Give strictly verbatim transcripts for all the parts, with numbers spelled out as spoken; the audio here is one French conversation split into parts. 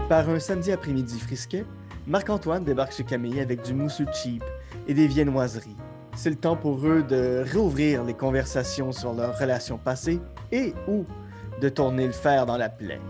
Par un samedi après-midi frisquet, Marc-Antoine débarque chez Camille avec du mousseux cheap et des viennoiseries. C'est le temps pour eux de réouvrir les conversations sur leurs relations passées et ou de tourner le fer dans la plaie.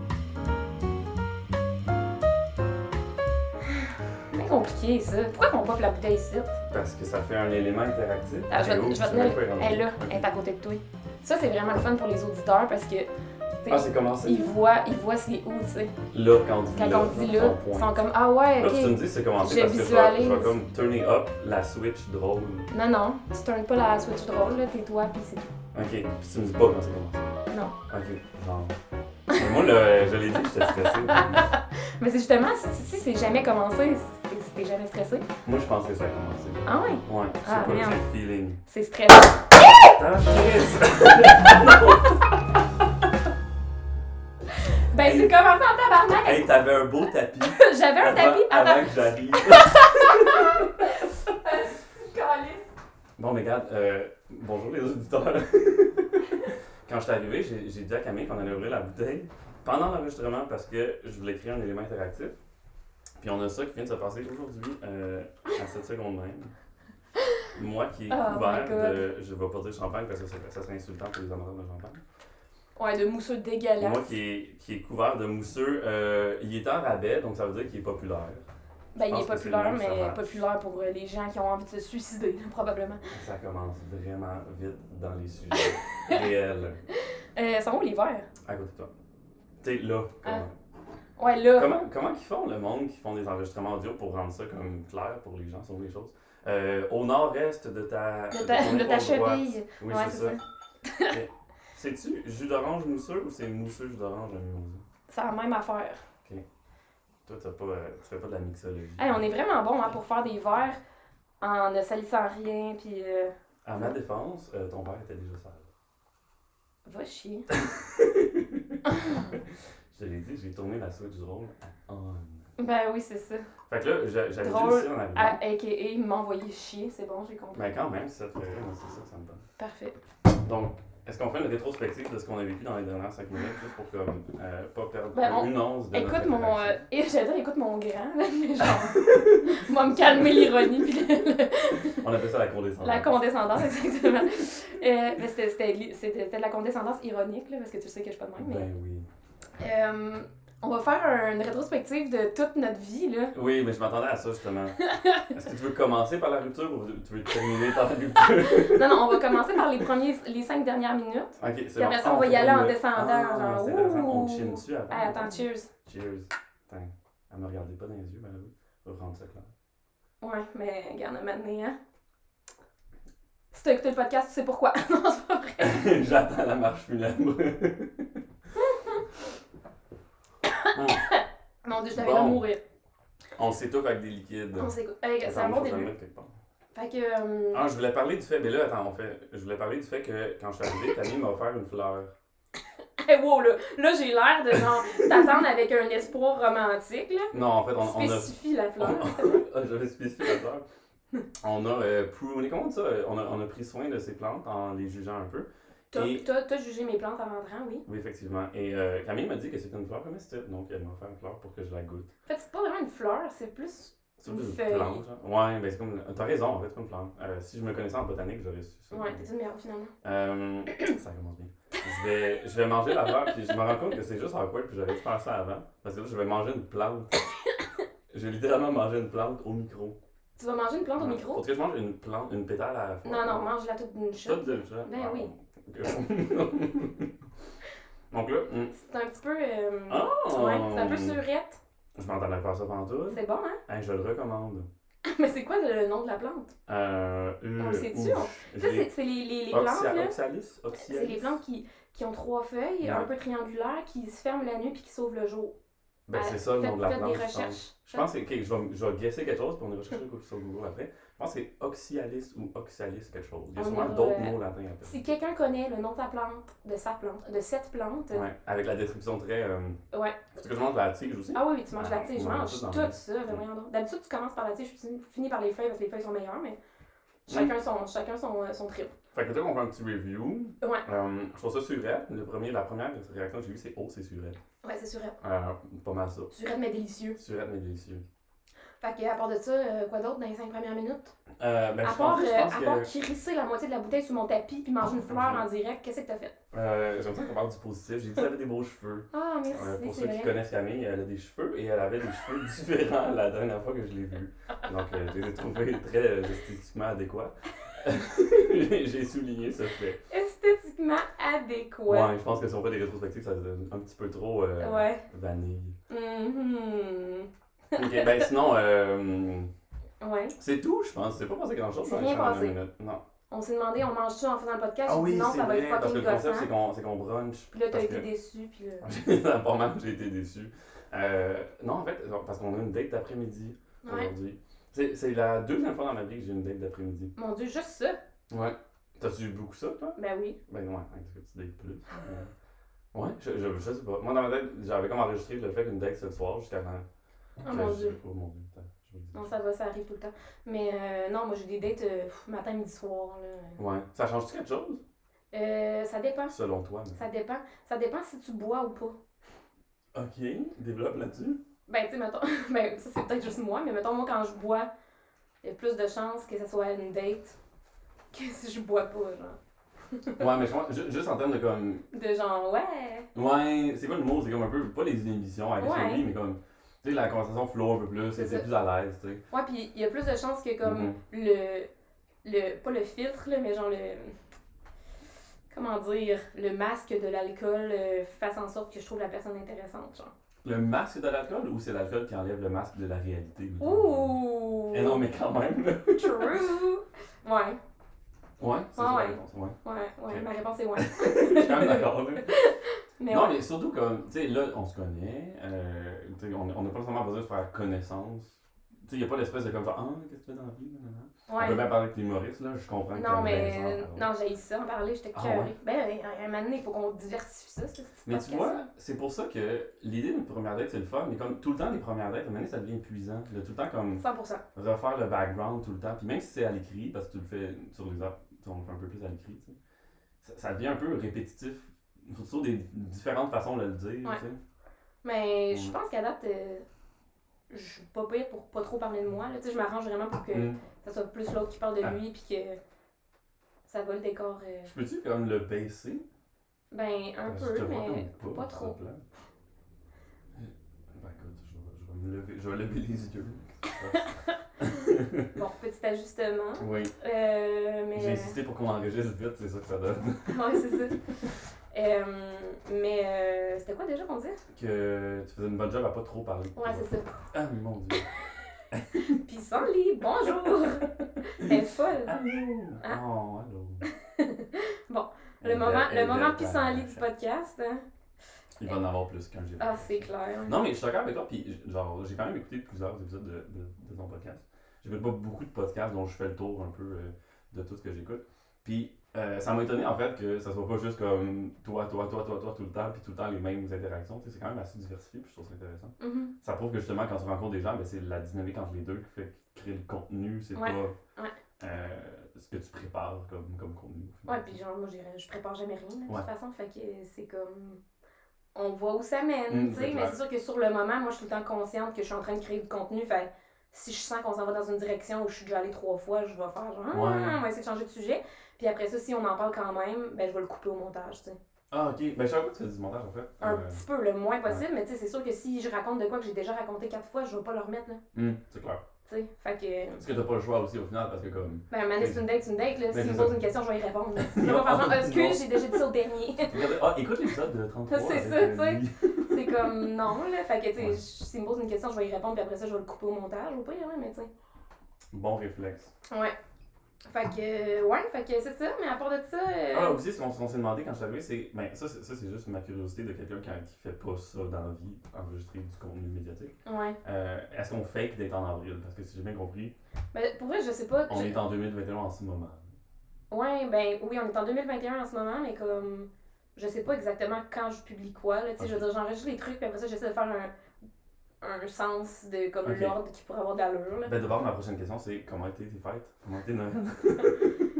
C'est compliqué ça. Pourquoi on pop la bouteille ici? Parce que ça fait un élément interactif. Ah, je vais, où je vais tu tenir. veux pas y rentrer. Elle est là, Ok. elle est à côté de toi. Ça, c'est vraiment le fun pour les auditeurs parce que. Ah, c'est commencé. Ils voient, ils voient c'est où, tu sais. Là, quand on dit Quand là, on dit ton là, point. ils sont comme ah ouais, Là, si tu me ok. dis c'est commencé Je parce que je vais, je visualise. vais comme turning up la switch drôle. Non, non, tu tournes pas la switch drôle, là, tais-toi, pis c'est tout. Ok, puis tu me dis pas quand c'est commencé. Non. Ok, genre. Mais moi, là, je l'ai dit que j'étais stressé. Mais c'est justement, si, si c'est jamais commencé, si t'es- si t'es jamais stressé. Moi, je pensais que ça a commencé. Ah ouais? Ouais, c'est Ah, pas merde. le feeling. C'est stressant. Ah, Chris! Ben, c'est commencé en tabarnak. Hey, t'avais un beau tapis. J'avais un avant, tapis. Avant Attends. que j'arrive. Calice. Bon, mais regarde, euh, bonjour les auditeurs. Quand je suis arrivé, j'ai, j'ai dit à Camille qu'on allait ouvrir la bouteille pendant l'enregistrement parce que je voulais créer un élément interactif. Puis on a ça qui vient de se passer aujourd'hui euh, à cette seconde même. Moi qui est Oh couvert my God. de. Je vais pas dire champagne parce que ça, ça serait insultant pour les amateurs de champagne. Ouais, de mousseux dégueulasse. Moi qui est, qui est couvert de mousseux, euh, il est en rabais, donc ça veut dire qu'il est populaire. Ben, il pense est que c'est populaire, le même que ça mais marche. populaire pour euh, les gens qui ont envie de se suicider, probablement. Ça commence vraiment vite dans les sujets réels. Euh, sont où les verres? À côté de toi. Tu sais, là. Ah. comment- Ouais, là. Comment, comment ils font le monde qui font des enregistrements audio pour rendre ça comme clair pour les gens, sont où les choses? Euh, au nord-est de ta, De ta, ton de ta épaule droite. cheville. Oui, Ouais, c'est c'est ça. Mais c'est-tu jus d'orange mousseux ou c'est mousseux jus d'orange à mimosa? C'est la même affaire. Toi, t'as pas, euh, tu fais pas de la mixologie. Hey, on est vraiment bon hein, pour faire des verres en ne salissant rien, puis euh, À ma défense, euh, ton père était déjà sale. va chier. Je te l'ai dit, j'ai tourné la switch drôle à on. Ben oui, c'est ça. Fait que là, j'a- j'avais dit Drôle, aussi en à, arrivant. A K A m'envoyer chier, c'est bon, j'ai compris. Ben quand même, si ça te fait rire, moi, c'est ça que ça me donne. Parfait. Donc, est-ce qu'on fait une rétrospective de ce qu'on a vécu dans les dernières cinq minutes, juste pour comme, euh, pas perdre Ben, on- une once de Écoute notre mon. interaction? Euh, et j'allais dire, écoute mon grand, là, mais genre. Moi, me calmer l'ironie, puis le- le- On appelle ça la condescendance. la condescendance, exactement. Euh, mais c'était, c'était, li- c'était, c'était de la condescendance ironique, là, parce que tu sais que je suis pas de même. Mais, Ben oui. euh, on va faire un- une rétrospective de toute notre vie, là. Oui, mais je m'attendais à ça, justement. Est-ce que tu veux commencer par la rupture ou tu veux terminer par la rupture? Non, non, on va commencer par les, premiers, les cinq dernières minutes. Ok, c'est Puis bon. après ça, Ah, on va y fait aller comme en le- descendant, Ah, genre, c'est intéressant. On ouh. chine dessus avant. Hey, attends, cheers. Cheers. Attends, elle me regardait pas dans les yeux, malheureux. On va rendre ça clair. Ouais, mais regarde, à un moment donné, hein. Si t'as écouté le podcast, tu sais pourquoi. Non, c'est pas vrai. J'attends la marche funèbre. Hum. Mon Dieu, je t'avais Bon. de mourir. On s'étouffe avec des liquides. On s'écoute. Hey, c'est Attends, un bon faut que je le début. mette quelque part. Fait que. euh, Ah, je voulais parler du fait, mais là, attends, on fait. Je voulais parler du fait que quand je suis arrivé, Tammy m'a offert une fleur. Hey, wow, là, là j'ai l'air de genre t'attendre avec un espoir romantique, là. Non, en fait, on, on a. Spécifie la fleur. Ah, j'avais spécifié la fleur. On a euh, pruné, comment on dit ça? On a, on a pris soin de ces plantes en les jugeant un peu. T'as, Et- t'as, t'as jugé mes plantes en rentrant, oui. Oui, effectivement. Et euh, Camille m'a dit que c'était une fleur comestible, donc elle m'a offert une fleur pour que je la goûte. En fait, c'est pas vraiment une fleur, c'est plus. C'est Une une feuille. plante, genre. Ouais, ben c'est comme. T'as raison, en fait, c'est pas une plante. Euh, si je me connaissais en botanique, j'aurais su ça. Ouais, t'es une merde finalement. Euh, ça commence bien. Je vais, je vais manger la fleur, puis je me rends compte que c'est juste awkward, puis j'aurais dû faire ça avant. Parce que là, je vais manger une plante. J'ai littéralement mangé une plante au micro. Tu vas manger une plante au micro? Faut que je mange une plante, une pétale à la fois. Non, non, mange-la toute d'une shot. Toute d'une shot. Ben Ah, oui. ok. Donc là, hum. C'est un petit peu. Euh... Oh! Ouais, c'est un peu surette. Je m'entendais faire ça pendant C'est bon, hein? Hey, je le recommande. Mais c'est quoi le nom de la plante? Euh, On le sait-tu, on- Tu sais, c'est, c'est les, les, les plantes, là. Oxalis? C'est les plantes qui, qui ont trois feuilles, Ouais. un peu triangulaires, qui se ferment la nuit puis qui s'ouvrent le jour. Ben, Euh, c'est ça le faites- nom de la faites plante. des je pense. recherches. Je pense que c'est- ok, je vais, je vais guesser quelque chose, puis on ira chercher sur Google après. Je pense que c'est Oxyalis ou Oxalis quelque chose. Il y a On sûrement ira, d'autres euh, mots latins après. Si quelqu'un connaît le nom de sa plante, de sa plante, de cette plante, Ouais, avec la description très. Euh... ouais. Faut que je mange la tige aussi? Ah oui, oui, tu manges Ah, la tige, je on mange mange tout dans tout le- ça, ben voyons donc. D'habitude, tu commences par la tige, puis tu finis par les feuilles parce que les feuilles sont meilleures, mais chacun son, chacun son, euh, son trip. Fait que toi, on fait un petit review. Ouais. Euh, je trouve ça surette. Le premier, la première réaction que j'ai eue, c'est oh, c'est surette. Ouais, c'est surette. Euh, pas mal ça. Surette, mais délicieux. Surette, mais délicieux. Fait que, à part de ça, euh, quoi d'autre dans les cinq premières minutes? Euh, ben, à je part, pense, je euh, pense à que... part crisser la moitié de la bouteille sur mon tapis puis manger une fleur Mhm. en direct, qu'est-ce que t'as fait? Euh, J'aime ça qu'on parle du positif. J'ai dit qu'elle avait des beaux cheveux. Ah, merci, Euh, pour c'est ceux qui vrai. connaissent Camille, elle a des cheveux et elle avait des cheveux différents la dernière fois que je l'ai vue. Donc, euh, je les ai trouvés très euh, esthétiquement adéquats. J'ai j'ai souligné ce fait. Esthétiquement adéquat. Ouais, je pense que si on fait des rétrospectives, ça donne un petit peu trop euh, Ouais. vanille. Mhm. Ok, ben sinon, euh, Ouais. c'est tout, je pense. C'est pas passé grand chose C'est dans les rien cinq passé. minutes. Non. On s'est demandé, on mange ça en faisant le podcast? Ah J'ai oui, dit non, c'est ça va vrai, être parce que fucking le concept, gossant. c'est qu'on c'est qu'on brunch. Puis là, t'as parce été que- déçu, puis là... Pas mal, j'ai été déçu. Euh, non, en fait, parce qu'on a une date d'après-midi Ouais. aujourd'hui. C'est c'est la deuxième fois dans ma vie que j'ai une date d'après-midi. Mon Dieu, juste ça? Ouais. T'as-tu eu beaucoup ça, toi? Ben oui. Ben ouais, est-ce que tu dates plus? Euh, ouais, je, je, je sais pas. Moi, dans ma tête, j'avais comme enregistré le fait qu'une date c'est le soir jusqu'à quand. Oh mon Dieu. Oh mon Dieu, attends, je vais le dire. Non, ça va, ça arrive tout le temps. Mais euh, non, moi j'ai des dates euh, pff, matin, midi, soir. Là. Ouais. Ça change-tu quelque chose? Euh, ça dépend. Selon toi, mais... Ça dépend. Ça dépend si tu bois ou pas. Ok, développe là-dessus. Ben, tu sais, mettons. Ben, ça c'est peut-être juste moi, mais mettons, moi quand je bois, il y a plus de chances que ça soit une date que si je bois pas, genre. Ouais, mais je pense, ju- juste en termes de comme. De genre, ouais. Ouais, c'est quoi le mot? C'est comme un peu, pas les inhibitions avec Ouais. lui, mais comme. Tu sais, la conversation flow un peu plus, C'est c'est ça. plus à l'aise, tu sais. Ouais, puis il y a plus de chances que comme Mhm. le. le. Pas le filtre, là, mais genre le. Comment dire? Le masque de l'alcool euh, fasse en sorte que je trouve la personne intéressante, genre. Le masque de l'alcool ou c'est l'alcool qui enlève le masque de la réalité? mettons? Ouh! Eh non, mais quand même. True! Ouais, Ouais, c'est Ouais, ça ouais. la réponse, ouais. ouais, ouais, Ok. ma réponse est ouais. Je suis quand même d'accord, là. Mais non, ouais. mais surtout comme, tu sais, là, on se connaît, euh, tu sais, on on n'a pas nécessairement besoin de faire connaissance. Tu sais, il n'y a pas l'espèce de comme ça, ah, qu'est-ce que tu fais dans la vie, nanana. On peut Ouais. même parler avec les humoristes, là, je comprends que Non, t'aimes mais. bien ça, pardon. Non, j'ai ça en parler, j'étais Ah, curée. ouais. Ben, à un moment donné, il faut qu'on diversifie ça, ce petit Mais tu podcast-là. vois, c'est pour ça que l'idée d'une première date, c'est le fun, mais comme tout le temps, les premières dates, à un moment donné, ça devient épuisant. De tout le temps, comme cent pour cent. refaire le background tout le temps, puis même si c'est à l'écrit, parce que tu le fais sur les apps, tu sais, on le fait un peu plus à l'écrit, tu sais, ça, ça devient un peu répétitif. Il faut toujours des différentes façons de le dire, Ouais. tu sais. Mais je Mm. pense qu'à date, euh, je suis pas pire pour pas trop parler de moi. Là. Tu sais, je m'arrange vraiment pour que Mm. ça soit plus l'autre qui parle de Ah. lui, puis que ça va le décor. euh, Je peux-tu comme le baisser? Ben, un Parce que je peu, te vois mais comme pas trop. ça, là. Ben écoute, je vais, je vais me lever, je vais lever les yeux. Bon, petit ajustement. Oui. Euh, mais... J'ai insisté pour qu'on enregistre vite, c'est ça que ça donne. ouais, c'est ça. Euh, mais euh, c'était quoi déjà qu'on disait? Que tu faisais une bonne job à pas trop parler. Ouais, c'est ça. Ah mon dieu. Pissenlit, bonjour! Elle est folle. Allô! Hein? Oh, allô. Bon, Le Elle moment, est- le elle moment est- pissenlit du podcast. Hein? Il va en avoir plus qu'un, j'ai Ah, c'est clair. Non, mais je suis d'accord avec toi, puis genre, j'ai quand même écouté plusieurs épisodes de, de, de ton podcast. J'écoute pas beaucoup de podcasts dont je fais le tour un peu euh, de tout ce que j'écoute. Puis euh, ça m'a étonné en fait que ça soit pas juste comme toi, toi, toi, toi, toi tout le temps, puis tout le temps les mêmes interactions. Tu sais, c'est quand même assez diversifié, puis je trouve ça intéressant. Mhm. Ça prouve que justement, quand tu rencontres des gens, ben, c'est la dynamique entre les deux qui fait créer le contenu, c'est Ouais, pas ouais. euh, ce que tu prépares comme, comme contenu. Ouais, puis genre, moi, j'ai- je prépare jamais rien, de toute Ouais. façon. Fait que c'est comme. On voit où ça mène, Mm, tu c'est sais. Mais clair. c'est sûr que sur le moment, moi, je suis tout le temps consciente que je suis en train de créer du contenu. Fait si je sens qu'on s'en va dans une direction où je suis déjà allée trois fois, je vais faire genre, ah, Ouais. on va essayer de changer de sujet. Puis après ça, si on en parle quand même, ben je vais le couper au montage, tu sais. Ah, ok. Ben, je savais pas que tu fais du montage en fait. Un Euh, petit peu, le moins possible, mais tu sais, c'est sûr que si je raconte de quoi que j'ai déjà raconté quatre fois, je vais pas le remettre, là. hum, c'est clair. Tu sais, fait que. Parce que t'as pas le choix aussi au final, parce que comme. Ben, man, c'est une date, c'est une date, là. Mais S'il c'est me pose ça. une question, je vais y répondre, là. Je vais pas faire genre, Non. excuse, j'ai déjà dit ça au dernier. Regardez- Ah, écoute l'épisode de trente-trois. C'est avec, ça, euh, tu sais. Lily. C'est comme non, là. Fait que, tu sais, Ouais. s'il me pose une question, je vais y répondre, puis après ça, je vais le couper au montage, ou pas, là, mais tu sais. Bon réflexe. Ouais. Fait que, euh, ouais, fait que c'est ça, mais à part de ça. euh, Ah, aussi, ce qu'on ce qu'on s'est demandé quand je suis arrivé, c'est. Ben, ça, c'est ça, c'est juste ma curiosité de quelqu'un qui, qui fait pas ça dans la vie, enregistrer du contenu médiatique. Ouais. Euh, Est-ce qu'on fake d'être en avril? Parce que si j'ai bien compris, Ben, pour vrai, je sais pas. on je- est en deux mille vingt et un en ce moment. Ouais, ben, oui, on est en deux mille vingt et un en ce moment, mais comme. Je sais pas exactement quand je publie quoi, là. Tu sais, je veux dire, j'enregistre les trucs, puis après ça, j'essaie de faire un. un sens de, comme, Ok. l'ordre qui pourrait avoir de l'allure, là. Ben, d'abord, ma prochaine question, c'est comment étaient tes fêtes? Comment était Noël?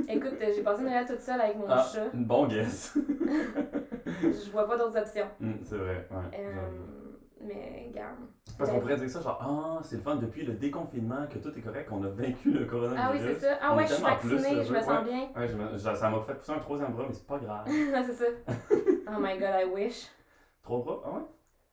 Écoute, euh, j'ai passé Noël toute seule avec mon Ah, chat. une bon guess. Je vois pas d'autres options. Hum, c'est vrai, ouais. Euh, j'avoue. mais, regarde. Parce qu'on pourrait dire ça, genre, ah, c'est le fun depuis le déconfinement que tout est correct, qu'on a vaincu le coronavirus. Ah oui, c'est ça. Ah On ouais, est je suis tellement plus vaccinée, je me heureux. sens Ouais. bien. Ouais, je me- genre, ça m'a fait pousser un troisième bras, mais c'est pas grave. Ah, c'est ça. Oh my god, I wish. Trois bras? Ah ouais?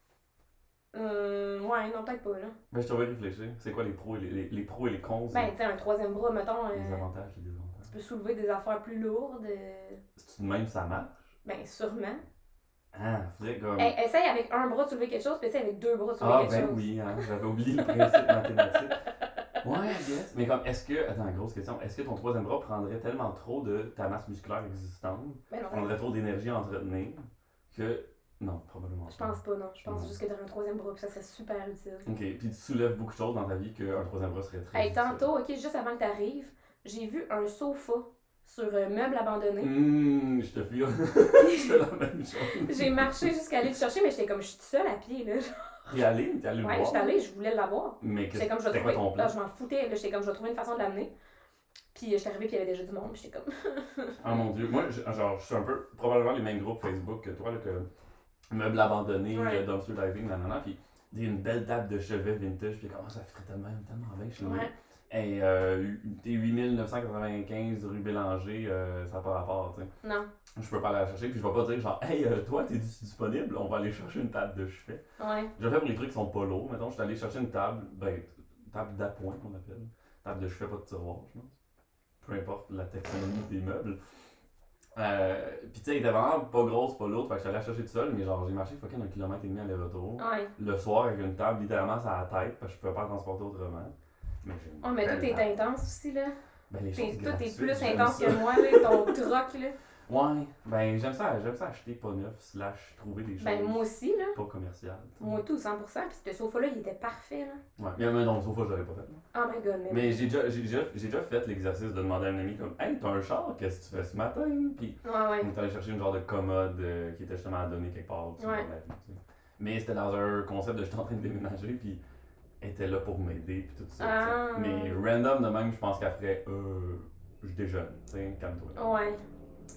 Hum, ouais, non, peut-être pas, là. Ben, je t'aurais réfléchi. C'est quoi les pros et les, les, les pros et les cons? Ben, tu sais, un troisième bras, mettons, les euh, avantages et les désavantages. tu peux soulever des affaires plus lourdes. euh, C'est de même ça marche? Ben, sûrement. Ah, faudrait comme... Hey, essaye avec un bras de soulever quelque chose, puis essaye avec deux bras de soulever ah, quelque ben chose. oui, hein, j'avais oublié le principe mathématique. Ouais, yes. Mais comme, est-ce que... Attends, grosse question. Est-ce que ton troisième bras prendrait tellement trop de ta masse musculaire existante, Ben non, prendrait trop d'énergie à entretenir, que... Non, probablement je pense pas, non. Je pense Non. juste que t'aurais un troisième bras, puis ça serait super utile. Ok, puis tu soulèves beaucoup de choses dans ta vie qu'un troisième bras serait très Hey, utile. tantôt, ok, juste avant que t'arrives, j'ai vu un sofa sur un meuble abandonné. Hum, je te file. Je fais la même chose. J'ai marché jusqu'à aller le chercher, mais j'étais comme, je suis toute seule à pied, là. T'es allé, t'es allé le Ouais, voir. j'étais allée, je voulais l'avoir. Mais que J'étais comme, je vais c'était quoi trouver. ton plan? Là, je m'en foutais, là, j'étais comme, je vais trouver une façon de l'amener. Puis euh, j'étais arrivée, puis il y avait déjà du monde, puis j'étais comme. Oh mon dieu, moi, je, genre, je suis un peu, probablement les mêmes groupes Facebook que toi, là, que meubles abandonnés, Ouais. euh, dumpster diving, nanana, puis il y a une belle table de chevet vintage, puis comment ça ferait tellement, tellement bien chez nous. Ouais. Et euh, t'es huit mille neuf cent quatre-vingt-quinze rue Bélanger, euh, ça n'a pas rapport, tu sais. Non. Je peux pas aller la chercher, puis je vais pas dire genre, hey, euh, toi, t'es disponible, on va aller chercher une table de chevet. Ouais. Je le fais pour les trucs qui sont pas lourds, mettons, je suis allé chercher une table, ben, table d'appoint qu'on appelle, table de chevet, pas de tiroir, je pense. Peu importe la taxonomie des meubles. Euh, Pis tu sais, elle était vraiment pas grosse, pas lourde, fait que j'allais la chercher tout seul, mais genre j'ai marché fucking un kilomètre et demi aller-retour. Ouais. Le soir avec une table littéralement sur la tête, parce que je pouvais pas la transporter autrement. Mais j'ai une Oh, mais belle toi, t'es table. intense aussi, là. Ben, les T'es, choses toi, t'es gratuites, plus j'aime intense ça. que moi, là, ton troc, là. Ouais, ben j'aime ça, j'aime ça acheter pas neuf, slash trouver des choses Ben, moi aussi, là. pas commerciales. t'sais. Moi, tout, cent pour cent. Puis ce sofa-là, il était parfait, là. Ouais, mais mais non, le sofa, je l'avais pas fait. là. Oh my god, mais. Mais j'ai déjà, j'ai, déjà, j'ai déjà fait l'exercice de demander à un ami comme, hey, t'as un char, qu'est-ce que tu fais ce matin? Puis Ouais, ouais. on est allé chercher une genre de commode euh, qui était justement à donner quelque part. tu sais, Ouais. dans la vie, tu sais. Mais c'était dans un concept de j'étais en train de déménager, puis elle était là pour m'aider, puis tout ça. tu sais. Ah. Mais random de même, je pense qu'elle ferait, euh, je déjeune, tu sais, calme-toi. Ouais. Fait que, ouais.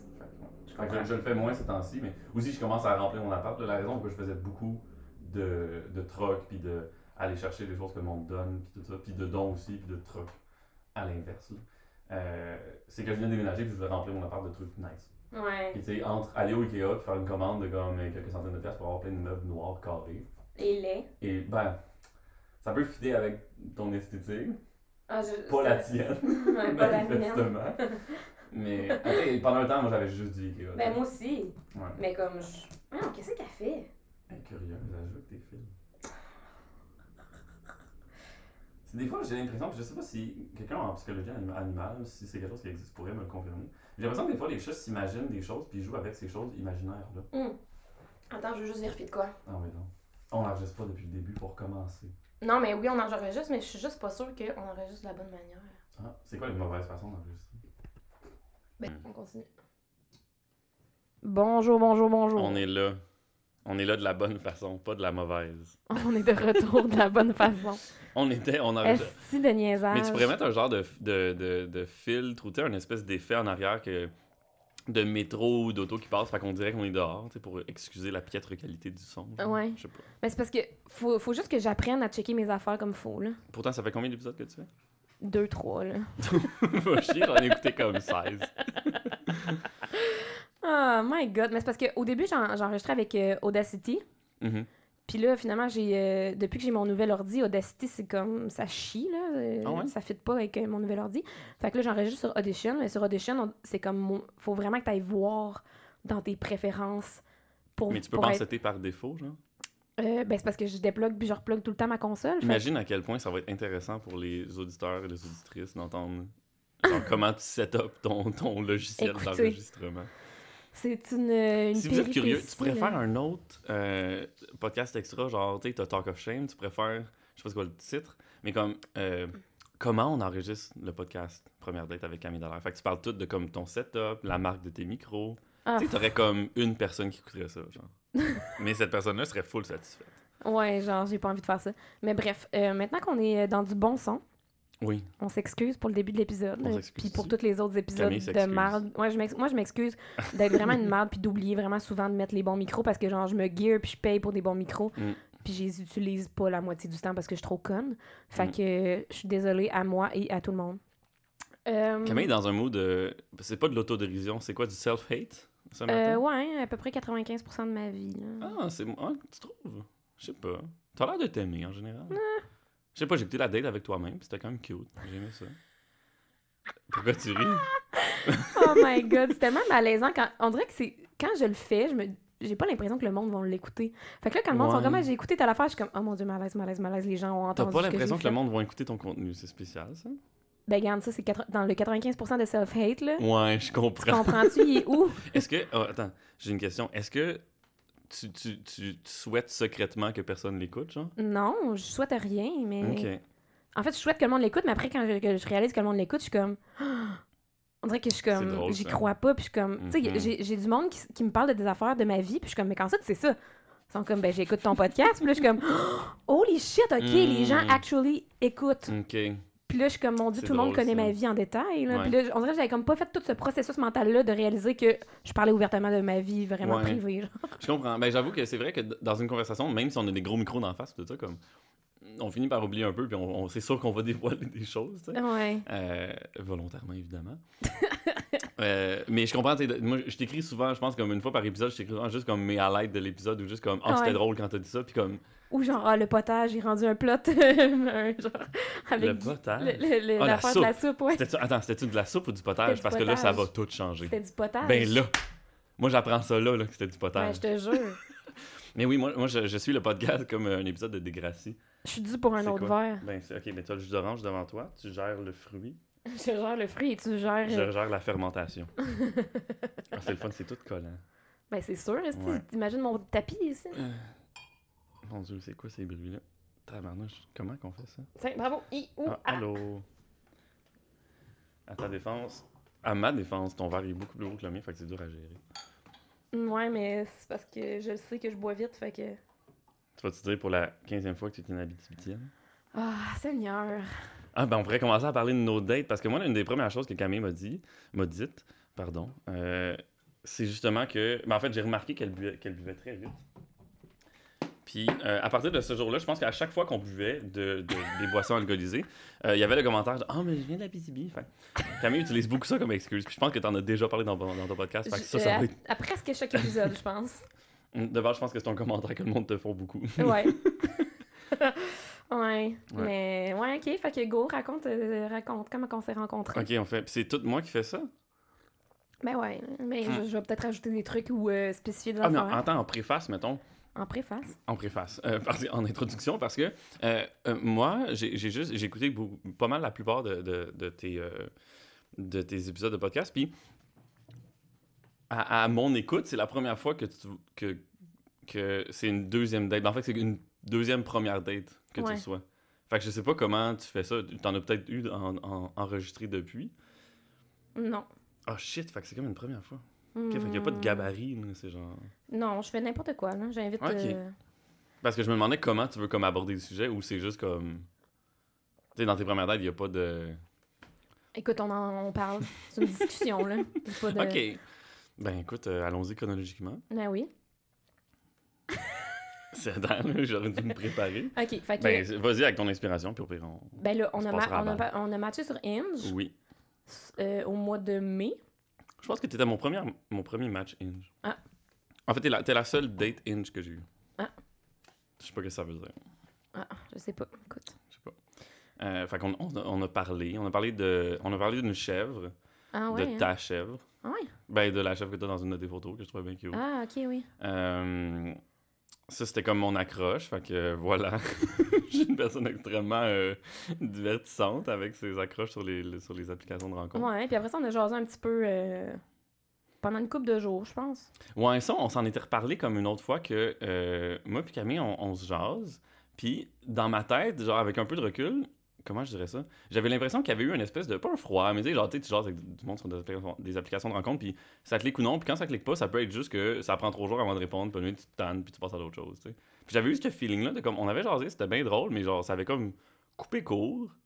Je Fait que comprends. je, je le fais moins ces temps-ci, mais aussi je commence à remplir mon appart. là. La raison pourquoi je faisais beaucoup de, de troc, puis de aller chercher des choses que le monde donne, puis tout ça, puis de dons aussi, puis de troc à l'inverse, là. Euh, c'est que je viens de déménager, puis je voulais remplir mon appart de trucs nice. Ouais. Puis tu sais, entre aller au Ikea puis faire une commande de comme euh, quelques centaines de pièces pour avoir plein de meubles noirs carrés, Et lait. et ben, ça peut fitter avec ton esthétique, Ah, je. pas la ça- tienne, Ouais, pas la mienne. manifestement. Mais attends, pendant un temps, moi j'avais juste du Ikea. Ben, moi aussi. Ouais. Mais comme. Je... Ah, qu'est-ce qu'elle fait? Elle est curieuse, elle joue avec tes fils. C'est des fois, j'ai l'impression, puis je sais pas si quelqu'un en psychologie anim- animale, si c'est quelque chose qui existe, pourrait me le confirmer. J'ai l'impression que des fois, les chats s'imaginent des choses, puis ils jouent avec ces choses imaginaires-là. Hum. Attends, je veux juste vérifier de quoi. Ah oui, non. On n'enregistre pas depuis le début pour commencer. Non, mais oui, on enregistre, mais je suis juste pas sûre qu'on enregistre de la bonne manière. Ah, c'est quoi les mauvaises façons d'enregistrer? Ben, on continue. Bonjour, bonjour, bonjour. On est là. On est là de la bonne façon, pas de la mauvaise. On est de retour de la bonne façon. On était, on enregistre. Esti de niaisage. Mais tu pourrais mettre un genre de, de, de, de filtre ou tu sais, un espèce d'effet en arrière que, de métro ou d'auto qui passe, fait qu'on dirait qu'on est dehors, tu sais, pour excuser la piètre qualité du son. genre. Ouais. Je sais pas. Mais c'est parce que faut, faut juste que j'apprenne à checker mes affaires comme faut, là. Pourtant, ça fait combien d'épisodes que tu fais? Deux, trois, là. Va chier, j'en ai écouté comme seize. Oh my god. Mais c'est parce qu'au début, j'en- j'enregistrais avec euh, Audacity. Mhm. Puis là, finalement, j'ai euh, depuis que j'ai mon nouvel ordi, Audacity, c'est comme... Ça chie, là. euh, Ah ouais? Ça fit pas avec euh, mon nouvel ordi. Fait que là, j'enregistre sur Audition. Mais sur Audition, on- c'est comme... mon- Faut vraiment que tu ailles voir dans tes préférences pour... Mais tu peux pour pas en être- setter par défaut, genre? Euh, ben, c'est parce que je déplugue puis je replugue tout le temps ma console. Fait- Imagine à quel point ça va être intéressant pour les auditeurs et les auditrices d'entendre genre, comment tu set up ton, ton logiciel Écoutez, d'enregistrement. C'est une, une Si vous êtes curieux, tu péripétie, préfères là. un autre euh, podcast extra, genre, tu sais, t'as Talk of Shame, tu préfères, je sais pas c'est quoi le titre, mais comme, euh, comment on enregistre le podcast Première Date avec Camille Dallaire. Fait que tu parles tout de comme ton setup, la marque de tes micros. Ah. Tu sais, t'aurais comme une personne qui écouterait ça, genre. Mais cette personne-là serait full satisfaite. Ouais, genre, j'ai pas envie de faire ça. Mais bref, euh, maintenant qu'on est dans du bon son, Oui. On s'excuse pour le début de l'épisode. On s'excuse Puis pour aussi. tous les autres épisodes Camille de s'excuse. marde. Ouais, je m'ex- moi, je m'excuse d'être vraiment une marde puis d'oublier vraiment souvent de mettre les bons micros parce que genre, je me gear puis je paye pour des bons micros. Mm. Puis je les utilise pas la moitié du temps parce que je suis trop conne. Fait Mm. que euh, je suis désolée à moi et à tout le monde. Euh, Camille est dans un mood de... C'est pas de l'autodérision, c'est quoi, du self-hate? Ça, euh, maintenant? ouais, à peu près quatre-vingt-quinze pour cent de ma vie. Là. Ah, c'est... Ah, tu trouves? Je sais pas. T'as l'air de t'aimer, en général. Je sais pas, j'ai écouté la date avec toi-même, puis c'était quand même cute. J'ai aimé ça. Pourquoi tu ris? Oh my god, c'est tellement malaisant. Quand... On dirait que c'est... Quand je le fais, je me... J'ai pas l'impression que le monde va l'écouter. Fait que là, quand le monde Ouais. sont comme, Ah, j'ai écouté telle affaire, je suis comme, oh mon dieu, malaise, malaise, malaise, les gens ont T'as entendu pas ce que l'impression j'ai que le fait. monde va écouter ton contenu, c'est spécial, ça? Ben, regarde, ça, c'est quatre- dans le quatre-vingt-quinze pour cent de self-hate, là. Ouais, je Tu comprends. comprends-tu, il est où? Est-ce que... oh, attends, j'ai une question. Est-ce que tu, tu, tu, tu souhaites secrètement que personne l'écoute, genre? Non, je souhaite rien, mais... OK. En fait, je souhaite que le monde l'écoute, mais après, quand je, que je réalise que le monde l'écoute, je suis comme... On dirait que je suis C'est comme... drôle, J'y ça. crois pas, puis je suis comme... Tu sais, Mhm. j'ai j'ai du monde qui, qui me parle de des affaires de ma vie, puis je suis comme, mais quand ça, tu sais ça? Ils sont comme, ben, j'écoute ton podcast, puis là, je suis comme... Holy shit, OK, les gens Mhm. actually écoutent. OK. Puis là, je suis comme, mon Dieu, C'est tout le monde drôle, connaît ça. ma vie en détail. Là. Ouais. Puis là, on dirait que j'avais comme pas fait tout ce processus mental-là de réaliser que je parlais ouvertement de ma vie vraiment Ouais. privée. Genre. Je comprends. Ben, j'avoue que c'est vrai que d- dans une conversation, même si on a des gros micros d'en face, tout ça, comme... On finit par oublier un peu, puis on, on- c'est sûr qu'on va dévoiler des choses, tu sais. Ouais. Euh, volontairement, évidemment. Euh, mais je comprends, tu sais, moi, je t'écris souvent, je pense, comme une fois par épisode, je t'écris souvent juste comme mes highlights de l'épisode, ou juste comme, ah, c'était Ouais. drôle quand t'as dit ça, puis comme, Ou genre, ah, le potage, j'ai rendu un plot. un genre, avec le du- potage. le- le- le- Ah, la l'affaire de la soupe, ouais. C'était-tu- Attends, c'était-tu de la soupe ou du C'était potage? du Parce que là, ça va potage. tout changer. C'était du potage. Ben là, moi, j'apprends ça là, là que c'était du Ouais, potage. je te jure. Mais oui, moi, moi je, je suis le podcast comme un épisode de Degrassi. Je suis due pour un C'est autre quoi? verre. Ben, c'est ok, mais tu as le jus d'orange devant toi, tu gères le fruit, Je gère le fruit et tu gères... euh, je gère la fermentation. Ah, c'est le fun, c'est tout collant. Ben, c'est sûr. est-ce que Ouais. T'imagines mon tapis ici? Euh, Mon Dieu, c'est quoi ces bruits-là? Tabarnouche, comment qu'on fait ça? Tiens, bravo. I, ou, Ah, ah. allô? À ta défense. À ma défense, ton verre est beaucoup plus gros que le mien, fait que c'est dur à gérer. Ouais, mais c'est parce que je sais que je bois vite, fait que... Tu vas-tu dire pour la quinzième fois que tu es une Abitibitienne? Ah, Seigneur. Ah, ben on pourrait commencer à parler de nos dates, parce que moi, une des premières choses que Camille m'a dit, m'a dite, pardon, euh, c'est justement que... Ben, en fait, j'ai remarqué qu'elle buvait, qu'elle buvait très vite. Puis, euh, à partir de ce jour-là, je pense qu'à chaque fois qu'on buvait de, de- des boissons alcoolisées, euh, il y avait le commentaire de « Ah, mais je viens de la B T B. » Fait que Camille utilise beaucoup ça comme excuse. Puis je pense que tu en as déjà parlé dans, dans ton podcast. Fait que ça, Je- ça euh, va à, être... à presque chaque épisode, je pense. De base, je pense que c'est un commentaire que le monde te font beaucoup. Ouais. ouais. Ouais. Mais, ouais, ok. Fait que go, raconte, euh, raconte comment on s'est rencontrés. OK, on fait... Puis c'est tout moi qui fais ça? Ben ouais. Mais Hmm. je, je vais peut-être rajouter des trucs ou euh, spécifier des Ah, mais affaires. en, attends, en préface, mettons. En préface. En préface, euh, parce- en introduction, parce que euh, euh, moi, j'ai j'ai juste j'ai écouté beaucoup- pas mal la plupart de, de, de tes, euh, de tes épisodes de podcast, puis à, à mon écoute, c'est la première fois que, tu, que, que c'est une deuxième date. En fait, c'est une deuxième première date que Ouais. tu sois. Fait que je sais pas comment tu fais ça. T'en as peut-être eu en, en- enregistré depuis. Non. Ah shit, fait que c'est comme une première fois. Ok, fait qu'il y a pas de Hmm. gabarit, là, c'est genre... Non, je fais n'importe quoi, là. J'invite... Ok. euh, Parce que je me demandais comment tu veux comme aborder le sujet, ou c'est juste comme... Tu sais, dans tes premières dates, il n'y a pas de... Écoute, on en on parle. C'est une discussion, là. C'est pas de... Ok. Ben écoute, euh, allons-y chronologiquement. Ben oui. C'est attends, là, j'aurais dû me préparer. Ok, fait que... Ben c'est- vas-y avec ton inspiration, puis au pire, on... Ben là, on on se a, ma- passera à on, a, la pa- on a matché sur Hinge Oui. euh, au mois de mai. Je pense que t'étais mon premier, mon premier match Hinge. Ah. En fait, t'es la, t'es la seule date Hinge que j'ai eue. Ah. Je sais pas ce que ça veut dire. Ah, je sais pas. Écoute. Je sais pas. Euh, fait qu'on on a, on a parlé. On a parlé de... On a parlé d'une chèvre. Ah ouais? de hein? ta chèvre. Ah ouais? Ben, de la chèvre que t'as dans une de tes photos, que je trouvais bien cute. Ah, ok, oui. Euh, ça, c'était comme mon accroche. Fait que euh, voilà. Je suis une personne extrêmement euh, divertissante avec ses accroches sur les, les- sur les applications de rencontre. Ouais, puis après ça, on a jasé un petit peu euh, pendant une couple de jours, je pense. Ouais, ça, on s'en était reparlé comme une autre fois que euh, moi puis Camille, on, on se jase. Puis dans ma tête, genre avec un peu de recul, comment je dirais ça? J'avais l'impression qu'il y avait eu une espèce de, pas un froid, mais tu sais, genre, tu sais, tu jases avec du monde sur des applications, des applications de rencontre, puis ça clique ou non, puis quand ça clique pas, ça peut être juste que ça prend trop jours avant de répondre, puis tu te tannes, puis tu passes à d'autres choses, tu sais. Puis j'avais eu ce feeling-là de comme, on avait jasé, c'était bien drôle, mais genre, ça avait comme coupé court.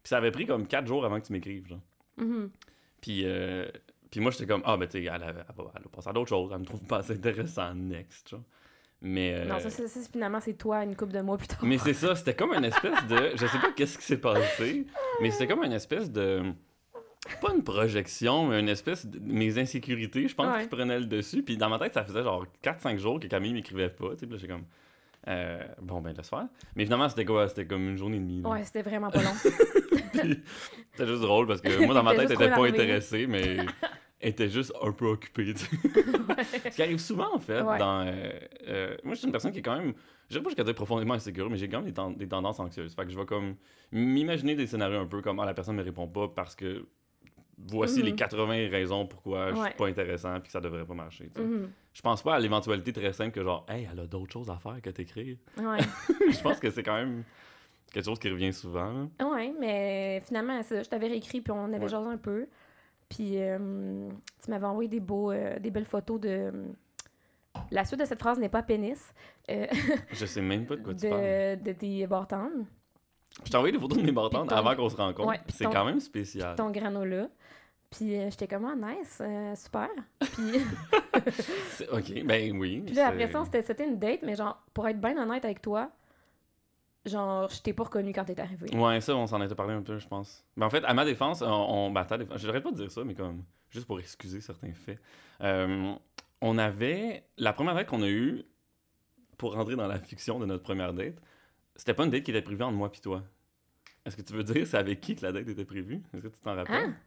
Puis ça avait pris comme quatre jours avant que tu m'écrives, genre. Mm-hmm. Puis, euh, puis moi, j'étais comme, ah, ben, tu sais, elle, elle, elle, elle a passé à d'autres choses, elle me trouve pas assez intéressant, next, genre. Mais. Euh... Non, ça, ça, ça, finalement, c'est toi une couple de mois plus tard. Mais c'est ça, c'était comme une espèce de. Je sais pas qu'est-ce qui s'est passé, mais c'était comme une espèce de. Pas une projection, mais une espèce de. Mes insécurités, je pense, ouais. qui prenaient le dessus. Puis dans ma tête, ça faisait genre quatre cinq jours que Camille m'écrivait pas, tu sais. Puis là, j'étais comme. Euh, bon, ben, laisse faire. Mais finalement, c'était quoi? C'était comme une journée et demie. Là. Ouais, c'était vraiment pas long. Puis, c'était juste drôle parce que moi, dans ma tête, elle était pas énervé. intéressée, mais elle était juste un peu occupée. Tu sais. Ce qui arrive souvent, en fait, ouais. dans. Euh, euh, moi, je suis une personne qui est quand même. Je dirais pas jusqu'à dire profondément insécure, mais j'ai quand même des, ten- des tendances anxieuses. Fait que je vais comme m'imaginer des scénarios un peu comme ah, la personne me répond pas parce que voici mm-hmm. les quatre-vingts raisons pourquoi ouais. je suis pas intéressant puis que ça devrait pas marcher. Mm-hmm. Je pense pas à l'éventualité très simple que genre, hey, elle a d'autres choses à faire que t'écrire. Ouais. Je pense que c'est quand même quelque chose qui revient souvent. Là. Ouais, mais finalement, ça, je t'avais réécrit puis on avait ouais. jasé un peu. Puis euh, tu m'avais envoyé des, beaux, euh, des belles photos de. La suite de cette phrase n'est pas pénis. Euh, je sais même pas de quoi tu de, parles. De tes bartendes. Je t'ai envoyé des photos de mes bartendes ton... avant qu'on se rencontre. Ouais, c'est ton... quand même spécial. Ton granola. Puis euh, j'étais comme, ah, nice, euh, super. Puis. ok, ben oui. Puis là, après ça, c'était, c'était une date, mais genre, pour être bien honnête avec toi, genre, je t'ai pas reconnu quand t'es arrivé. Ouais, ça, on s'en était parlé un peu, je pense. Mais en fait, à ma défense, on. on ben, ta défense, je devrais pas dire ça, mais comme, juste pour excuser certains faits. Euh, on avait. La première date qu'on a eue, pour rentrer dans la fiction de notre première date, c'était pas une date qui était prévue entre moi et toi. Est-ce que tu veux dire c'est avec qui que la date était prévue? Est-ce que tu t'en rappelles? Ah?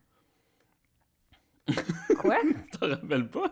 Quoi? Tu t'en rappelles pas?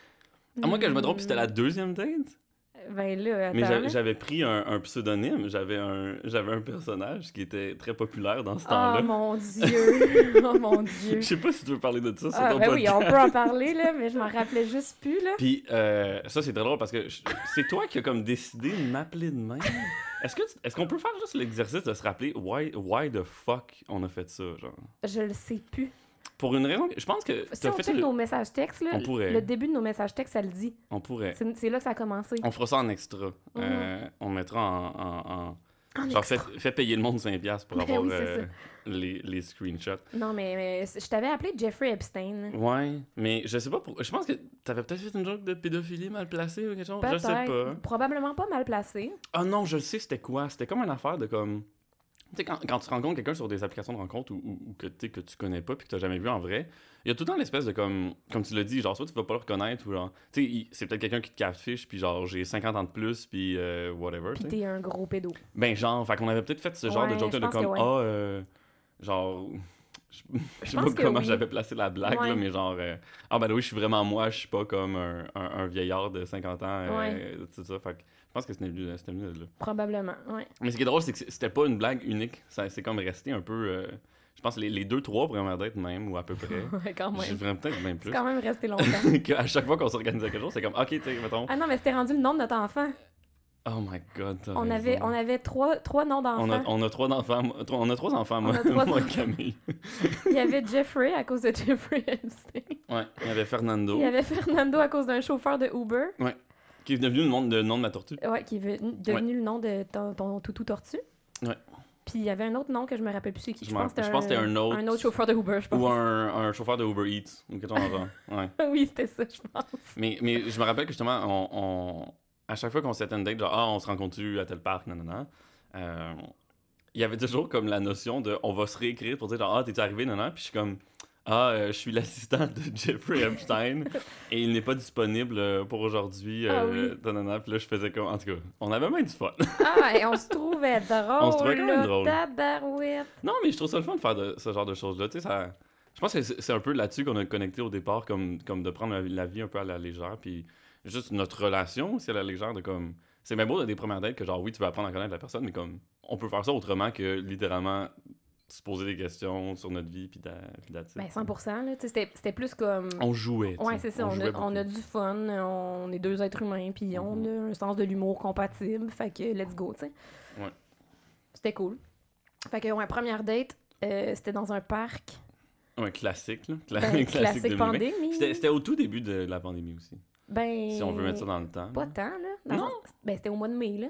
À moins que je me trompe, c'était la deuxième date? Ben là, attends. Mais j'avais, j'avais pris un, un pseudonyme, j'avais un, j'avais un personnage qui était très populaire dans ce oh, temps-là. Oh mon Dieu! Oh mon Dieu! Je sais pas si tu veux parler de ça, c'est ah, ton ben podcast. oui, on peut en parler, là, mais je m'en rappelais juste plus, là. Puis euh, ça, c'est très drôle parce que je, c'est toi qui as comme décidé de m'appeler de même. Est-ce, que tu, est-ce qu'on peut faire juste l'exercice de se rappeler why, why the fuck on a fait ça, genre? Je le sais plus. Pour une raison, je pense que... Si on check le... nos messages textes, là, on pourrait. Le début de nos messages textes, ça le dit. On pourrait. C'est, c'est là que ça a commencé. On fera ça en extra. Mm-hmm. Euh, on mettra en... en, en... en genre, fait, fait payer le monde cinq dollars pour avoir oui, euh, les, les screenshots. Non, mais, mais je t'avais appelé Jeffrey Epstein. Ouais, mais je sais pas pourquoi. Je pense que t'avais peut-être fait une joke de pédophilie mal placée ou quelque chose. Peut-être. Je sais pas. Probablement pas mal placée. Ah non, je sais c'était quoi. C'était comme une affaire de comme... Tu sais, quand, quand tu rencontres quelqu'un sur des applications de rencontre ou, ou, ou que, que tu connais pas puis que tu n'as jamais vu en vrai, il y a tout le temps l'espèce de comme, comme tu l'as dit, genre, soit tu vas pas le reconnaître ou genre, tu sais, c'est peut-être quelqu'un qui te catfish puis genre, j'ai cinquante ans de plus puis euh, whatever. Puis t'es un gros pédo. Ben, genre, fait qu'on avait peut-être fait ce genre ouais, de joke de comme, ouais. ah, euh, genre. Je, je sais pas comment oui. j'avais placé la blague, ouais. là, mais genre, euh, ah ben oui, je suis vraiment moi, je suis pas comme un, un, un vieillard de cinquante ans, euh, ouais. tout ça, fait que je pense que c'était venu, c'était venu de là. Probablement, ouais. Mais ce qui est drôle, c'est que c'était pas une blague unique, ça, c'est comme resté un peu, euh, je pense les, les deux, trois premières dates même, ou à peu près. Ouais, quand même. J'ai vraiment peut-être même plus. C'est quand même resté longtemps. Qu'à chaque fois qu'on s'organisait quelque chose, c'est comme, ok, tu sais, mettons. Ah non, mais c'était rendu le nom de notre enfant. Oh my god, t'as on raison. avait, on avait trois, trois noms d'enfants. On a, on a trois enfants. On a trois enfants, moi, trois moi et Camille. Il y avait Jeffrey à cause de Jeffrey Epstein. Ouais, il y avait Fernando. Il y avait Fernando à cause d'un chauffeur de Uber. Ouais, qui est devenu le nom de, le nom de ma tortue. Ouais, qui est devenu ouais. le nom de ton, ton toutou tortue. Ouais. Puis il y avait un autre nom que je me rappelle plus c'est qui. Je, je pense que c'était, un, c'était un autre... un autre chauffeur de Uber, je pense. Ou un, un chauffeur de Uber Eats, ou quelque chose comme ça. Ouais. Oui, c'était ça, je pense. Mais, mais je me rappelle que justement, on... on... à chaque fois qu'on s'était une date, genre, ah, on se rencontre-tu à tel parc, nanana. Euh, il y avait toujours comme la notion de, on va se réécrire pour dire, genre, ah, t'es-tu arrivé, nanana. Puis je suis comme, ah, euh, je suis l'assistant de Jeffrey Epstein et il n'est pas disponible pour aujourd'hui, ah, euh, oui. nanana. Puis là, je faisais comme, en tout cas, on avait même du fun. Ah, et on se trouvait drôle. On se trouvait quand même drôle. Tabarouette. Non, mais je trouve ça le fun de faire de, ce genre de choses-là. Tu sais, ça. Je pense que c'est, c'est un peu là-dessus qu'on a connecté au départ, comme, comme de prendre la, la vie un peu à la légère. Puis juste notre relation aussi à la légère, de comme. C'est bien beau dans des premières dates que, genre, oui, tu vas apprendre à connaître la personne, mais comme. On peut faire ça autrement que littéralement se poser des questions sur notre vie, puis là-dessus. Ben, cent pour cent, là. Tu sais, c'était, c'était plus comme. On jouait. Ouais, c'est ça. On, on, a, on a du fun. On est deux êtres humains, puis mm-hmm. on a un sens de l'humour compatible. Fait que, let's go, tu sais. Ouais. C'était cool. Fait que, ouais, première date, euh, c'était dans un parc. Ouais, classique, là. Ben, classique, classique pandémie. C'était, c'était au tout début de la pandémie aussi. Ben. Si on veut mettre ça dans le temps. Pas tant, là. Dans non. Un... Ben, c'était au mois de mai, là.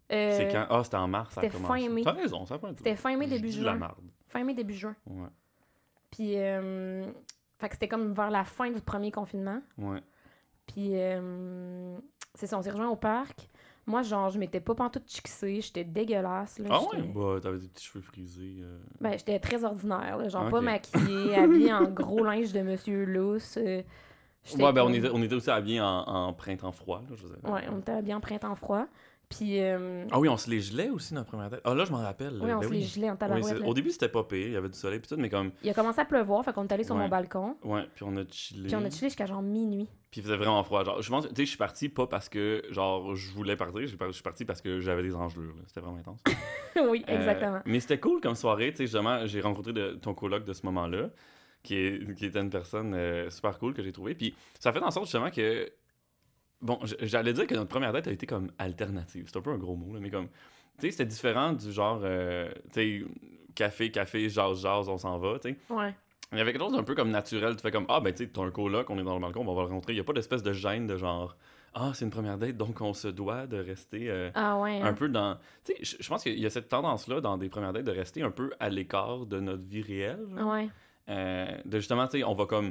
Euh, C'est quand? Ah, c'était en mars, ça a c'était commencé. fin mai. T'as raison, ça a pas été. C'était fin mai, Je début dis de la juin. marde. Fin mai, début juin. Ouais, Puis, euh, fait que c'était comme vers la fin du premier confinement. ouais. Puis, euh, c'est ça, on s'est rejoint au parc. Moi, genre, je m'étais pas pantoute chixée, j'étais dégueulasse. Là, Ah ouais? j'étais- Bah, t'avais des petits cheveux frisés. euh. Ben, j'étais très ordinaire, là, genre Ok. pas maquillée, habillée en gros linge de Monsieur Lousse. euh, j'étais Ouais, ben, on comme- était, on était aussi habillés en, en printemps froid, là, je veux dire. Ouais, on était habillés en printemps froid. Puis, euh, Ah oui, on se les gelait aussi dans la première tête. Ah là, je m'en rappelle. oui, on ben se les gelait en Oui, tabarouette. c'est- là. au début, c'était pas pire, il y avait du soleil pis tout, mais comme, Il a commencé à pleuvoir, fait qu'on est allé sur Ouais. mon balcon. ouais, puis on a chillé. Puis on a chillé jusqu'à genre minuit. Puis il faisait vraiment froid. Genre, je pense, tu sais, je suis parti pas parce que, genre, je voulais partir, je suis parti parce que j'avais des engelures, là. C'était vraiment intense. Oui, Euh, exactement. mais c'était cool comme soirée, tu sais, justement, j'ai rencontré de, ton coloc de ce moment-là, qui, est, qui était une personne euh, super cool que j'ai trouvé. Puis ça fait en sorte justement que, bon, j- j'allais dire que notre première date a été comme alternative. C'est un peu un gros mot, là, mais comme, tu sais, c'était différent du genre, euh, tu sais, café, café, jase, jase, on s'en va, tu sais. Ouais. Il y avait quelque chose d'un peu comme naturel. Tu fais comme, ah, ben, tu sais, t'as un coloc, on est dans le balcon, on va le rencontrer. Il n'y a pas d'espèce de gêne de genre, ah, c'est une première date, donc on se doit de rester euh, Ah ouais. un hein. peu dans. Tu sais, je je pense qu'il y a cette tendance-là dans des premières dates de rester un peu à l'écart de notre vie réelle. genre. Ouais. Euh, de justement, tu sais, on va comme.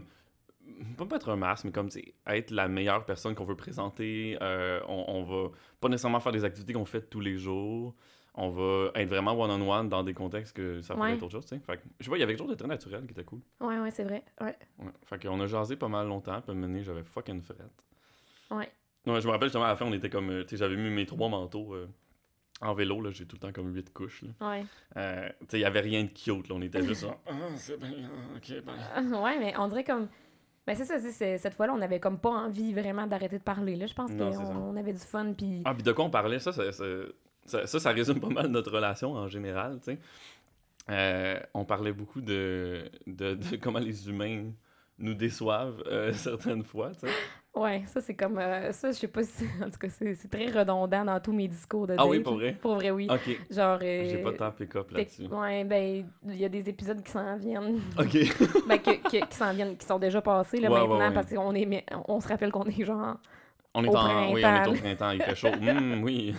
Pas mettre un masque, mais comme, tu sais, être la meilleure personne qu'on veut présenter. Euh, on, on va pas nécessairement faire des activités qu'on fait tous les jours. On va être vraiment one-on-one dans des contextes que ça pourrait Ouais. être autre chose, tu sais. Fait que, je sais pas, il y avait quelque chose de très naturel qui était cool. Ouais, ouais, c'est vrai. Ouais. Ouais. Fait qu'on a jasé pas mal longtemps, puis à un moment donné, j'avais fucking frette. Ouais. Ouais, je me rappelle justement à la fin, on était comme. euh, Tu sais, j'avais mis mes trois manteaux euh, en vélo, là, j'ai tout le temps comme huit couches, là. Ouais. Euh, tu sais, il y avait rien de cute, là, on était juste genre. Ah, c'est bien, ah, ok, ben. Ouais, mais on dirait comme. Ben c'est ça, c'est, c'est- cette fois-là, on avait comme pas envie vraiment d'arrêter de parler. Là. Je pense Non, c'est ça. qu'on on avait du fun. Puis. Ah, puis de quoi on parlait, ça, ça, ça, ça, ça, ça résume pas mal notre relation en général, tu sais. Euh, on parlait beaucoup de, de, de comment les humains nous déçoivent euh, certaines fois, tu sais. Ouais, ça, c'est comme. euh, ça, je sais pas si. En tout cas, c'est, c'est très redondant dans tous mes discours de Ah oui, date, pour là. vrai? Pour vrai, oui. Ok, Genre. euh, j'ai pas tant pick-up fait- là-dessus. Ouais, ben, il y a des épisodes qui s'en viennent. Ok. ben, que, que- qui s'en viennent, qui sont déjà passés, là, Ouais, maintenant, ouais, ouais. parce qu'on est. mais On se rappelle qu'on est genre. On est Au en. Oui, on est au printemps. printemps, il fait chaud. Hum, oui.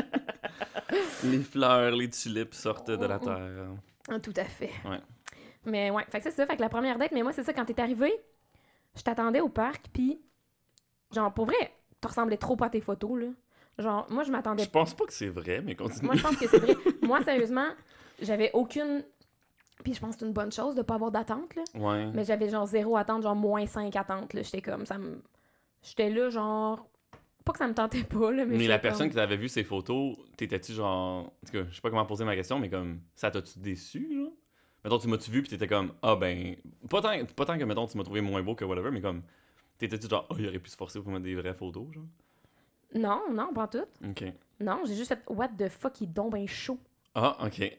Les fleurs, les tulipes sortent de la terre. Ah, tout à fait. Ouais. Mais ouais, fait que c'est ça, fait que la première date, mais moi, c'est ça, quand t'es arrivé, je t'attendais au parc, puis genre, pour vrai, tu ressemblais trop pas à tes photos, là. Genre, moi, je m'attendais... Je pense pas que c'est vrai, mais continue. Moi, je pense que c'est vrai. Moi, sérieusement, j'avais aucune... Puis je pense que c'est une bonne chose de pas avoir d'attente, là. Ouais. Mais j'avais genre zéro attente, genre moins cinq attentes, là. J'étais comme, ça me... J'étais là, genre... Pas que ça me tentait pas, là, mais... Mais j'étais la comme- personne qui t'avait vu ces photos, t'étais-tu genre. En tout cas, je sais pas comment poser ma question, mais comme. Ça t'a-tu déçu, genre? Mettons, tu m'as-tu vu, pis t'étais comme. Ah ben. Pas tant, pas tant que, mettons, tu m'as trouvé moins beau que whatever, mais comme. T'étais-tu genre. Oh, il aurait pu se forcer pour mettre des vraies photos, genre? Non, non, pas en tout. Ok. Non, j'ai juste fait, what the fuck, il est donc ben chaud. Ah, ok.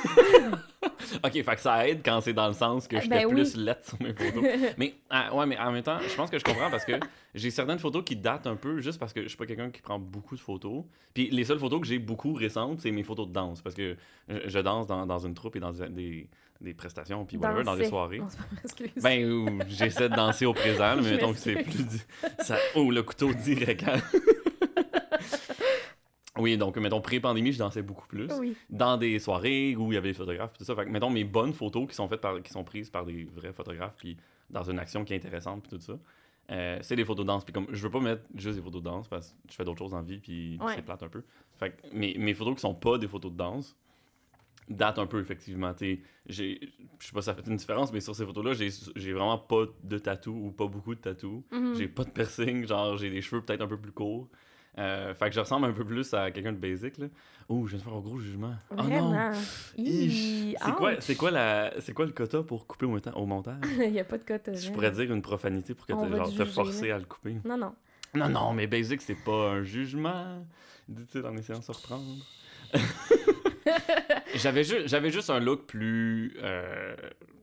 ok, fait que ça aide quand c'est dans le sens que Ben j'étais oui. plus lettre sur mes photos. Mais, ah, ouais, mais en même temps, je pense que je comprends parce que j'ai certaines photos qui datent un peu juste parce que je suis pas quelqu'un qui prend beaucoup de photos. Puis les seules photos que j'ai beaucoup récentes, c'est mes photos de danse parce que je, je danse dans, dans une troupe et dans des, des prestations, puis whatever, dans des Danser. soirées. Non, c'est pas vrai, excuse. Ben, ou j'essaie de danser au présent, mais Je mettons que c'est m'excuse. plus. di- Ça... Oh, le couteau direct. hein. Oui, donc, mettons, pré-pandémie, je dansais beaucoup plus. Oui. Dans des soirées où il y avait des photographes, puis tout ça. Fait que, mettons, mes bonnes photos qui sont faites par, qui sont prises par des vrais photographes, puis dans une action qui est intéressante, puis tout ça, euh, c'est des photos de danse. Puis comme, je veux pas mettre juste des photos de danse parce que je fais d'autres choses dans la vie, puis Ouais. c'est plate un peu. Fait que mes, mes photos qui sont pas des photos de danse datent un peu, effectivement. T'sais, j'ai, je sais pas si ça fait une différence, mais sur ces photos-là, j'ai, j'ai vraiment pas de tatou ou pas beaucoup de tatou. Mhm. J'ai pas de piercing, genre, j'ai des cheveux peut-être un peu plus courts. Euh, fait que je ressemble un peu plus à quelqu'un de basic, là. Oh, je viens de faire un gros jugement. Oh non! Vraiment. Ish. Hi, C'est quoi, ouch. c'est quoi la, c'est quoi le quota pour couper au, monta- au montage? Il n'y a pas de quota. Je hein. pourrais dire une profanité pour que On te, va genre, te te juger, forcer là. à le couper. Non, non. Non, non, mais basic, c'est pas un jugement, dit-il en essayant de se reprendre. j'avais, ju- j'avais juste un look plus, euh,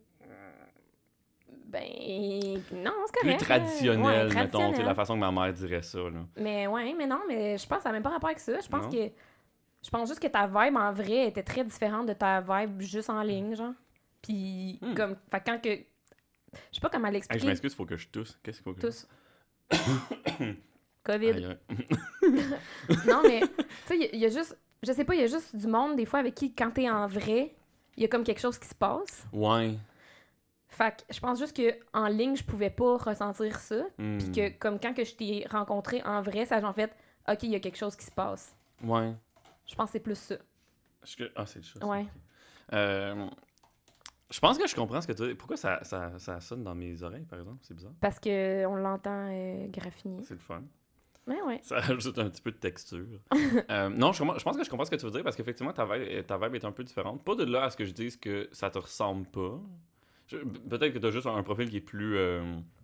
Ben, non, c'est plus correct. traditionnel, Ouais, mettons, traditionnel. tu sais, la façon que ma mère dirait ça, là. Mais ouais, mais non, mais je pense que ça n'a même pas rapport avec ça. Je pense Non? que. Je pense juste que ta vibe en vrai était très différente de ta vibe juste en ligne, genre. Puis, Hmm. comme. Fait quand que. Je sais pas comment Hey, l'expliquer. je m'excuse, faut que je tousse. Qu'est-ce qu'il faut que Tous. COVID. Aïe, aïe. Non, mais, tu sais, il y, a juste. je sais pas, il y a juste du monde, des fois, avec qui, quand t'es en vrai, il y a comme quelque chose qui se passe. Ouais. Fait que je pense juste que en ligne, je pouvais pas ressentir ça. Mm. Puis que, comme quand que je t'ai rencontré en vrai, ça a en fait, OK, il y a quelque chose qui se passe. Ouais. Je pense que c'est plus ça. Est-ce que... Ah, c'est le chat. Ouais. Ok. Euh, je pense que je comprends ce que tu dis. Pourquoi ça, ça, ça sonne dans mes oreilles, par exemple? C'est bizarre. Parce que on l'entend euh, graffiner. C'est le fun. Ouais, ouais. Ça ajoute un petit peu de texture. euh, non, je, je pense que je comprends ce que tu veux dire parce qu'effectivement, ta vibe, ta vibe est un peu différente. Pas de là à ce que je dise que ça te ressemble pas. Je- Peut-être que tu as juste un profil qui est plus. euh,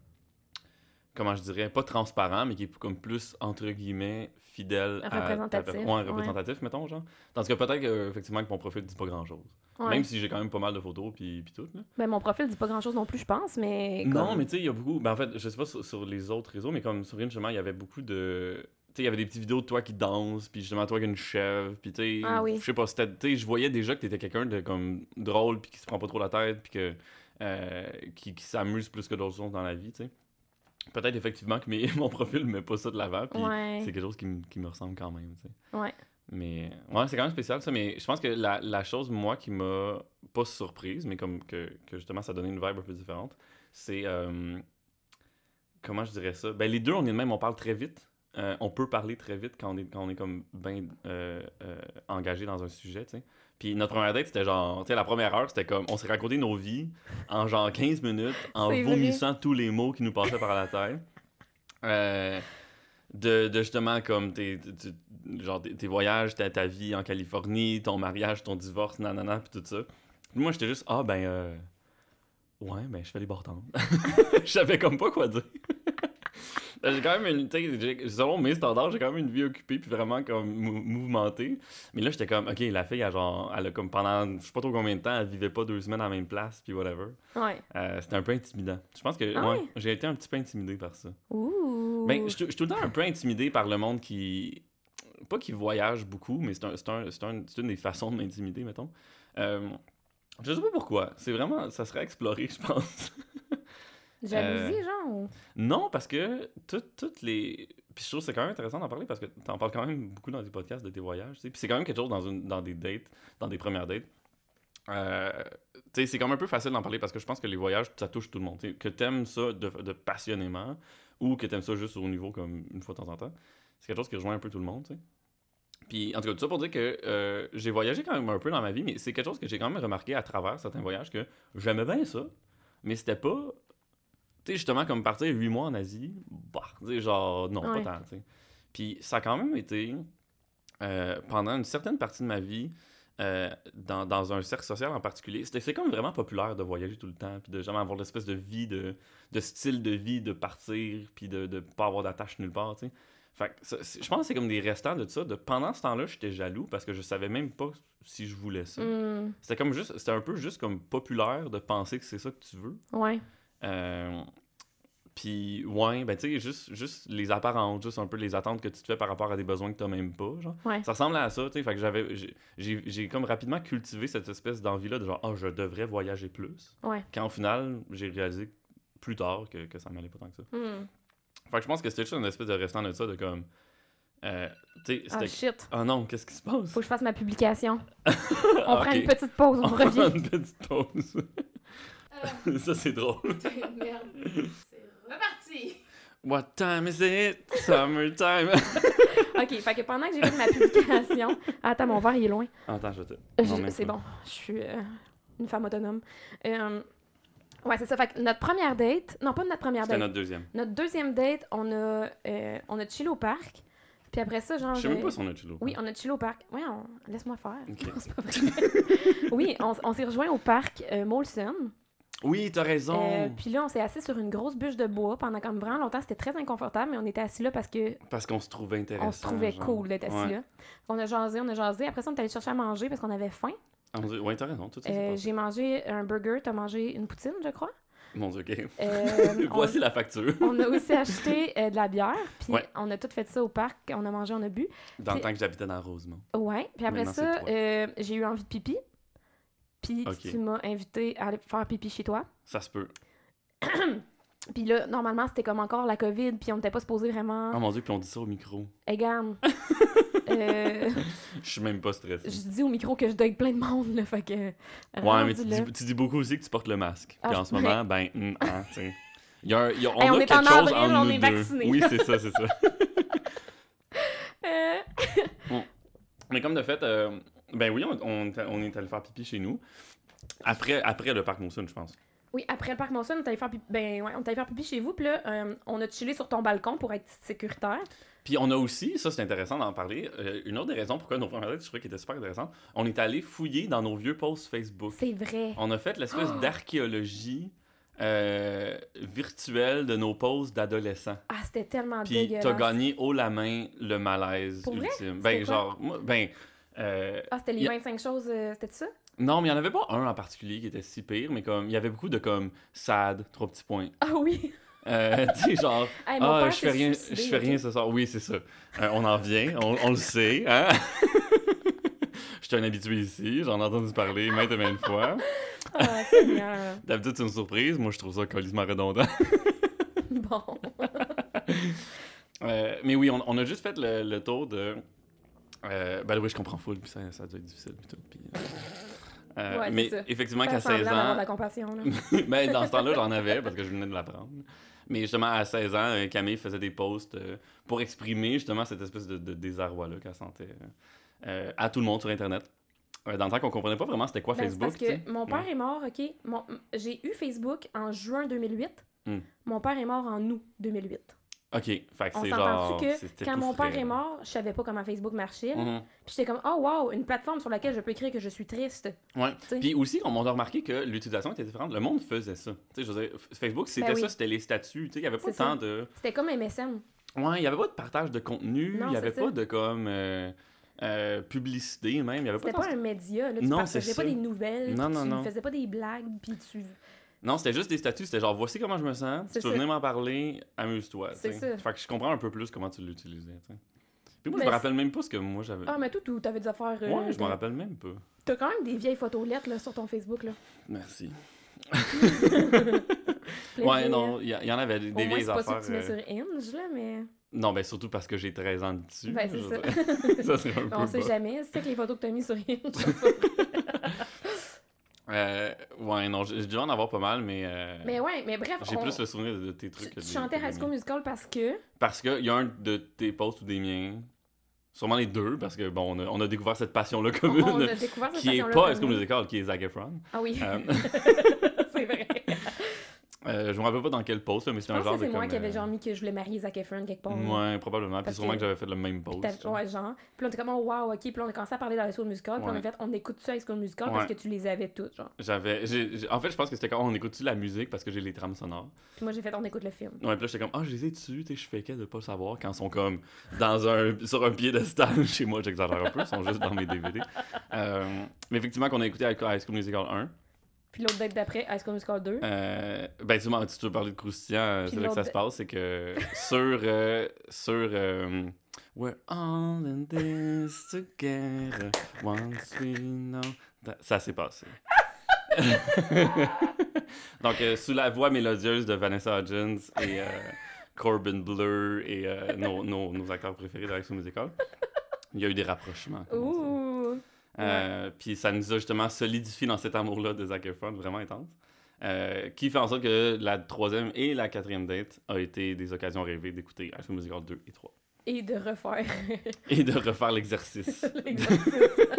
comment je dirais, pas transparent, mais qui est comme plus, entre guillemets, fidèle à... Représentatif. ta- ouais, représentatif, mettons, genre. Tandis que peut-être que, effectivement, que mon profil dit pas grand-chose. Ouais. Même si j'ai quand même pas mal de photos, puis, puis tout, là. Ben, mon profil dit pas grand-chose non plus, je pense, mais. Non, comme- mais tu sais, il y a beaucoup... Ben, en fait, je sais pas sur, sur les autres réseaux, mais comme sur justement, il y avait beaucoup de... Tu sais, il y avait des petites vidéos de toi qui danses, puis justement, toi qui as une chèvre, puis tu sais... Ah oui. Je sais pas, c'était... Tu sais, je voyais déjà que t'étais quelqu'un de, comme, drôle, puis qui se prend pas trop la tête, puis que... euh, qui, qui s'amuse plus que d'autres choses dans la vie, tu sais. Peut-être effectivement que mes, mon profil ne met pas ça de l'avant, puis Ouais. c'est quelque chose qui, me- qui me ressemble quand même, tu sais. Ouais. Mais ouais, c'est quand même spécial ça, mais je pense que la, la chose, moi, qui m'a pas surprise, mais comme que, que justement ça donnait une vibe un peu différente, c'est... euh, comment je dirais ça? Ben les deux, on est de même, on parle très vite. Euh, on peut parler très vite quand on est, quand on est comme bien euh, euh, engagé dans un sujet, tu sais. Puis notre première date, c'était genre, tu sais, la première heure, c'était comme, on s'est raconté nos vies en genre quinze minutes, en C'est vomissant tous les mots qui nous passaient par la tête. Euh, de, de justement, comme, tes, tes- genre, tes, tes voyages, ta, ta vie en Californie, ton mariage, ton divorce, nanana, puis tout ça. Puis moi, j'étais juste, ah, ben, euh, ouais, ben, je fais les bartendes. Je savais comme pas quoi dire. J'ai quand même une, tu sais, j'ai- selon mes standards, j'ai quand même une vie occupée puis vraiment comme mou- mouvementée. Mais là, j'étais comme, ok, la fille, elle, genre, elle a comme pendant, je sais pas trop combien de temps, elle vivait pas deux semaines à la même place puis whatever. Ouais. Euh, c'était un peu intimidant. Je pense que, Ah ouais, ouais? j'ai été un petit peu intimidé par ça. Ouh. Ben, je suis je suis tout le temps un peu intimidé par le monde qui, pas qui voyage beaucoup, mais c'est un, c'est un, c'est un, c'est une des façons de m'intimider, mettons. Euh, je sais pas pourquoi. C'est vraiment, ça serait à explorer, je pense. Jalousie, euh, genre? ou- Non, parce que tout- toutes les. Puis je trouve que c'est quand même intéressant d'en parler parce que t'en parles quand même beaucoup dans des podcasts de tes voyages, tu sais. Puis c'est quand même quelque chose dans, une, dans des dates, dans des premières dates. Euh, tu sais, c'est quand même un peu facile d'en parler parce que je pense que les voyages, ça touche tout le monde. Tu sais, que t'aimes ça de, de passionnément ou que t'aimes ça juste au niveau comme une fois de temps en temps, c'est quelque chose qui rejoint un peu tout le monde, tu sais. Puis en tout cas, tout ça pour dire que euh, j'ai voyagé quand même un peu dans ma vie, mais c'est quelque chose que j'ai quand même remarqué à travers certains voyages que j'aimais bien ça, mais c'était pas. Tu sais, justement, comme partir huit mois en Asie, bah, tu sais, genre, non, Ouais. pas tant, tu sais. Puis ça a quand même été, euh, pendant une certaine partie de ma vie, euh, dans, dans un cercle social en particulier, c'était, c'est comme vraiment populaire de voyager tout le temps, puis de jamais avoir l'espèce de vie, de, de style de vie, de partir, puis de ne pas avoir d'attache nulle part, tu sais. Fait que ça- c'est- je pense que c'est comme des restants de ça. De, pendant ce temps-là, j'étais jaloux parce que je savais même pas si je voulais ça. Hmm. C'était comme juste, c'était un peu juste comme populaire de penser que c'est ça que tu veux. Ouais. Euh, Puis, ouais, ben tu sais, juste, juste les apparences, juste un peu les attentes que tu te fais par rapport à des besoins que t'as même pas, genre. Ouais. Ça ressemble à ça, tu sais. Fait que j'avais, j'ai- j'ai j'ai comme rapidement cultivé cette espèce d'envie-là de genre, ah, je devrais voyager plus. Ouais. Quand au final, j'ai réalisé plus tard que, que ça m'allait pas tant que ça. Hmm. Fait que je pense que c'était juste une espèce de restant de ça, de comme. Euh, tu sais, Ah, c'était. shit. Ah non, qu'est-ce qui se passe? Faut que je fasse ma publication. On Ah, prend ok. une petite pause, on On revient. prend une petite pause. Euh, Ça, c'est drôle. Merde. C'est reparti. What time is it? Summertime. OK, fait que pendant que j'ai fait ma publication... Attends, mon verre, il est loin. Attends, je te. Je- Non, même C'est pas. bon, je suis euh, une femme autonome. Euh, ouais, c'est ça. Fait que notre première date... Non, pas notre première C'était date. notre deuxième. Notre deuxième date, on a, euh, on a chillé au parc. Puis après ça, genre... Je sais même euh, pas si on a chillé. Oui, on a chillé au parc. Ouais, on... laisse-moi faire. Ok. Non, c'est pas vrai. Oui, on, on s'est rejoint au parc euh, Molson. Oui, t'as raison. Euh, puis là, on s'est assis sur une grosse bûche de bois pendant comme vraiment longtemps. C'était très inconfortable, mais on était assis là parce que Parce qu'on se trouvait intéressant. on se trouvait genre. cool d'être assis Ouais. là. On a jasé, on a jasé. Après ça, on est allé chercher à manger parce qu'on avait faim. Ah, mon Dieu, ouais, t'as raison. Tout ça, Euh, c'est passé. j'ai mangé un burger, t'as mangé une poutine, je crois. Mon Dieu, ok. Euh, Voici la facture. on, on a aussi acheté euh, de la bière, puis Ouais. on a tout fait ça au parc. On a mangé, on a bu. Dans le puis- temps que j'habitais dans Rosemont. Ouais. Puis après Maintenant, ça, c'est toi. euh, j'ai eu envie de pipi. Puis Ok. tu m'as invité à aller faire pipi chez toi. Ça se peut. Puis là, normalement, c'était comme encore la COVID, puis on n'était pas supposé vraiment... Oh mon Dieu, puis on dit ça au micro. Egan. Euh, Je suis même pas stressé. je dis au micro que je date plein de monde, là, fait que... Ouais, mais tu rendu là. dis, tu dis beaucoup aussi que tu portes le masque. Ah, Puis en je- ce moment, ben, hum, hein, tu sais. Il y a, un- il y a- on Hey, on a est quelque en chose avril, entre on nous est deux. vaccinés. Oui, c'est ça, c'est ça. Euh, Mais comme de fait, euh, ben oui, on, on, on est allé faire pipi chez nous. Après, après le parc Monson, je pense. Oui, après le parc Monson, on est allé faire pipi, ben, ouais, on est allé faire pipi chez vous, puis là, euh, on a chillé sur ton balcon pour être sécuritaire. Puis on a aussi, ça c'est intéressant d'en parler, euh, une autre des raisons pourquoi nos premières dates, je trouvais qu'elle était super intéressante, on est allé fouiller dans nos vieux posts Facebook. C'est vrai. On a fait l'espèce Oh! d'archéologie euh, virtuelle de nos posts d'adolescents. Ah, c'était tellement Puis dégueulasse. t'as gagné haut la main le malaise Pour vrai? ultime. C'était Ben quoi? genre, moi, ben... euh, Ah, c'était les y a- vingt-cinq choses, euh, c'était ça? Non, mais il n'y en avait pas un en particulier qui était si pire, mais comme il y avait beaucoup de comme sad, trois petits points. Ah oui! Euh, tu sais, genre, Hey, mon ah, père je fais s'est rien, suicidé, je fais rien ok? ce soir. Oui, c'est ça. Euh, on en vient, on, on le sait, hein? Je suis un habitué ici, j'en ai entendu parler maintes et maintes fois. Ah, Seigneur. D'habitude, c'est une surprise. Moi, je trouve ça colissement redondant. Bon. Euh, mais oui, on, on a juste fait le, le tour de. Euh, ben oui, je comprends full, puis ça, ça a dû être difficile. Puis tout, puis, euh, euh, Ouais, c'est mais ça. effectivement, Faire qu'à seize semblant d'avoir ans. de la compassion, là. Ben, dans ce temps-là, j'en avais parce que je venais de l'apprendre. Mais justement, à seize ans, euh, Camille faisait des posts euh, pour exprimer justement cette espèce de, de désarroi-là qu'elle sentait euh, à tout le monde sur Internet. Euh, dans le temps qu'on comprenait pas vraiment c'était quoi Ben, c'est Facebook. parce tu sais. que mon père Ouais. est mort, OK? Mon- J'ai eu Facebook en juin deux mille huit. Hmm. Mon père est mort en août deux mille huit. Ok, fait que On c'est s'entend-tu genre. que c'était quand tout mon père frais, est là. mort, je savais pas comment Facebook marchait. là. Mhm. Puis j'étais comme, oh wow, une plateforme sur laquelle je peux écrire que je suis triste. Ouais. Tu sais. Puis aussi, on a remarqué que l'utilisation était différente. Le monde faisait ça. Tu sais, je veux dire, F- Facebook, c'était Ben oui. ça, c'était les statuts. Tu sais, il y avait pas C'est tant ça. de. C'était comme M S N. Ouais, il y avait pas de partage de contenu. Non, Il y avait c'est pas ça. de comme. euh, euh, publicité même. Il y avait pas C'était tant- pas un média. Là. Tu Non, partageais c'est pas ça. des nouvelles. Non, puis non, tu non. faisais pas des blagues. Puis tu. Non, c'était juste des statuts. C'était genre, voici comment je me sens. C'est Tu peux ça. venir m'en parler. Amuse-toi. C'est tu sais. ça. Fait que je comprends un peu plus comment tu l'utilisais. tu sais. Puis moi, Mais je me rappelle même pas ce que moi j'avais. Ah, mais tout, tout, t'avais des affaires. euh, Ouais, je de- m'en rappelle même pas. T'as quand même des vieilles photos lettres là, sur ton Facebook. Là. Merci. Plaisir. Ouais, non, il y, y en avait des, Au des moins, vieilles c'est pas ça affaires. que tu mets euh, sur Hinge, là, mais. Non, ben surtout parce que j'ai treize ans dessus. Ben, c'est je ça. veux dire. Ça serait un peu On sait bas. jamais. C'est que les photos que t'as mis sur Hinge. Euh, ouais, non, j'ai j'ai dû en avoir pas mal, mais. euh, mais ouais, mais bref. J'ai on- plus le souvenir de, de tes Tu, trucs que tu des- chantais que des High School miens. Musical parce que. Parce qu'il y a un de tes posts ou des miens. Sûrement les deux, parce que bon, on a, on a découvert cette passion-là commune. On a découvert cette qui est passion-là pas High School commune. Musical, qui est Zac Efron. Ah oui. Euh, C'est vrai. euh, je me rappelle pas dans quel post, là, mais Je c'était un pense genre que c'est de. moi comme, qui avais euh, genre mis que je voulais marier Zac Efron quelque part. Ouais, probablement. Puis Parce sûrement que- que j'avais fait le même post. Puis t'as- ouais, genre. Puis là, on était comme, oh, wow, ok. Puis là, on a commencé à parler dans High School Musical. Puis on a Ouais. fait, on écoute-tu High School Musical parce Ouais. que tu les avais toutes, genre. J'avais. j'ai- j'ai- En fait, je pense que c'était quand on écoute-tu la musique parce que j'ai les trames sonores. Puis moi, j'ai fait, on écoute le film. Ouais, puis là, j'étais comme, ah, je les ai dessus, tu sais, je fais qu'à de pas le savoir quand ils sont comme dans un, sur un piédestal. Chez moi, j'exagère un peu, ils sont juste dans mes D V D. Euh, mais effectivement, qu'on a écouté High School Musical un. Puis l'autre date d'après, High School Musical deux. Euh, ben, tu m'as- si tu veux parler de croustillant, euh, Puis c'est là que ça l'autre- se passe, c'est que sur. euh, sur euh, We're all in this together, once we know. that- Ça s'est passé. Donc, euh, sous la voix mélodieuse de Vanessa Hudgens et euh, Corbin Bleu et euh, nos, nos, nos acteurs préférés de High School Musical, il y a eu des rapprochements. comme on dit. Ouh! Euh, Puis ça nous a justement solidifié dans cet amour-là de Zac Efron, vraiment intense. Euh, qui fait en sorte que la troisième et la quatrième date a été des occasions rêvées d'écouter High School Musical deux et trois. Et de refaire Et de refaire l'exercice. l'exercice.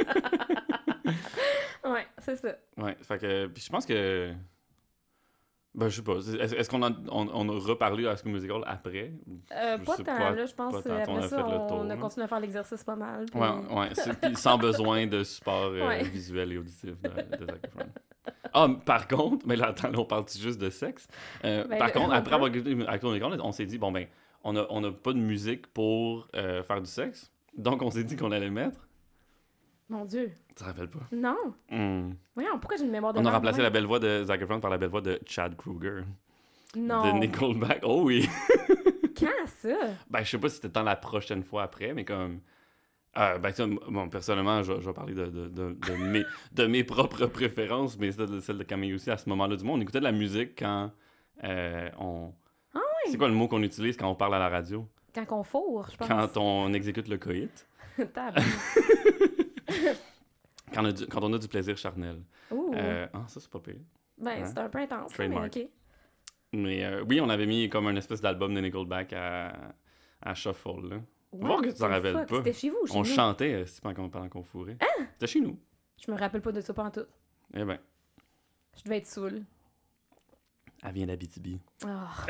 Ouais, c'est ça. Ouais, fait que. Puis je pense que. Ben, je sais pas. Est-ce est-ce qu'on a, on, on a reparlé à High School Musical après? Euh, Je pas sais tant, pas- là, je pense. pas tant. euh, On a Après ça, fait le on, tour, a là. continué à faire l'exercice pas mal. puis- Ouais, ouais. c'est- Puis sans besoin de support euh, Ouais. visuel et auditif de, de Zac Efron. Ah, là, contre, mais là, attends, là, on parle juste de sexe. Euh, Ben, par le- contre, on après peut. avoir écouté High School Musical, on s'est dit, bon, ben, on n'a on a pas de musique pour euh, faire du sexe. Donc, on s'est dit qu'on allait le mettre. Mon Dieu. Tu te rappelles pas? Non. Hmm. Voyons, pourquoi j'ai une mémoire de On a merde, remplacé ouais? la belle voix de Zac Efron par la belle voix de Chad Kruger. Non. De Nickelback. Oh oui! Quand ça? Ben, je sais pas si c'était dans la prochaine fois après, mais comme. Euh, ben, ça, bon, personnellement, je, je vais parler de, de, de, de, mes, de mes propres préférences, mais celle de, celle de Camille aussi à ce moment-là du monde. On écoutait de la musique quand euh, on. Ah oui? C'est quoi le mot qu'on utilise quand on parle à la radio? Quand on fourre, je pense. Quand on exécute le coït. Tabarnak. quand, on a du, quand on a du plaisir charnel. Ouh. Euh, ah, ça, c'est pas pire. Ben, hein? c'est un peu intense, là, mais Trademark. OK. Mais euh, oui, on avait mis comme une espèce d'album de Nickelback à, à Shuffle, là. Voir que tu t'en What the rappelles fuck? pas. C'était chez vous ou chez On nous? chantait euh, c'est pendant, pendant qu'on fourrait. Hein? C'était chez nous. Je me rappelle pas de ça pantoute. Eh ben, Je devais être saoule. elle vient d'Abitibi. Oh.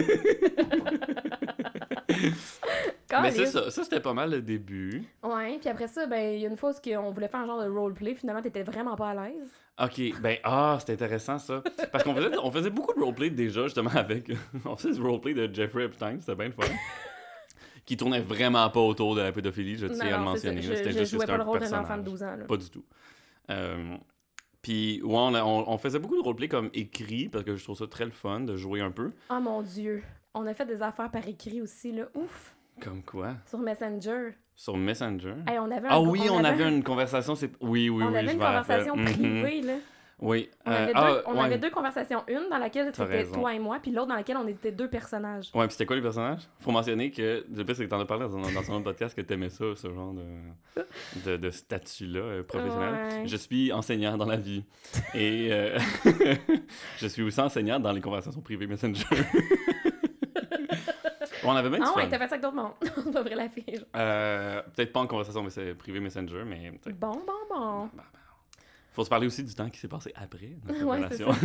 Mais c'est ça, ça c'était pas mal le début. Ouais, puis après ça, ben, il y a une fois où on voulait faire un genre de roleplay, finalement, t'étais vraiment pas à l'aise. Ok, ben, ah, c'était intéressant ça. Parce qu'on faisait, on faisait beaucoup de roleplay déjà, justement, avec. On faisait du roleplay de Jeffrey Epstein, c'était bien le fun. Qui tournait vraiment pas autour de la pédophilie, je tiens non, à le non, c'est mentionner. ça. là. Je, C'était je juste que jouais c'était pas le un rôle d'un personnage. enfant de douze ans. Là. Pas du tout. Euh, Puis, ouais, on, a- on, on faisait beaucoup de roleplay comme écrit, parce que je trouve ça très le fun de jouer un peu. Oh mon Dieu. On a fait des affaires par écrit aussi, là. Ouf. Comme quoi? Sur Messenger. Sur Messenger. Hey, on avait un Ah oui, on, avait, un- une conversation, c'est... Oui, oui, on oui, avait je une me rappelle. conversation Mhm. privée, là. Oui. On, euh, avait, deux, ah, on ouais. avait deux conversations. Une dans laquelle T'as c'était raison. toi et moi, puis l'autre dans laquelle on était deux personnages. Ouais, puis c'était quoi les personnages? Faut mentionner que, le pire, c'est que t'en as parlé dans, dans ton autre podcast que t'aimais ça, ce genre de, de, de statut-là euh, professionnel. Ouais. Je suis enseignant dans la vie. Et euh, je suis aussi enseignant dans les conversations privées Messenger. On avait bien du Ah ouais, fun. t'as fait ça avec d'autres mondes. C'est pas vrai la fille. Euh, peut-être pas en conversation mais c'est privé Messenger, mais... t'sais, Bon, bon, bon. bah, bah, faut se parler aussi du temps qui s'est passé après notre Ouais, c'est relation.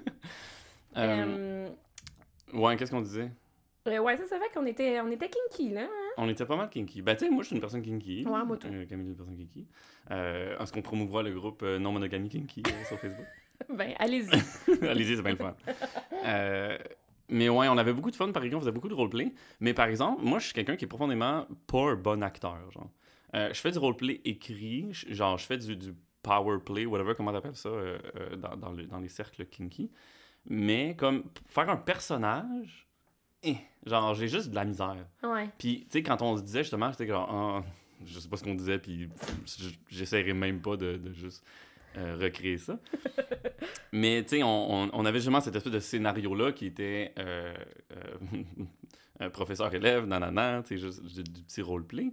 euh, Euh, ouais, qu'est-ce qu'on disait? euh, ouais, ça, c'est vrai qu'on était, on était kinky, là. hein? On était pas mal kinky. Ben, tu sais, moi, je suis une personne kinky. Ouais, moi, tout. Euh, Camille est une personne kinky. Euh, Est-ce qu'on promouvoit le groupe euh, Non Monogamie Kinky euh, sur Facebook? Ben, allez-y. Allez-y, c'est bien le fun. Euh, mais ouais, on avait beaucoup de fun, par exemple, on faisait beaucoup de roleplay. Mais par exemple, moi, je suis quelqu'un qui est profondément pas un bon acteur, genre. Euh, je fais du roleplay écrit, je- genre, je fais du, du power play, whatever, comment t'appelles ça, euh, euh, dans, dans, le- dans les cercles kinky. Mais comme, faire un personnage, eh, genre, j'ai juste de la misère. Ouais. Puis, tu sais, quand on se disait justement, j'étais genre, ah, je sais pas ce qu'on disait, puis j- j'essaierais même pas de, de juste euh, recréer ça. Mais, tu sais, on, on, on avait justement cette espèce de scénario-là qui était euh, euh, un professeur-élève, nanana, tu sais, juste du, du petit roleplay.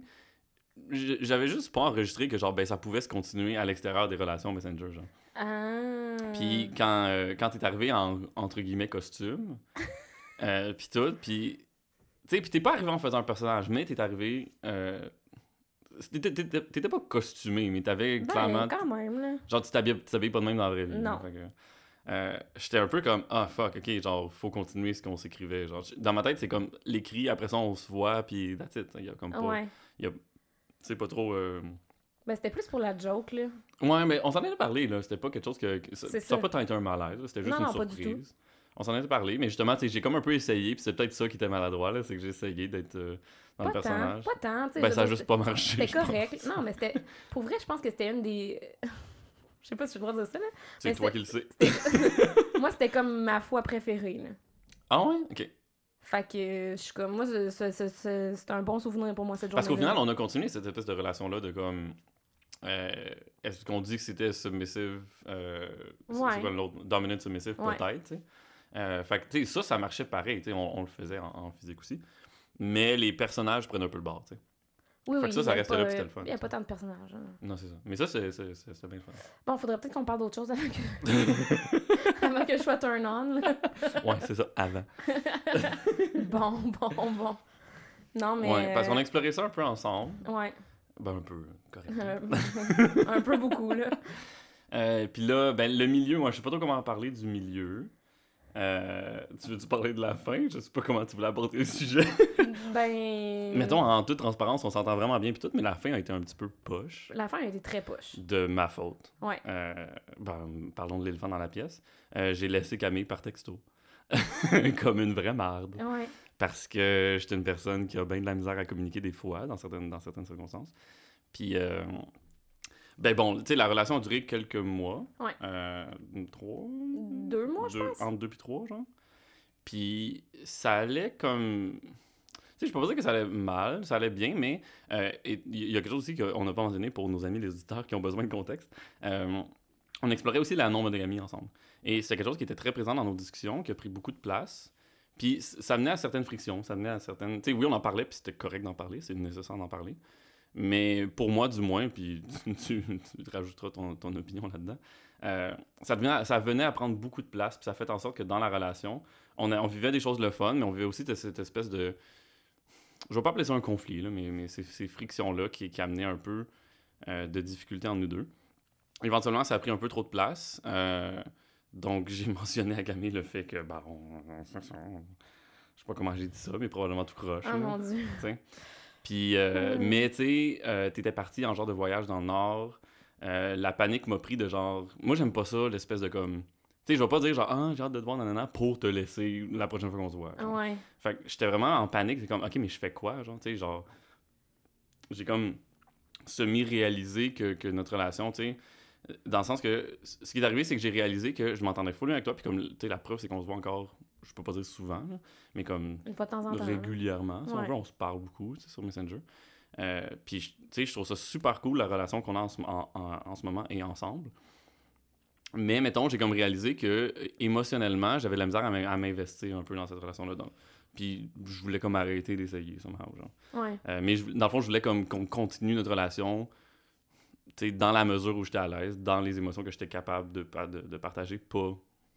J- J'avais juste pas enregistré que, genre, ben, ça pouvait se continuer à l'extérieur des relations Messenger, genre. Ah. Puis quand, euh, quand t'es arrivé en, entre guillemets, costume, euh, puis tout, puis... Tu sais, puis t'es pas arrivé en faisant un personnage, mais t'es arrivé... Euh, t'étais, t'étais, t'étais pas costumé, mais t'avais Ben, clairement... quand même, là. Genre, tu t'habilles, tu t'habilles pas de même dans la vraie vie. Non. là, fait que, euh, j'étais un peu comme, ah, fuck, OK, genre, faut continuer ce qu'on s'écrivait. Genre, dans ma tête, c'est comme l'écrit, après ça, on se voit, puis that's it. Il y a comme pas... Ouais. C'est pas trop... euh, Ben, c'était plus pour la joke, là. Ouais, mais on s'en était parlé, là. C'était pas quelque chose que... que ça C'est ça a ça. pas tant été un malaise, là, c'était juste Non, une non, pas du surprise. On s'en était parlé, mais justement, tu sais, j'ai comme un peu essayé, puis c'est peut-être ça qui était maladroit, là, c'est que j'ai essayé d'être euh, dans le Pas tant, personnage. pas tant, tu sais. Ben, je ça a veux juste dire, pas marché. C'était je pense. correct. Non, mais c'était... Pour vrai, je pense que c'était une des... Je sais pas si j'ai le droit de dire ça, là. C'est mais toi c'est- qui le sais. Moi, c'était comme ma fois préférée, là. Ah ouais? OK. Fait que euh, je suis comme... Moi, c'est- c'est c'est- c'est- c'est un bon souvenir pour moi, cette journée. Parce qu'au final, on a continué cette espèce de relation-là de comme... euh, Est-ce qu'on dit que c'était submissive? Euh, c'est- Ouais. C'est quoi l'autre? Dominant submissive, Ouais. peut-être, tu sais. Euh, fait que, tu sais, ça, ça marchait pareil, tu sais, on, on le faisait en, en physique aussi. Mais les personnages prennent un peu le bord, tu sais. Oui, Fait oui, que ça, ça il y a restait pas- là, puis c'était le fun, Il n'y a ça. pas tant de personnages. hein. Non, c'est ça. Mais ça, c'est c'est- c'est- c'était bien le fun. Bon, faudrait peut-être qu'on parle d'autre chose avant que... avant que je sois turn on. là. Ouais, c'est ça, avant. Bon, bon, bon. Non, mais... Ouais, parce qu'on a exploré ça un peu ensemble. Ouais. Ben, un peu, correct. un peu beaucoup, là. Euh, Puis là, ben, le milieu, moi, je sais pas trop comment en parler du milieu. Euh, tu veux-tu parler de la fin? Je sais pas comment tu voulais aborder le sujet. Ben... Mettons, en toute transparence, on s'entend vraiment bien, puis tout, mais la fin a été un petit peu poche. La fin a été très poche. De ma faute. Ouais. Euh, ben, parlons de l'éléphant dans la pièce. Euh, j'ai laissé Camille par texto. Comme une vraie marde. Ouais. Parce que j'étais une personne qui a bien de la misère à communiquer des fois, dans certaines, dans certaines circonstances. Puis, euh, ben bon, tu sais, la relation a duré quelques mois. Ouais. Euh, trois? Deux mois, je Deux- pense. Entre deux puis trois, genre. Puis, ça allait comme... Tu sais, je peux pas dire que ça allait mal, ça allait bien, mais euh, et il y a quelque chose aussi qu'on n'a pas mentionné pour nos amis les auditeurs qui ont besoin de contexte. Euh, on explorait aussi la non-monogamie ensemble. Et c'était quelque chose qui était très présent dans nos discussions, qui a pris beaucoup de place. Puis ça menait à certaines frictions, ça menait à certaines... Tu sais, oui, on en parlait, puis c'était correct d'en parler, c'est nécessaire d'en parler. Mais pour moi, du moins, puis tu, tu, tu rajouteras ton, ton opinion là-dedans, euh, ça, devenait, ça venait à prendre beaucoup de place, puis ça fait en sorte que dans la relation, on, a, on vivait des choses le fun, mais on vivait aussi de cette espèce de... Je vais pas appeler ça un conflit, là, mais, mais ces, ces frictions-là qui, qui amenaient un peu euh, de difficultés entre nous deux. Éventuellement, ça a pris un peu trop de place. Euh, donc, j'ai mentionné à Camille le fait que, bah, on, on, on, on, je sais pas comment j'ai dit ça, mais probablement tout croche. Oh là, mon Dieu. T'sais. Puis, euh, Mm. mais tu sais, euh, t'étais parti en genre de voyage dans le Nord. Euh, la panique m'a pris de genre... Moi, j'aime pas ça, l'espèce de comme... Tu sais, je vais pas dire genre, ah, j'ai hâte de te voir, nanana, pour te laisser la prochaine fois qu'on se voit. Genre. Ouais. Fait que j'étais vraiment en panique. C'est comme, ok, mais je fais quoi, genre, tu sais, genre... J'ai comme semi-réalisé que, que notre relation, tu sais... Dans le sens que, ce qui est arrivé, c'est que j'ai réalisé que je m'entendais full bien avec toi, puis comme, tu sais, la preuve, c'est qu'on se voit encore, je peux pas dire souvent, là, mais comme Une fois de temps en temps. régulièrement, si Ouais. on veut, on se parle beaucoup, tu sais, sur Messenger. Euh, puis, tu sais, je trouve ça super cool, la relation qu'on a en ce, en, en, en ce moment et ensemble. Mais, mettons, j'ai comme réalisé que, émotionnellement, j'avais de la misère à m'in- à m'investir un peu dans cette relation-là. Donc, puis, je voulais comme arrêter d'essayer, somehow, genre. Ouais. Euh, mais, je- dans le fond, je voulais comme qu'on continue notre relation, tu sais, dans la mesure où j'étais à l'aise, dans les émotions que j'étais capable de, de, de partager, pas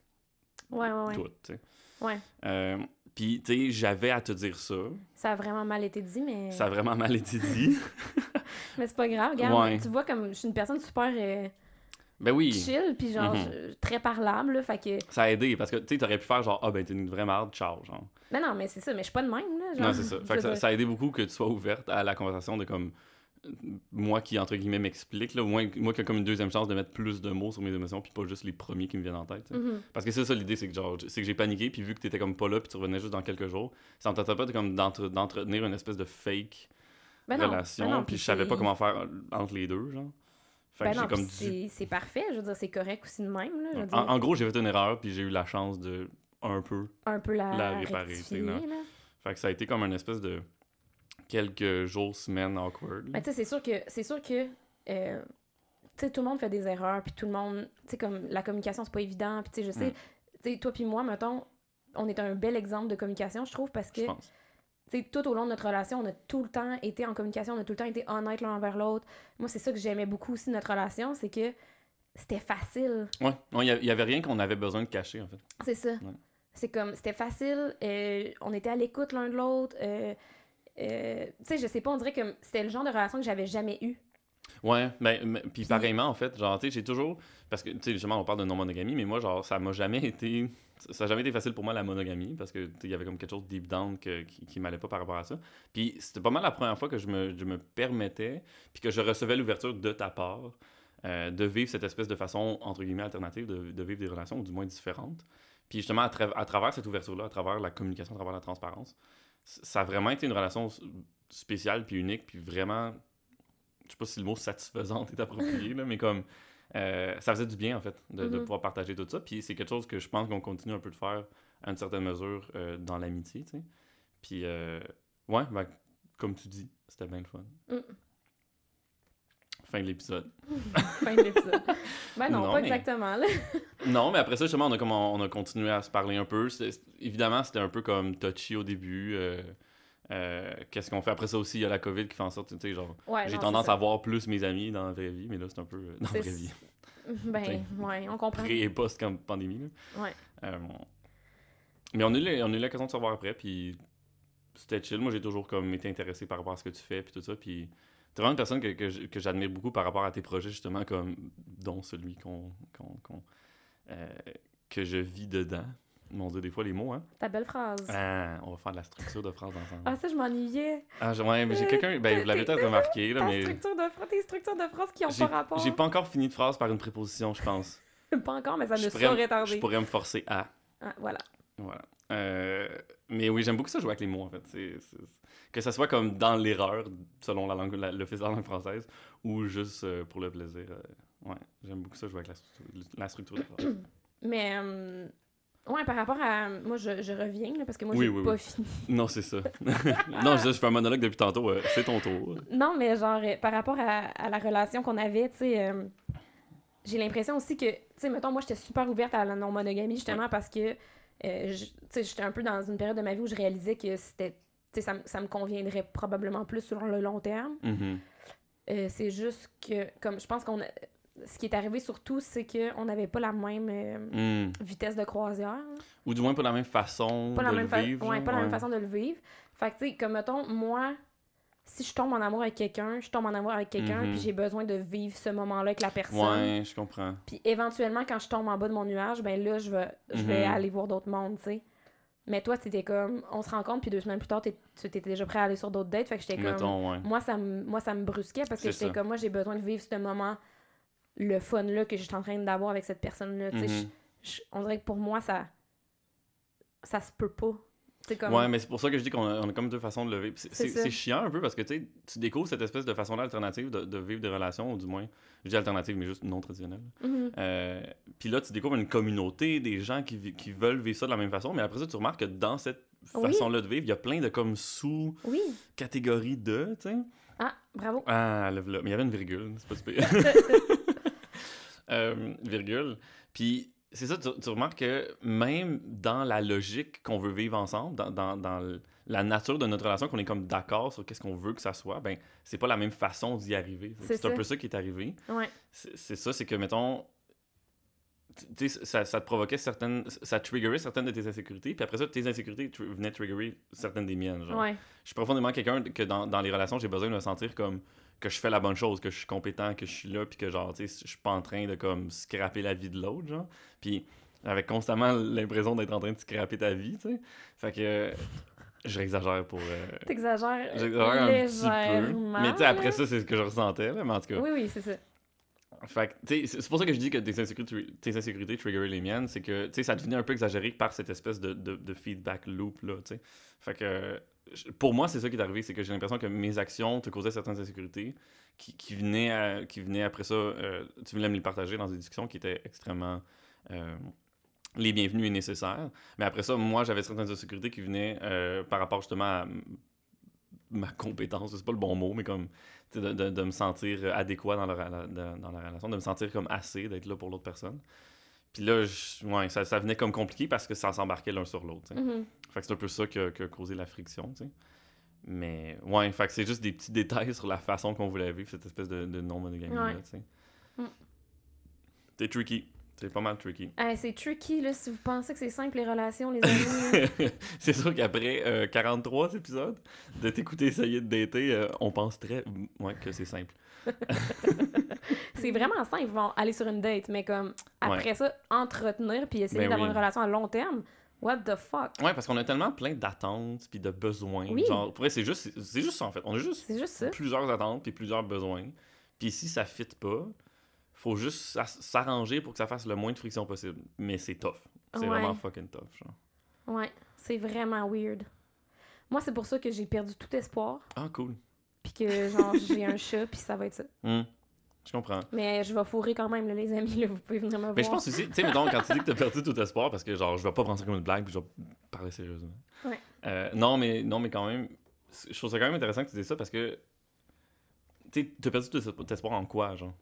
Ouais, ouais, ouais. toutes, tu sais. Ouais. Euh, Puis, tu sais, j'avais à te dire ça. Ça a vraiment mal été dit, mais... Ça a vraiment mal été dit. Mais c'est pas grave, regarde, Ouais. tu vois, comme je suis une personne super euh, Ben oui, chill, puis genre, Mhm. je- très parlable, là, fait que... ça a aidé, parce que, tu sais, t'aurais pu faire genre, ah ben, t'es une vraie marde, ciao, genre. Non, non, mais c'est ça, mais je suis pas de même, là, genre... Non, c'est ça. je Fait que veux ça, dire- ça a aidé beaucoup que tu sois ouverte à la conversation de comme... euh, Moi qui, entre guillemets, m'explique, là, moi, moi qui ai comme une deuxième chance de mettre plus de mots sur mes émotions, puis pas juste les premiers qui me viennent en tête, tu sais. Mhm. Parce que c'est ça l'idée, c'est que genre, c'est que j'ai paniqué, puis vu que t'étais comme pas là, puis tu revenais juste dans quelques jours, ça me tentait pas de, comme d'entre- d'entretenir une espèce de fake Ben non, relation, ben non, puis puis je savais pas c'est- comment faire entre les deux, genre. Fait Ben que non, j'ai comme puis dû... c'est c'est parfait, je veux dire, c'est correct aussi de même, là, je veux dire, En, en gros, j'ai fait une erreur, puis j'ai eu la chance de un peu. un peu la, la réparer, rectifier, tu sais, là. là. Fait que ça a été comme une espèce de quelques jours, semaines awkward. là. Ben, tu sais, c'est sûr que, c'est sûr que, euh, tu sais, tout le monde fait des erreurs, puis tout le monde, tu sais, comme, la communication, c'est pas évident, puis tu sais, je sais, Mm. tu sais, toi puis moi, mettons, on est un bel exemple de communication, je trouve, parce que, Je tu pense. sais, tout au long de notre relation, on a tout le temps été en communication, on a tout le temps été honnête l'un envers l'autre. Moi, c'est ça que j'aimais beaucoup aussi de notre relation, c'est que c'était facile. Ouais, il y, a- y avait rien qu'on avait besoin de cacher, en fait. C'est ça. C'est comme, c'était facile, euh, on était à l'écoute l'un de l'autre, euh, euh, tu sais, je sais pas, on dirait que c'était le genre de relation que j'avais jamais eu. Ouais, ben, mais- puis Puis- pareillement, en fait, genre, tu sais, j'ai toujours... Parce que, tu sais, justement, on parle de non-monogamie, mais moi, genre, ça m'a jamais été... Ça a jamais été facile pour moi, la monogamie, parce que, tu sais, il y avait comme quelque chose de deep down que, qui, qui m'allait pas par rapport à ça. Puis c'était pas mal la première fois que je me, je me permettais, puis que je recevais l'ouverture de ta part, euh, de vivre cette espèce de façon, entre guillemets, alternative, de, de vivre des relations, ou du moins différentes. Puis justement, à, tra- à travers cette ouverture-là, à travers la communication, à travers la transparence, c- ça a vraiment été une relation s- spéciale, puis unique, puis vraiment... Je sais pas si le mot satisfaisante est approprié, là, mais comme... euh, ça faisait du bien, en fait, de, de Mhm. pouvoir partager tout ça. Puis c'est quelque chose que je pense qu'on continue un peu de faire à une certaine mesure euh, dans l'amitié, tu sais. Puis, euh, ouais, ben, comme tu dis, c'était bien le fun. Mm. Fin de l'épisode. Fin de l'épisode. Ben non, Non, pas mais- exactement, là. Non, mais après ça, justement, on a, comme, on a continué à se parler un peu. C'était- c'est- évidemment, c'était un peu comme touchy au début. euh, euh, Qu'est-ce qu'on fait? Après ça aussi, il y a la COVID qui fait en sorte, tu sais, genre... Ouais, J'ai non, tendance c'est à ça. voir plus mes amis dans la vraie vie, mais là, c'est un peu euh, dans la C'est- vraie vie. Ben, T'sais. ouais, on comprend. Pré- et post-pandémie, là. Ouais. Euh, mais on a eu l- on a eu l'occasion de se revoir après, puis c'était chill. Moi, j'ai toujours comme été intéressé par rapport à ce que tu fais, puis tout ça. Puis t'es vraiment une personne que, que, j- que j'admire beaucoup par rapport à tes projets, justement, comme dont celui qu'on, qu'on, qu'on, euh, que je vis dedans. Mon Dieu, des fois, les mots, hein. Ta belle phrase. Ah, on va faire de la structure de phrase ensemble. Ah, ça, je m'ennuyais. Ah, je- ouais, mais j'ai quelqu'un... Ben, vous l'avez peut-être remarqué, là, Ta mais... structure de phrases, tes structures de phrases qui ont J'ai, pas rapport. j'ai pas encore fini de phrase par une préposition, je pense. Pas encore, mais ça Je ne pourrais, saurait je tarder. pourrais me forcer à... Ah, voilà. Voilà. Euh, mais oui, j'aime beaucoup ça jouer avec les mots, en fait. C'est, c'est- que ça soit comme dans l'erreur, selon la langue, la, l'office de la langue française, ou juste euh, pour le plaisir. euh, ouais, j'aime beaucoup ça jouer avec la, stru- la structure de phrase. Mais, euh, ouais, par rapport à... Moi, je, je reviens, là, parce que moi, Oui, j'ai oui, pas oui. fini. Non, c'est ça. non, je, je fais un monologue depuis tantôt. euh, c'est ton tour. Non, mais genre, euh, par rapport à, à la relation qu'on avait, tu sais, euh, j'ai l'impression aussi que, tu sais, mettons, moi, j'étais super ouverte à la non-monogamie, justement, parce que, euh, je- tu sais, j'étais un peu dans une période de ma vie où je réalisais que c'était sais, ça, m- ça me conviendrait probablement plus sur le long terme. Mhm. Euh, c'est juste que, comme je pense qu'on a... Ce qui est arrivé surtout, c'est qu'on n'avait pas la même euh, Mm. vitesse de croisière. Ou du moins pas la même façon Pas de la le même fa- vivre. ouais, genre, pas la même ouais. façon de le vivre. Fait que, tu sais, comme mettons, moi, si je tombe en amour avec quelqu'un, je tombe en amour avec quelqu'un, Mhm. puis j'ai besoin de vivre ce moment-là avec la personne. Ouais, je comprends. Puis éventuellement, quand je tombe en bas de mon nuage, ben là, je vais, je vais Mhm. aller voir d'autres mondes, tu sais. Mais toi, c'était comme, on se rencontre, puis deux semaines plus tard, t'es- tu étais déjà prêt à aller sur d'autres dates. Fait que j'étais comme, Mettons, ouais. moi, ça me, moi, ça me brusquait parce que C'est j'étais ça. comme, moi, j'ai besoin de vivre ce moment, le fun-là que j'étais en train d'avoir avec cette personne-là. Tu sais, Mhm. je- je- on dirait que pour moi, ça, ça se peut pas. C'est comme, Ouais, mais c'est pour ça que je dis qu'on a, on a comme deux façons de le vivre. C'est, C'est c'est, ça. c'est chiant un peu parce que tu sais, tu découvres cette espèce de façon-là alternative de, de vivre des relations, ou du moins, je dis alternative, mais juste non traditionnelle. mhm. Euh, Puis là, tu découvres une communauté, des gens qui, vi- qui veulent vivre ça de la même façon, mais après ça, tu remarques que dans cette Oui. façon-là de vivre, il y a plein de comme sous-catégories Oui. de, tu sais. Ah, bravo. Ah, là, là. Mais il y avait une virgule, c'est pas super. euh, virgule. Puis c'est ça, tu, tu remarques que même dans la logique qu'on veut vivre ensemble, dans, dans, dans le- la nature de notre relation, qu'on est comme d'accord sur qu'est-ce qu'on veut que ça soit, ben c'est pas la même façon d'y arriver. C'est C'est un ça. peu ça qui est arrivé. Ouais. C'est c'est ça, c'est que, mettons, tu sais, ça, ça te provoquait certaines... Ça triggerait certaines de tes insécurités, puis après ça, tes insécurités tr- venaient triggerer certaines des miennes, genre. Ouais. Je suis profondément quelqu'un que dans, dans les relations, j'ai besoin de me sentir comme que je fais la bonne chose, que je suis compétent, que je suis là, puis que genre, tu sais, je suis pas en train de comme scraper la vie de l'autre, genre. Puis avec constamment l'impression d'être en train de scraper ta vie, tu sais. Fait que euh, j'exagère pour... euh, T'exagères j'exagère un petit peu. légèrement. Mais tu sais, après là. ça, c'est ce que je ressentais, là, mais en tout cas... Oui, oui, c'est ça. Fait que, tu sais, c'est c'est pour ça que je dis que tes insécurités, tes insécurités triggeraient les miennes, c'est que, tu sais, ça devenait un peu exagéré par cette espèce de, de, de feedback loop, là, tu sais. Fait que, je- pour moi, c'est ça qui est arrivé, c'est que j'ai l'impression que mes actions te causaient certaines insécurités qui, qui, venaient, à- qui venaient après ça, euh, tu voulais me les partager dans des discussions qui étaient extrêmement... euh, les bienvenus et nécessaires. Mais après ça, moi, j'avais certaines insécurités qui venaient euh, par rapport justement à m- ma compétence, c'est pas le bon mot, mais comme tu sais, de, de, de me sentir adéquat dans la, rela- dans, dans la relation, de me sentir comme assez d'être là pour l'autre personne. Puis là, je- ouais, ça, ça venait comme compliqué parce que ça s'embarquait l'un sur l'autre. tu sais. Mhm. Fait que c'est un peu ça qui a, qui a causé la friction, tu sais. Mais ouais, fait que c'est juste des petits détails sur la façon qu'on voulait vivre cette espèce de, de non-monogamie-là, Ouais. tu sais. Mm. C'est tricky. C'est pas mal tricky. Hey, c'est tricky, là, si vous pensez que c'est simple, les relations, les amis. C'est sûr qu'après euh, quarante-trois épisodes, de t'écouter essayer de dater, euh, on pense très ouais, que c'est simple. C'est vraiment simple, ils vont aller sur une date, mais comme, après ça, entretenir puis essayer Ben d'avoir oui. une relation à long terme, what the fuck? Ouais, parce qu'on a tellement plein d'attentes puis de besoins. Oui. Genre, pour vrai, c'est juste, c'est- c'est juste ça en fait. On a juste C'est juste ça. plusieurs attentes puis plusieurs besoins. Puis si ça fit pas, faut juste s'as- s'arranger pour que ça fasse le moins de friction possible. Mais c'est tough. C'est Ouais. vraiment fucking tough. Genre. Ouais, c'est vraiment weird. Moi, c'est pour ça que j'ai perdu tout espoir, Ah, cool. puis que, genre, j'ai un chat, puis ça va être ça. Hmm. Je comprends. Mais je vais fourrer quand même, là, les amis, là, vous pouvez venir me voir. Mais je pense aussi, tu sais, mettons, quand tu dis que t'as perdu tout espoir, parce que genre, je vais pas prendre ça comme une blague, puis je vais parler sérieusement. Ouais. Euh, non, mais, non, mais quand même, je trouve ça quand même intéressant que tu dises ça parce que, tu sais, t'as perdu tout espoir en quoi, genre?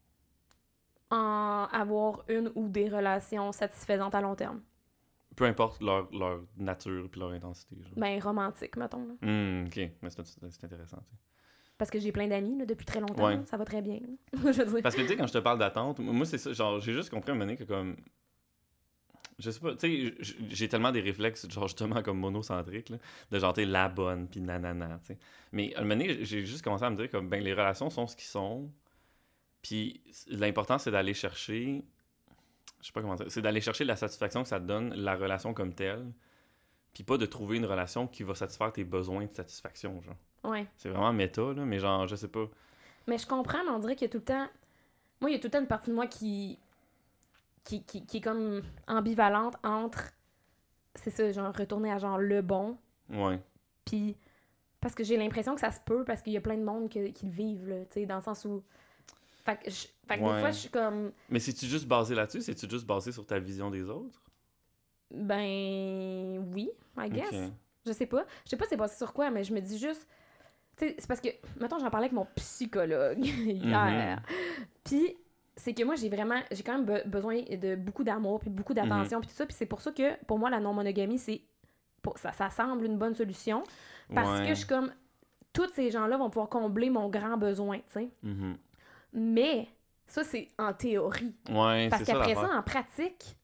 En avoir une ou des relations satisfaisantes à long terme. Peu importe leur, leur nature puis leur intensité, genre. Ben, romantique, mettons, là. Hmm, ok, mais c'est, c'est intéressant, tu sais. Parce que j'ai plein d'amis, là, depuis très longtemps, Ouais. là, ça va très bien. là. Je veux dire. Parce que, tu sais, quand je te parle d'attente, moi, c'est ça, genre, j'ai juste compris à un moment donné que, comme, je sais pas, tu sais, j- j'ai tellement des réflexes, genre, justement, comme monocentriques, là, de genre, tu sais, la bonne, puis nanana, tu sais. Mais à un moment donné, j'ai juste commencé à me dire, comme, ben, les relations sont ce qu'ils sont, puis l'important, c'est d'aller chercher, je sais pas comment dire, c'est d'aller chercher la satisfaction que ça te donne, la relation comme telle, puis pas de trouver une relation qui va satisfaire tes besoins de satisfaction, genre. Ouais. C'est vraiment méta, là, mais genre, je sais pas. Mais je comprends, mais on dirait qu'il y a tout le temps... Moi, il y a tout le temps une partie de moi qui... Qui, qui, qui est comme ambivalente entre... C'est ça, genre, retourner à genre le bon, Ouais. puis... Parce que j'ai l'impression que ça se peut, parce qu'il y a plein de monde que- qui le vivent, là, tu sais, dans le sens où... Fait que, je- fait que Ouais. des fois, je suis comme... Mais c'est-tu juste basé là-dessus? C'est-tu juste basé sur ta vision des autres? Ben... Oui, I guess. Ok. Je sais pas. Je sais pas c'est basé sur quoi, mais je me dis juste... Tu sais, c'est parce que... Mettons, j'en parlais avec mon psychologue hier. Puis, c'est que moi, j'ai vraiment... J'ai quand même be- besoin de beaucoup d'amour, puis beaucoup d'attention, puis tout ça. Puis c'est pour ça que, pour moi, la non-monogamie, c'est pour- ça, ça semble une bonne solution. Parce Ouais. que je suis comme, tous ces gens-là vont pouvoir combler mon grand besoin, tu sais. Mhm. Mais, ça, c'est en théorie. Ouais, Parce c'est ça qu'après l'affaire. ça, en pratique,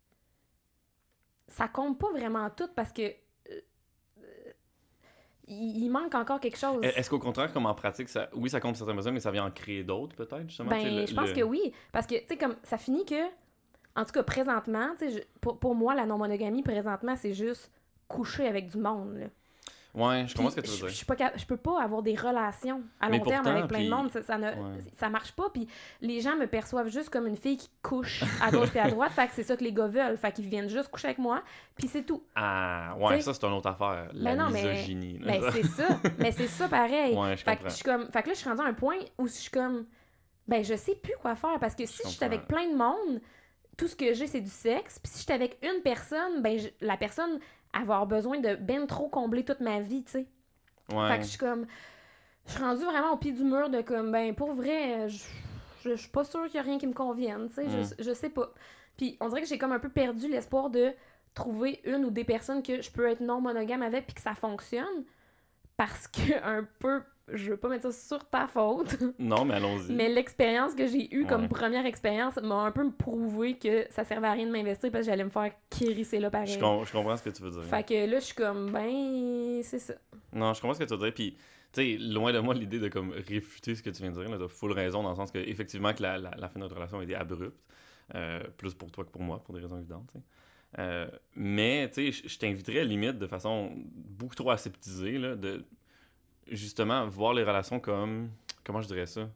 ça compte pas vraiment tout parce que euh, il, il manque encore quelque chose. Est-ce qu'au contraire, comme en pratique, ça... oui, ça compte certains besoins, mais ça vient en créer d'autres, peut-être, justement? tu sais, Ben, le- je pense le- que oui. Parce que, tu sais, comme, ça finit que, en tout cas, présentement, tu sais, je- pour, pour moi, la non-monogamie, présentement, c'est juste coucher avec du monde, là. Ouais, je comprends ce que Puis, tu je, veux je dire. suis pas cap- je peux pas avoir des relations à Mais long terme pourtant, avec plein puis- de monde, ça, ça, ne, Ouais. ça marche pas, puis les gens me perçoivent juste comme une fille qui couche à gauche et à droite, fait que c'est ça que les gars veulent, fait qu'ils viennent juste coucher avec moi, puis c'est tout. Ah, ouais, T'sais- ça, c'est une autre affaire. La Ben non, mais- misogynie. là. Ben c'est ça, mais c'est ça pareil. Ouais, je Fait que, comprends. je suis comme, fait que là, je suis rendue à un point où je suis comme, ben je sais plus quoi faire, parce que si Je je suis avec comprends. plein de monde, tout ce que j'ai, c'est du sexe, puis si je suis avec une personne, ben je- la personne elle va avoir besoin de ben trop combler toute ma vie, tu sais. Ouais. Fait que je suis comme. Je suis rendue vraiment au pied du mur de comme, ben, pour vrai, je je- je suis pas sûre qu'il y a rien qui me convienne, tu sais, Mm. je, je sais pas. Puis on dirait que j'ai comme un peu perdu l'espoir de trouver une ou des personnes que je peux être non monogame avec puis que ça fonctionne. Parce que, un peu, je veux pas mettre ça sur ta faute, Non, mais allons-y. mais l'expérience que j'ai eue comme Ouais. première expérience m'a un peu prouvé que ça servait à rien de m'investir parce que j'allais me faire kérisser là pareil. Je, com- je comprends ce que tu veux dire. Fait que là, je suis comme, ben, c'est ça. Non, je comprends ce que tu veux dire. Puis, tu sais, loin de moi l'idée de comme réfuter ce que tu viens de dire. T'as full raison dans le sens que, effectivement, que la, la, la fin de notre relation a été abrupte. Euh, plus pour toi que pour moi, pour des raisons évidentes. t'sais. Euh, mais, tu sais, je je t'inviterais à la limite de façon beaucoup trop aseptisée, là, de justement voir les relations comme. Comment je dirais ça?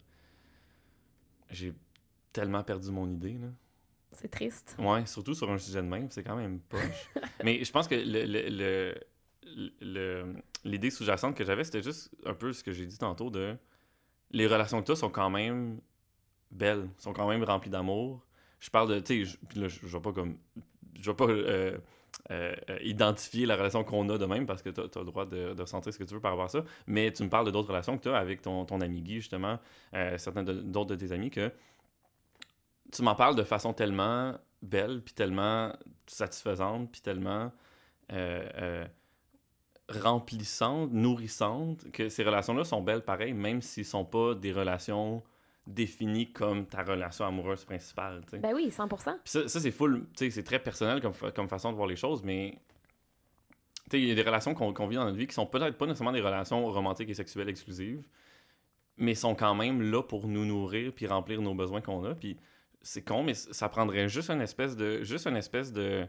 J'ai tellement perdu mon idée, là. C'est triste. Ouais, surtout sur un sujet de même, c'est quand même poche. Mais je pense que le, le, le, le- l'idée sous-jacente que j'avais, c'était juste un peu ce que j'ai dit tantôt de les relations que tu as sont quand même belles, sont quand même remplies d'amour. Je parle de, tu sais, je- puis là, je je vais pas comme, je vais pas euh, euh, euh, identifier la relation qu'on a de même parce que tu as le droit de, de ressentir ce que tu veux par rapport à ça, mais tu me parles de d'autres relations que tu as avec ton, ton ami Guy, justement, euh, certains de- d'autres de tes amis que tu m'en parles de façon tellement belle, puis tellement satisfaisante, puis tellement euh, euh, remplissante, nourrissante, que ces relations-là sont belles pareil, même s'ils sont pas des relations définies comme ta relation amoureuse principale. t'sais. Ben oui, cent pour cent. Puis ça, ça c'est full, tu sais, c'est très personnel comme, fa- comme façon de voir les choses, mais tu sais, il y a des relations qu'on qu'on vit dans notre vie qui sont peut-être pas nécessairement des relations romantiques et sexuelles exclusives, mais sont quand même là pour nous nourrir puis remplir nos besoins qu'on a. Puis c'est con, mais ça prendrait juste une espèce de, juste une espèce de,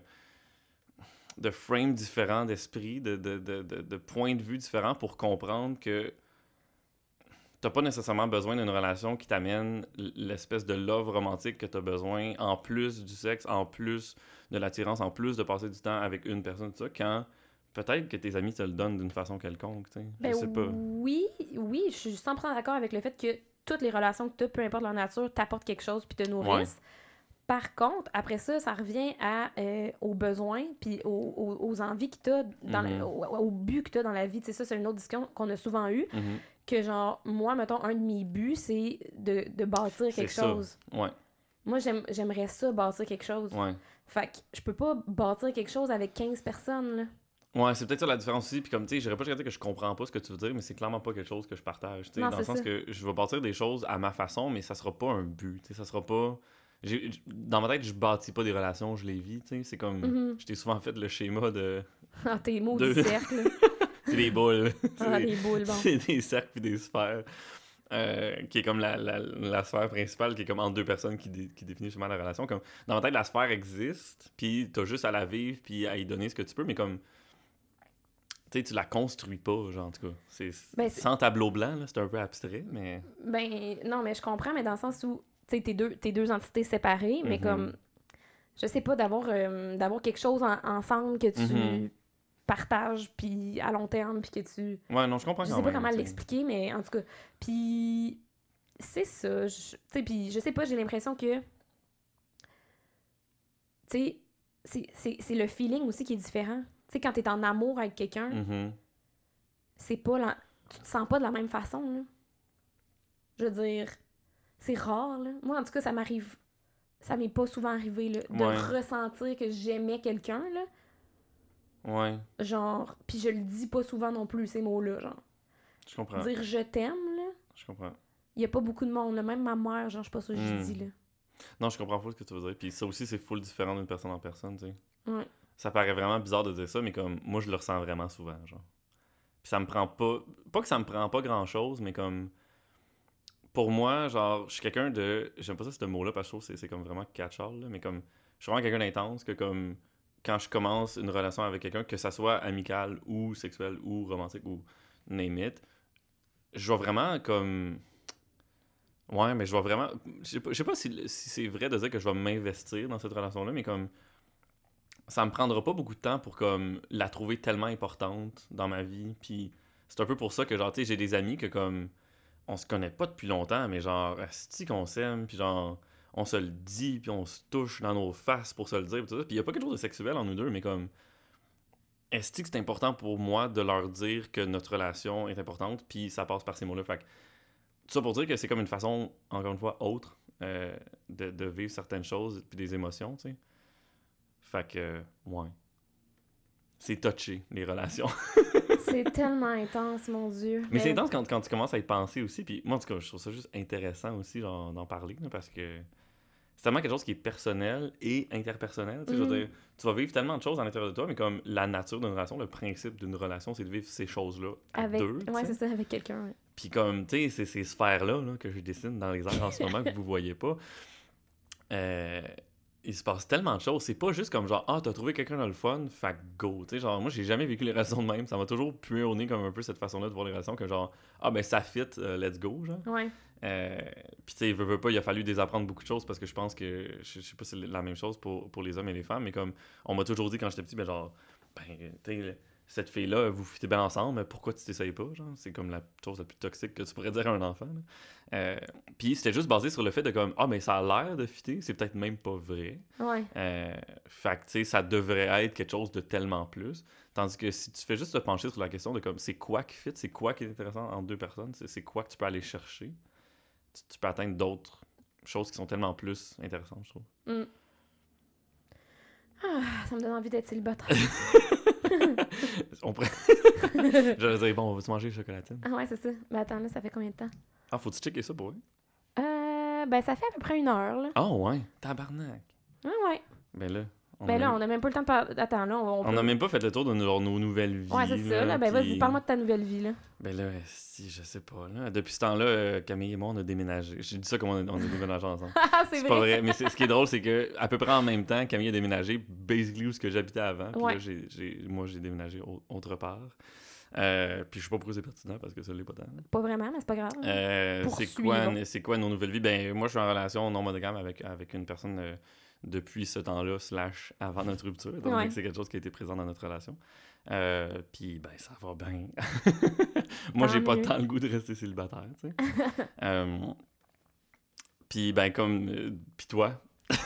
de frame différent d'esprit, de, de, de, de, de point de vue différent pour comprendre que t'as pas nécessairement besoin d'une relation qui t'amène l'espèce de love romantique que t'as besoin, en plus du sexe, en plus de l'attirance, en plus de passer du temps avec une personne, tout ça, quand peut-être que tes amis te le donnent d'une façon quelconque, tu sais. Ben Je sais pas. oui, oui, je suis cent pour cent d'accord avec le fait que toutes les relations que tu as, peu importe leur nature, t'apportent quelque chose puis te nourrissent. Par contre, après ça, ça revient à, euh, aux besoins puis aux, aux, aux envies que tu as, dans Mhm. le- au, au but que tu as dans la vie. Tu sais, ça, c'est une autre discussion qu'on a souvent eue. Mhm. Que genre, moi, mettons, un de mes buts, c'est de, de bâtir C'est quelque ça. chose. Ouais, Moi, j'aime, j'aimerais ça, bâtir quelque chose. ouais. Fait que je peux pas bâtir quelque chose avec quinze personnes, là. Ouais, c'est peut-être ça la différence aussi. Puis comme, tu sais, j'irais pas dire que je comprends pas ce que tu veux dire, mais c'est clairement pas quelque chose que je partage. tu sais, Non, dans le c'est sens ça. que je vais bâtir des choses à ma façon, mais ça sera pas un but. tu sais, Ça sera pas. j'ai- j- Dans ma tête, je bâtis pas des relations, je les vis. tu sais, C'est comme. Mhm. Je t'ai souvent fait le schéma de. Ah, tes mots Deux. du cercle. C'est des boules. Ah, C'est des- des boules, bon. C'est des cercles puis des sphères. Euh, qui est comme la, la, la sphère principale, qui est comme entre deux personnes qui, dé- qui définit justement la relation. Comme, dans ma tête, la sphère existe, puis t'as juste à la vivre, puis à y donner ce que tu peux, mais comme. Tu sais, tu la construis pas, genre, en tout cas. C'est, Ben, c'est- sans tableau blanc, là, c'est un peu abstrait, mais. Ben, non, mais je comprends, mais dans le sens où, tu sais, t'es deux, t'es deux entités séparées, mais Mhm. comme, je sais pas, d'avoir euh, d'avoir quelque chose en- ensemble que tu Mhm. partages, puis à long terme, puis que tu... Ouais, non, je comprends Je quand sais pas même, comment tu sais. l'expliquer, mais en tout cas, puis c'est ça, je- tu sais, puis je sais pas, j'ai l'impression que, tu sais, c'est- c'est c'est le feeling aussi qui est différent. Tu sais, quand t'es en amour avec quelqu'un, Mhm. c'est pas la... tu te sens pas de la même façon, là. Je veux dire, c'est rare, là. Moi, en tout cas, ça m'arrive... Ça m'est pas souvent arrivé, là, de Ouais. ressentir que j'aimais quelqu'un, là. Ouais. Genre, puis je le dis pas souvent non plus, ces mots-là, genre. Je comprends. Dire je t'aime, là. Je comprends. Il y a pas beaucoup de monde, là. Même ma mère, genre, je sais pas ça que Mm. je dis, là. Non, je comprends pas ce que tu veux dire. Puis ça aussi, c'est full différent d'une personne en personne, tu sais. Ouais. Ça paraît vraiment bizarre de dire ça, mais comme, moi, je le ressens vraiment souvent, genre. Puis ça me prend pas... Pas que ça me prend pas grand-chose, mais comme... Pour moi, genre, je suis quelqu'un de... J'aime pas ça, ce mot-là, parce que je trouve que c'est, c'est comme vraiment catch-all, là, mais comme... Je suis vraiment quelqu'un d'intense, que comme... Quand je commence une relation avec quelqu'un, que ça soit amical ou sexuel ou romantique ou name it, je vais vraiment comme... Ouais, mais je vais vraiment... Je sais pas, je sais pas si, si c'est vrai de dire que je vais m'investir dans cette relation-là, mais comme... Ça me prendra pas beaucoup de temps pour comme la trouver tellement importante dans ma vie. Puis c'est un peu pour ça que genre, tu sais, j'ai des amis que comme... On se connaît pas depuis longtemps, mais genre, asti qu'on s'aime, puis genre... On se le dit, puis on se touche dans nos faces pour se le dire, puis tout ça. Puis il y a pas quelque chose de sexuel en nous deux, mais comme... Est-ce que c'est important pour moi de leur dire que notre relation est importante, puis ça passe par ces mots-là. Fait que, tout ça pour dire que c'est comme une façon, encore une fois, autre euh, de, de vivre certaines choses, puis des émotions, tu sais. Fait que, ouais. C'est touché, les relations. C'est tellement intense, mon Dieu. Mais, Mais c'est intense quand, quand tu commences à y penser aussi, puis moi, en tout cas, je trouve ça juste intéressant aussi, genre, d'en parler, là, parce que... C'est tellement quelque chose qui est personnel et interpersonnel. Tu sais, Mm-hmm. je veux dire, tu vas vivre tellement de choses à l'intérieur de toi, mais comme la nature d'une relation, le principe d'une relation, c'est de vivre ces choses-là à avec... deux. Ouais, c'est ça, avec quelqu'un. Ouais. Puis comme, tu sais, c'est ces sphères-là là, que je dessine dans les airs en ce moment que vous voyez pas. Euh, il se passe tellement de choses. C'est pas juste comme genre, ah, t'as trouvé quelqu'un dans le fun, fait que go. Tu sais, genre, moi, j'ai jamais vécu les relations de même. Ça m'a toujours pué au nez comme un peu cette façon-là de voir les relations, que genre, ah, ben ça fit, uh, let's go, genre. Ouais. Euh, puis tu sais, veux, veux pas, il a fallu désapprendre beaucoup de choses parce que je pense que, je, je sais pas si c'est la même chose pour, pour les hommes et les femmes, mais comme on m'a toujours dit quand j'étais petit, ben genre, ben, tu sais, cette fille-là, vous fitez bien ensemble, mais pourquoi tu t'essayes pas, genre? C'est comme la chose la plus toxique que tu pourrais dire à un enfant, là. Euh, puis c'était juste basé sur le fait de comme, ah, mais ça a l'air de fitter, c'est peut-être même pas vrai. Ouais. Euh, fait que, tu sais, ça devrait être quelque chose de tellement plus. Tandis que si tu fais juste te pencher sur la question de comme, c'est quoi qui fit, c'est quoi qui est intéressant entre deux personnes, c'est, c'est quoi que tu peux aller chercher, tu, tu peux atteindre d'autres choses qui sont tellement plus intéressantes, je trouve. Mm. Ah, ça me donne envie d'être célibataire. On pourrait... J'allais dire, bon, on va se manger chocolatine. Ah ouais, c'est ça. Ben attends, là, ça fait combien de temps? Ah, faut-tu checker ça pour eux? Euh, ben ça fait à peu près une heure, là. Ah oh, ouais, tabarnak. Ah ouais. Ben là... On ben a là, même... on a même pas le temps de parler... Attends, là, on... On peut... n'a même pas fait le tour de nos, nos nouvelles vies. Ouais, c'est ça, là. Ben puis... vas-y, parle-moi de ta nouvelle vie, là. Ben là, si, je sais pas, là. Depuis ce temps-là, euh, Camille et moi, on a déménagé. J'ai dit ça comme on a, on a déménagé ensemble. Ah, c'est, C'est vrai. pas vrai, mais c'est, ce qui est drôle, c'est que à peu près en même temps, Camille a déménagé, basically où ce que j'habitais avant. Puis ouais. là, j'ai, j'ai, moi, j'ai déménagé au, autre part. Euh, puis je sais pas pourquoi c'est pertinent, parce que ça l'est pas tant. Pas vraiment, mais c'est pas grave. Euh, c'est, quoi, c'est quoi nos nouvelles vies? Ben, moi, je suis en relation non monogame avec, avec une personne euh, depuis ce temps-là, slash avant notre rupture. Donc, ouais. C'est quelque chose qui a été présent dans notre relation. Euh, puis, ben, ça va bien. Moi, tant j'ai mieux. Pas tant le goût de rester célibataire, tu sais. euh, puis, ben, comme... Euh, puis toi?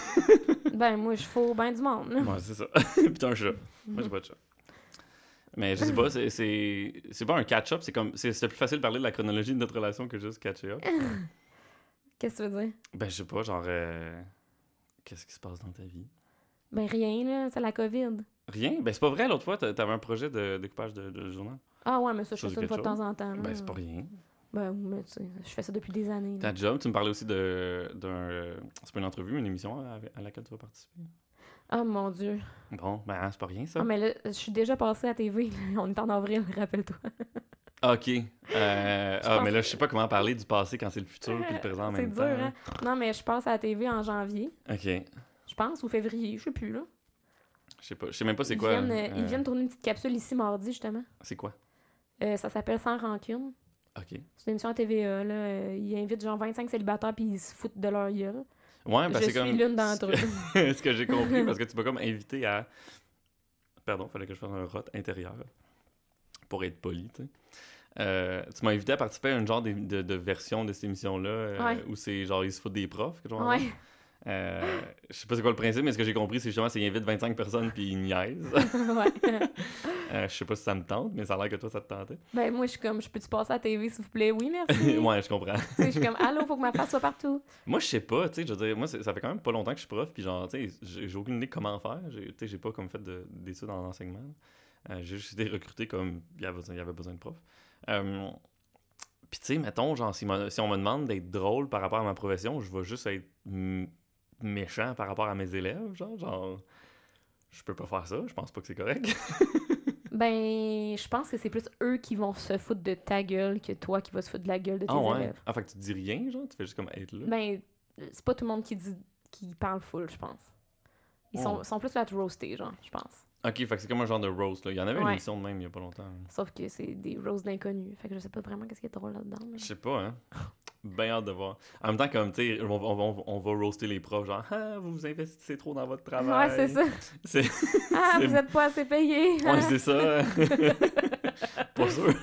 Ben, moi, je fous ben du monde. Ouais, c'est ça. Puis t'as un chat. Moi, j'ai pas de chat. Mais je sais pas, c'est, c'est, c'est pas un catch-up, c'est comme... C'est, c'était plus facile de parler de la chronologie de notre relation que juste catch-up. Qu'est-ce que tu veux dire? Ben, je sais pas, genre... Euh, qu'est-ce qui se passe dans ta vie? Ben, rien, là. C'est la COVID. Rien? Ben, c'est pas vrai, l'autre fois, t'avais un projet de découpage de, de journal. Ah ouais, mais ça, je fais ça une fois de temps en temps. Là. Ben, c'est pas rien. Ben, mais tu sais, je fais ça depuis des années. Ta job, tu me parlais aussi de, d'un... C'est pas une entrevue, mais une émission à, à laquelle tu vas participer. Ah, mon Dieu. Bon, ben, c'est pas rien, ça. Ah, mais là, je suis déjà passée à T V. On est en avril, rappelle-toi. OK. Euh, ah, mais là, je sais pas comment parler du passé quand c'est le futur puis le présent en même dur, temps. Hein? Non, mais je passe à la T V en janvier. OK. Je pense, ou février, je sais plus, là. Je sais pas. Je sais même pas c'est ils quoi. Viennent, euh... Ils viennent tourner une petite capsule ici mardi, justement. C'est quoi? Euh, ça s'appelle Sans rancune. OK. C'est une émission à T V A, là. Euh, ils invitent genre vingt-cinq célibataires puis ils se foutent de leur gueule. Ouais, parce que c'est Je comme... suis l'une d'entre eux. Ce que j'ai compris, parce que tu m'as comme invité à... Pardon, fallait que je fasse un rot intérieur pour être poli, tu sais. Euh, tu m'as invité à participer à une genre de, de, de version de cette émission-là euh, ouais. Où c'est genre ils se foutent des profs. Que je ouais. Euh, je sais pas c'est quoi le principe, mais ce que j'ai compris, c'est justement qu'ils invitent vingt-cinq personnes puis ils niaisent. ouais. euh, je sais pas si ça me tente, mais ça a l'air que toi, ça te tentait. Ben, moi, je suis comme, je peux-tu passer à la T V, s'il vous plaît? Oui, merci. Ouais, je comprends. Je suis comme, allô, faut que ma face soit partout. Moi, je sais pas, tu sais, je veux dire, moi, ça fait quand même pas longtemps que je suis prof, puis genre, tu sais, j'ai, j'ai aucune idée de comment faire. J'ai, tu sais, j'ai pas comme fait de, d'études en enseignement. Euh, j'ai juste été recruté comme il y avait, il y avait besoin de profs. Euh, Puis tu sais, mettons, genre, si, si on me demande d'être drôle par rapport à ma profession, je vais juste être m- méchant par rapport à mes élèves, genre, genre, je peux pas faire ça, je pense pas que c'est correct. Ben, je pense que c'est plus eux qui vont se foutre de ta gueule que toi qui vas se foutre de la gueule de tes Ah ouais? élèves. Ah, fait que tu dis rien, genre, tu fais juste comme être là. Ben, c'est pas tout le monde qui dit qui parle full, je pense. Ils Oh. sont, sont plus là à te roaster, genre, je pense. Ok, fait que c'est comme un genre de roast, là. Il y en avait une Ouais. émission de même il y a pas longtemps. Hein. Sauf que c'est des roasts d'inconnus. Fait que je sais pas vraiment qu'est-ce qui est drôle là-dedans. là. Je sais pas, hein. Ben hâte de voir. En même temps, comme, tu sais, on, on, on, on va roaster les profs, genre, ah, vous vous investissez trop dans votre travail. Ouais, c'est ça. C'est... Ah, c'est- vous êtes pas assez payé. Ouais, c'est ça. Pas sûr.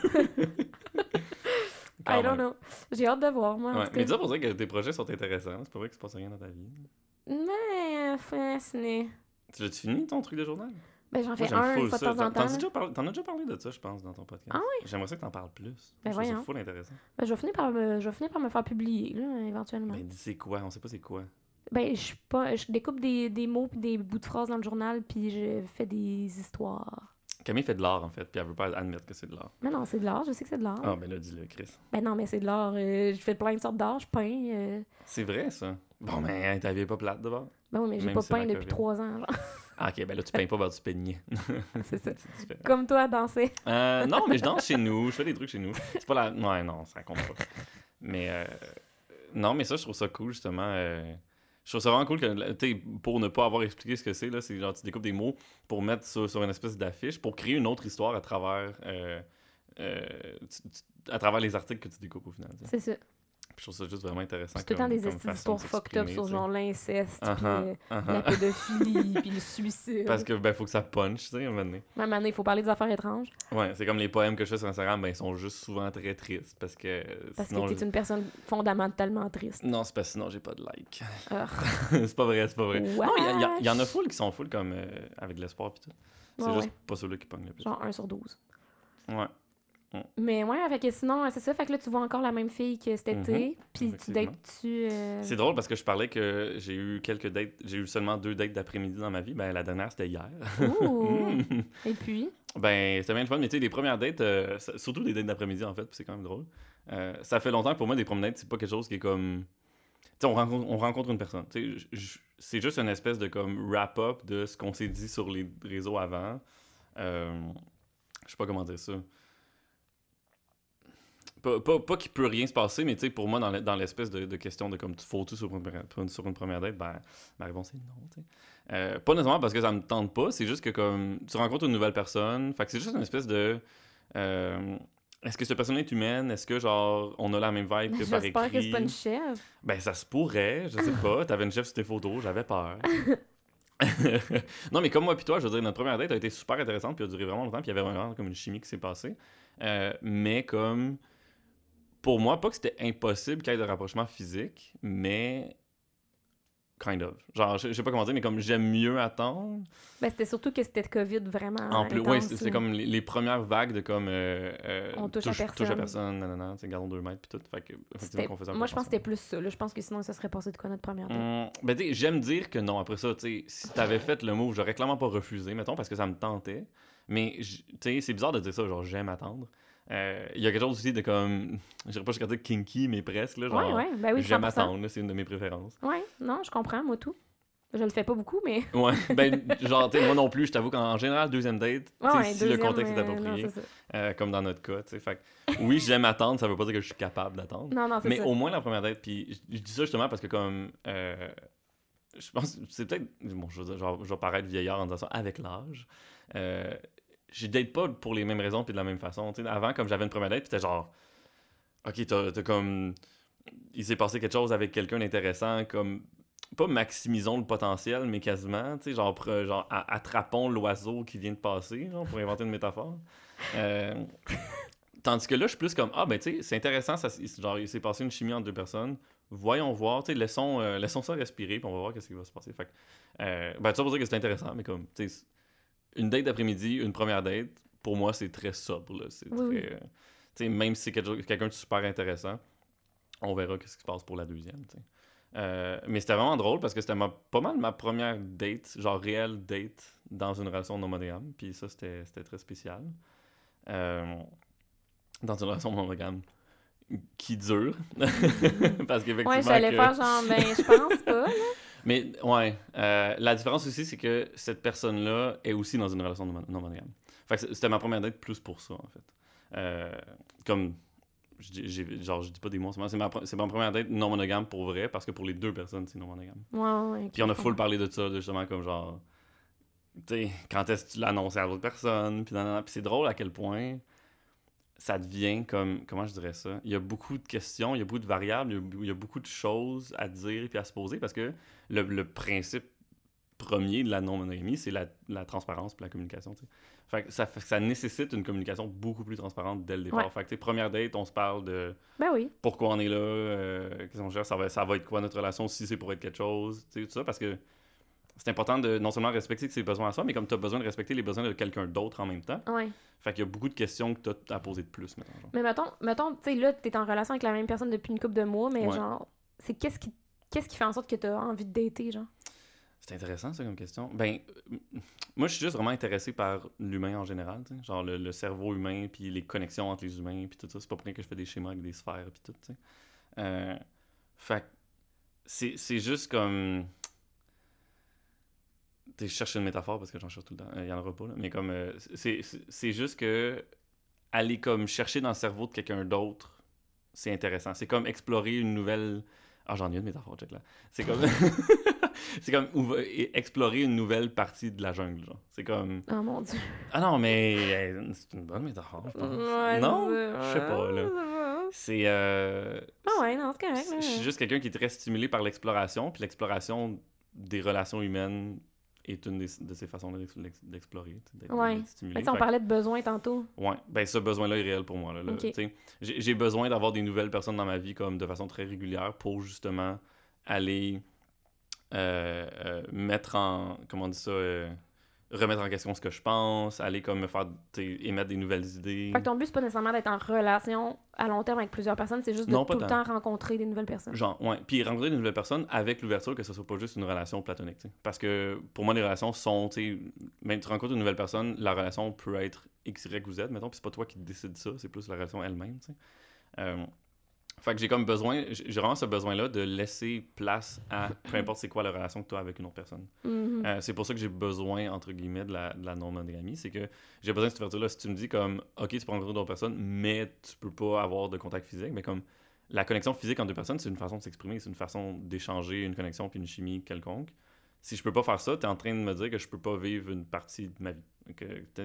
Quand I don't même. know. J'ai hâte de voir, moi. en Ouais, tout mais cas. dis pour ça que tes projets sont intéressants. C'est pas vrai qu'il se passe rien dans ta vie. Mais, enfin, ce n'est. Tu l'as-tu fini ton truc de journal? Ben, j'en Moi, fais j'aime un full une fois de ça. temps en T'en, temps. t'en as là. déjà parlé, t'en as déjà parlé de ça, je pense, dans ton podcast. Ah oui? J'aimerais ça que t'en parles plus. Ben, je trouve ça voyons. full intéressant. Ben, je vais finir par me, je vais finir par me faire publier, là, éventuellement. Ben, dis c'est quoi? On sait pas c'est quoi. Ben, je suis pas. Je découpe des, des mots puis des bouts de phrases dans le journal, puis je fais des histoires. Camille fait de l'art, en fait, puis elle veut pas admettre que c'est de l'art. Mais non, c'est de l'art, je sais que c'est de l'art. Ah, ben là, dis-le, Chris. Ben non, mais c'est de l'art. euh, je fais plein de sortes d'art, je peins. euh. C'est vrai, ça. Bon, ben, hein, ta vie est pas plate, d'abord. Ben oui, mais j'ai Même pas si c'est la peint depuis COVID. trois ans, genre. Ah, ok, ben là, tu peins pas, ben, tu peignais. C'est ça. c'est différent. Comme toi à danser. Euh, non, mais je danse chez nous, je fais des trucs chez nous. C'est pas la. Ouais, non, ça compte pas. Mais euh, non, mais ça, je trouve ça cool, justement. euh, Je trouve ça vraiment cool que, tu sais, pour ne pas avoir expliqué ce que c'est, là, c'est genre, tu découpes des mots pour mettre sur, sur une espèce d'affiche, pour créer une autre histoire à travers, euh, euh, tu- tu- à travers les articles que tu découpes au final. tu sais. C'est ça. Puis je trouve ça juste vraiment intéressant. C'est tout le temps comme- des comme esti façon de d'histoires fucked up s'exprimer, sur tu sais. genre l'inceste, puis Uh-huh, euh, uh-huh. la pédophilie, puis le suicide. Parce que, ben, faut que ça punch, tu sais, à un moment donné. Même année, il faut parler des affaires étranges. Ouais, c'est comme les poèmes que je fais sur Instagram, ben, ils sont juste souvent très tristes, parce que... Parce sinon, que t'es je- une personne fondamentalement triste. Non, c'est parce que sinon j'ai pas de like. Ah. c'est pas vrai, c'est pas vrai. Wesh. Non, il y, a- il y a- il y en a full qui sont full comme euh, avec de l'espoir pis tout. C'est Ouais, juste ouais. pas ceux-là qui pognent le plus. Genre un sur douze. Ouais. Mais ouais, fait que sinon, c'est ça. Fait que là, tu vois encore la même fille que cet été. Puis tu Effectivement. dates-tu. euh, C'est drôle parce que je parlais que j'ai eu quelques dates, j'ai eu seulement deux dates d'après-midi dans ma vie. Ben la dernière c'était hier. Ouh! Mm. Et puis. Ben c'était bien le fun, mais tu sais, les premières dates, euh, ça- surtout les dates d'après-midi en fait, puis c'est quand même drôle. Euh, ça fait longtemps que pour moi, des promenades, c'est pas quelque chose qui est comme. Tu sais, on rencontre, on rencontre une personne. Tu sais, je- je- c'est juste une espèce de comme wrap-up de ce qu'on s'est dit sur les réseaux avant. Euh, je sais pas comment dire ça. Pas, pas, pas qu'il peut rien se passer, mais tu sais, pour moi, dans, le- dans l'espèce de, de question de comme tu faut-tu sur une, première- sur une première date, ben, ma réponse est non, tu sais. Euh, pas nécessairement parce que ça me tente pas, c'est juste que comme tu rencontres une nouvelle personne, fait que c'est juste une espèce de. euh, est-ce que cette personne est humaine? Est-ce que genre on a la même vibe que par J'espère écrit? que c'est pas une chèvre. Ben ça se pourrait, je sais pas. T'avais une chef sur tes photos, j'avais peur. non, mais comme moi puis toi, je veux dire, notre première date a été super intéressante, puis a duré vraiment longtemps, puis il y avait vraiment comme une chimie qui s'est passée. Euh, mais comme, pour moi, pas que c'était impossible qu'il y ait de rapprochement physique, mais kind of. Genre, je je sais pas comment dire, mais comme j'aime mieux attendre. Ben, c'était surtout que c'était COVID vraiment. En plus, intense, ouais, c'est c'est là. comme les, les premières vagues de comme. euh, euh, On touche à Touche à personne. personne, nanana, tu sais, gardons deux mètres, puis tout. Fait que, effectivement, C'était- qu'on faisait un Moi, peu je pense que ensemble. c'était plus ça. Là. Je pense que sinon, ça serait passé de quoi notre première date. Hum, ben, tu sais, j'aime dire que non. Après ça, tu sais, si t'avais fait le move, j'aurais clairement pas refusé, mettons, parce que ça me tentait. Mais, j- tu sais, c'est bizarre de dire ça, genre, j'aime attendre. Euh, Il y a quelque chose aussi de comme. Je dirais pas jusqu'à dire kinky, mais presque, là. Genre, Ouais, ouais. Ben oui, j'aime cent pour cent. attendre, là, c'est une de mes préférences. Ouais, non, je comprends, moi tout. Je le fais pas beaucoup, mais. Ouais, ben, genre, tu sais, moi non plus, je t'avoue qu'en général, deuxième date, tu sais, Ouais, ouais, si deuxième, le contexte est euh, approprié, non, c'est ça. euh, comme dans notre cas, tu sais. Fait que, oui, j'aime attendre, ça veut pas dire que je suis capable d'attendre. Non, non, c'est Mais ça. au moins la première date, puis je, je dis ça justement parce que comme euh, je pense que c'est peut-être bon, je, veux dire, genre, je vais paraître vieillard en disant ça avec l'âge. Euh, je date pas pour les mêmes raisons puis de la même façon. Tu sais, avant, comme j'avais une première date, puis t'es genre ok, t'as, t'as comme il s'est passé quelque chose avec quelqu'un d'intéressant, comme pas maximisons le potentiel, mais quasiment, tu sais, genre, pre- genre a- attrapons l'oiseau qui vient de passer, genre, pour inventer une métaphore. Euh, Tandis que là, je suis plus comme, ah, ben, tu sais, c'est intéressant, ça, s- genre, il s'est passé une chimie entre deux personnes, voyons voir, tu sais, laissons, euh, laissons ça respirer, puis on va voir qu'est-ce qui va se passer. Fait que, euh, ben, ça pour dire que c'est intéressant, mais comme, tu sais, une date d'après-midi, une première date, pour moi, c'est très sobre, là. C'est Oui, très. euh, tu sais, même si c'est quelque chose- quelqu'un de super intéressant, on verra ce qui se passe pour la deuxième, tu sais. Euh, mais c'était vraiment drôle parce que c'était ma, pas mal ma première date, genre réelle date dans une relation non monogame. Puis ça, c'était, c'était très spécial. Euh, dans une relation monogame qui dure. Parce qu'effectivement. Ouais, j'allais que... faire genre, ben, je pense pas. Là. Mais ouais, euh, la différence aussi, c'est que cette personne-là est aussi dans une relation non monogame. Fait que c'était ma première date plus pour ça, en fait. Euh, comme. J'ai, j'ai, genre, je dis pas des mots, c'est ma, c'est ma première date non monogame pour vrai, parce que pour les deux personnes, c'est non monogame. Ouais, ouais. Okay, puis on a full parlé de ça, justement, comme genre, tu sais, quand est-ce que tu l'annonces à l'autre personne, puis c'est drôle à quel point ça devient comme, comment je dirais ça, il y a beaucoup de questions, il y a beaucoup de variables, il y a, il y a beaucoup de choses à dire puis à se poser, parce que le, le principe premier de la non-monogamie, c'est la, la transparence puis la communication, tu sais. Fait que ça, fait que ça nécessite une communication beaucoup plus transparente dès le départ. Ouais. Fait que, tu sais, première date, on se parle de ben oui. pourquoi on est là, euh, qu'est-ce qu'on cherche, ça va, ça va être quoi notre relation, si c'est pour être quelque chose, tu sais, tout ça, parce que c'est important de non seulement respecter ses besoins à soi, mais comme tu as besoin de respecter les besoins de quelqu'un d'autre en même temps. Ouais. Fait qu'il y a beaucoup de questions que tu as à poser de plus, mettons. Genre. Mais mettons, mettons tu sais, là, tu es en relation avec la même personne depuis une couple de mois, mais ouais. genre, c'est qu'est-ce qui, qu'est-ce qui fait en sorte que tu as envie de dater, genre? C'est intéressant, ça, comme question. Ben, euh, moi, je suis juste vraiment intéressé par l'humain en général, tu sais. Genre le, le cerveau humain, puis les connexions entre les humains, puis tout ça. C'est pas pour rien que je fais des schémas avec des sphères, puis tout, tu sais. Euh, fait c'est, c'est juste comme... Je cherche une métaphore parce que j'en cherche tout le temps. Il euh, y en aura pas, là. Mais comme... Euh, c'est, c'est, c'est juste que aller comme chercher dans le cerveau de quelqu'un d'autre, c'est intéressant. C'est comme explorer une nouvelle... Ah, j'en ai une métaphore, check là. C'est comme... c'est comme ouvre... explorer une nouvelle partie de la jungle, genre. C'est comme... Oh mon Dieu. Ah non, mais c'est une bonne métaphore, je pense. Ouais, non? c'est... Je sais pas, là. C'est... Euh... Ah ouais, non, c'est correct. Je suis juste quelqu'un qui est très stimulé par l'exploration, puis l'exploration des relations humaines est une des, de ces façons-là d'explorer, d'être, ouais. d'être stimulé. Fait on parlait de besoin tantôt. Ouais, ben ce besoin-là est réel pour moi. Là, là. Okay. J'ai, j'ai besoin d'avoir des nouvelles personnes dans ma vie comme de façon très régulière pour justement aller euh, euh, mettre en... Comment on dit ça? Euh, remettre en question ce que je pense, aller comme me faire émettre des nouvelles idées. Fait que ton but, c'est pas nécessairement d'être en relation à long terme avec plusieurs personnes, c'est juste de non, tout tant. le temps rencontrer des nouvelles personnes. Genre, ouais. Puis rencontrer des nouvelles personnes avec l'ouverture que ce soit pas juste une relation platonique, t'sais. Parce que pour moi, les relations sont, tu sais, même tu rencontres une nouvelle personne, la relation peut être X, Y ou Z, mettons, puis c'est pas toi qui décide ça, c'est plus la relation elle-même, tu sais. Euh, Fait que j'ai comme besoin, j'ai vraiment ce besoin-là de laisser place à peu importe c'est quoi la relation que tu as avec une autre personne. Mm-hmm. Euh, c'est pour ça que j'ai besoin, entre guillemets, de la, de la non-monogamie. C'est que j'ai besoin de cette ouverture-là. Si tu me dis comme, OK, tu peux rencontrer d'autres personnes, mais tu peux pas avoir de contact physique, mais comme la connexion physique entre deux personnes, c'est une façon de s'exprimer, c'est une façon d'échanger une connexion puis une chimie quelconque. Si je peux pas faire ça, tu es en train de me dire que je peux pas vivre une partie de ma vie. Que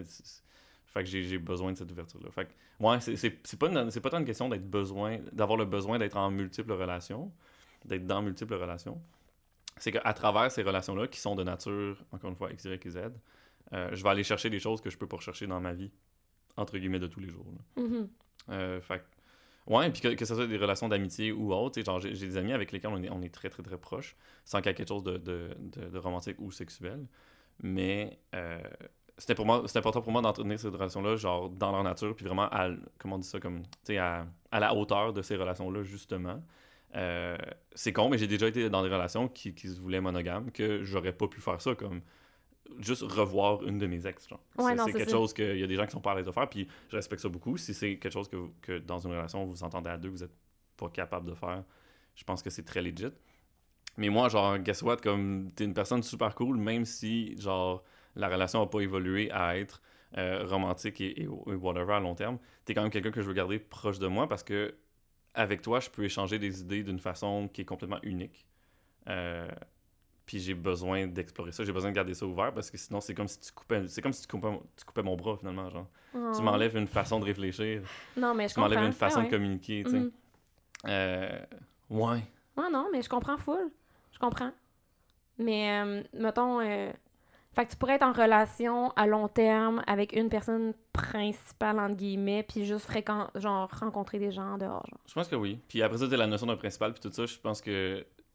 Fait que j'ai, j'ai besoin de cette ouverture-là. Fait que, ouais, c'est, c'est, c'est, pas une, c'est pas tant une question d'être besoin, d'avoir le besoin d'être en multiples relations, d'être dans multiples relations. C'est qu'à travers ces relations-là, qui sont de nature, encore une fois, X, Y et Z, euh, je vais aller chercher des choses que je peux pas rechercher dans ma vie, entre guillemets, de tous les jours. Mm-hmm. Euh, fait que, ouais, puis que, que ce soit des relations d'amitié ou autres, genre j'ai, j'ai des amis avec lesquels on est, on est très, très, très proches, sans qu'il y ait quelque chose de, de, de, de romantique ou sexuel. Mais... Euh, C'était pour moi, c'était important pour moi d'entretenir ces relations-là, genre dans leur nature, puis vraiment à, comment on dit ça, comme, tu sais, à, à la hauteur de ces relations-là, justement. Euh, c'est con, mais j'ai déjà été dans des relations qui, qui se voulaient monogames, que j'aurais pas pu faire ça, comme juste revoir une de mes ex, genre. Ouais, c'est non, c'est c'est quelque ça. chose qu'il y a des gens qui sont pas à l'aise de faire, puis je respecte ça beaucoup. Si c'est quelque chose que, que dans une relation, vous vous entendez à deux, vous êtes pas capable de faire, je pense que c'est très legit. Mais moi, genre, guess what, comme, t'es une personne super cool, même si, genre, la relation n'a pas évolué à être euh, romantique et, et, et whatever à long terme, t'es quand même quelqu'un que je veux garder proche de moi parce que avec toi, je peux échanger des idées d'une façon qui est complètement unique. Euh, puis j'ai besoin d'explorer ça, j'ai besoin de garder ça ouvert parce que sinon, c'est comme si tu coupais, c'est comme si tu coupais, tu coupais mon bras, finalement, genre. Oh. Tu m'enlèves une façon de réfléchir. Non, mais je tu m'enlèves comprends. une façon ah, ouais. de communiquer, tu sais. Mm-hmm. Euh, ouais. Ah non, mais je comprends full. Je comprends. Mais, euh, mettons... Euh... Fait que tu pourrais être en relation à long terme avec une personne principale, entre guillemets, puis juste fréquent, genre rencontrer des gens en dehors. Genre. Je pense que oui. Puis après ça, t'as la notion d'un principal, puis tout ça, je pense que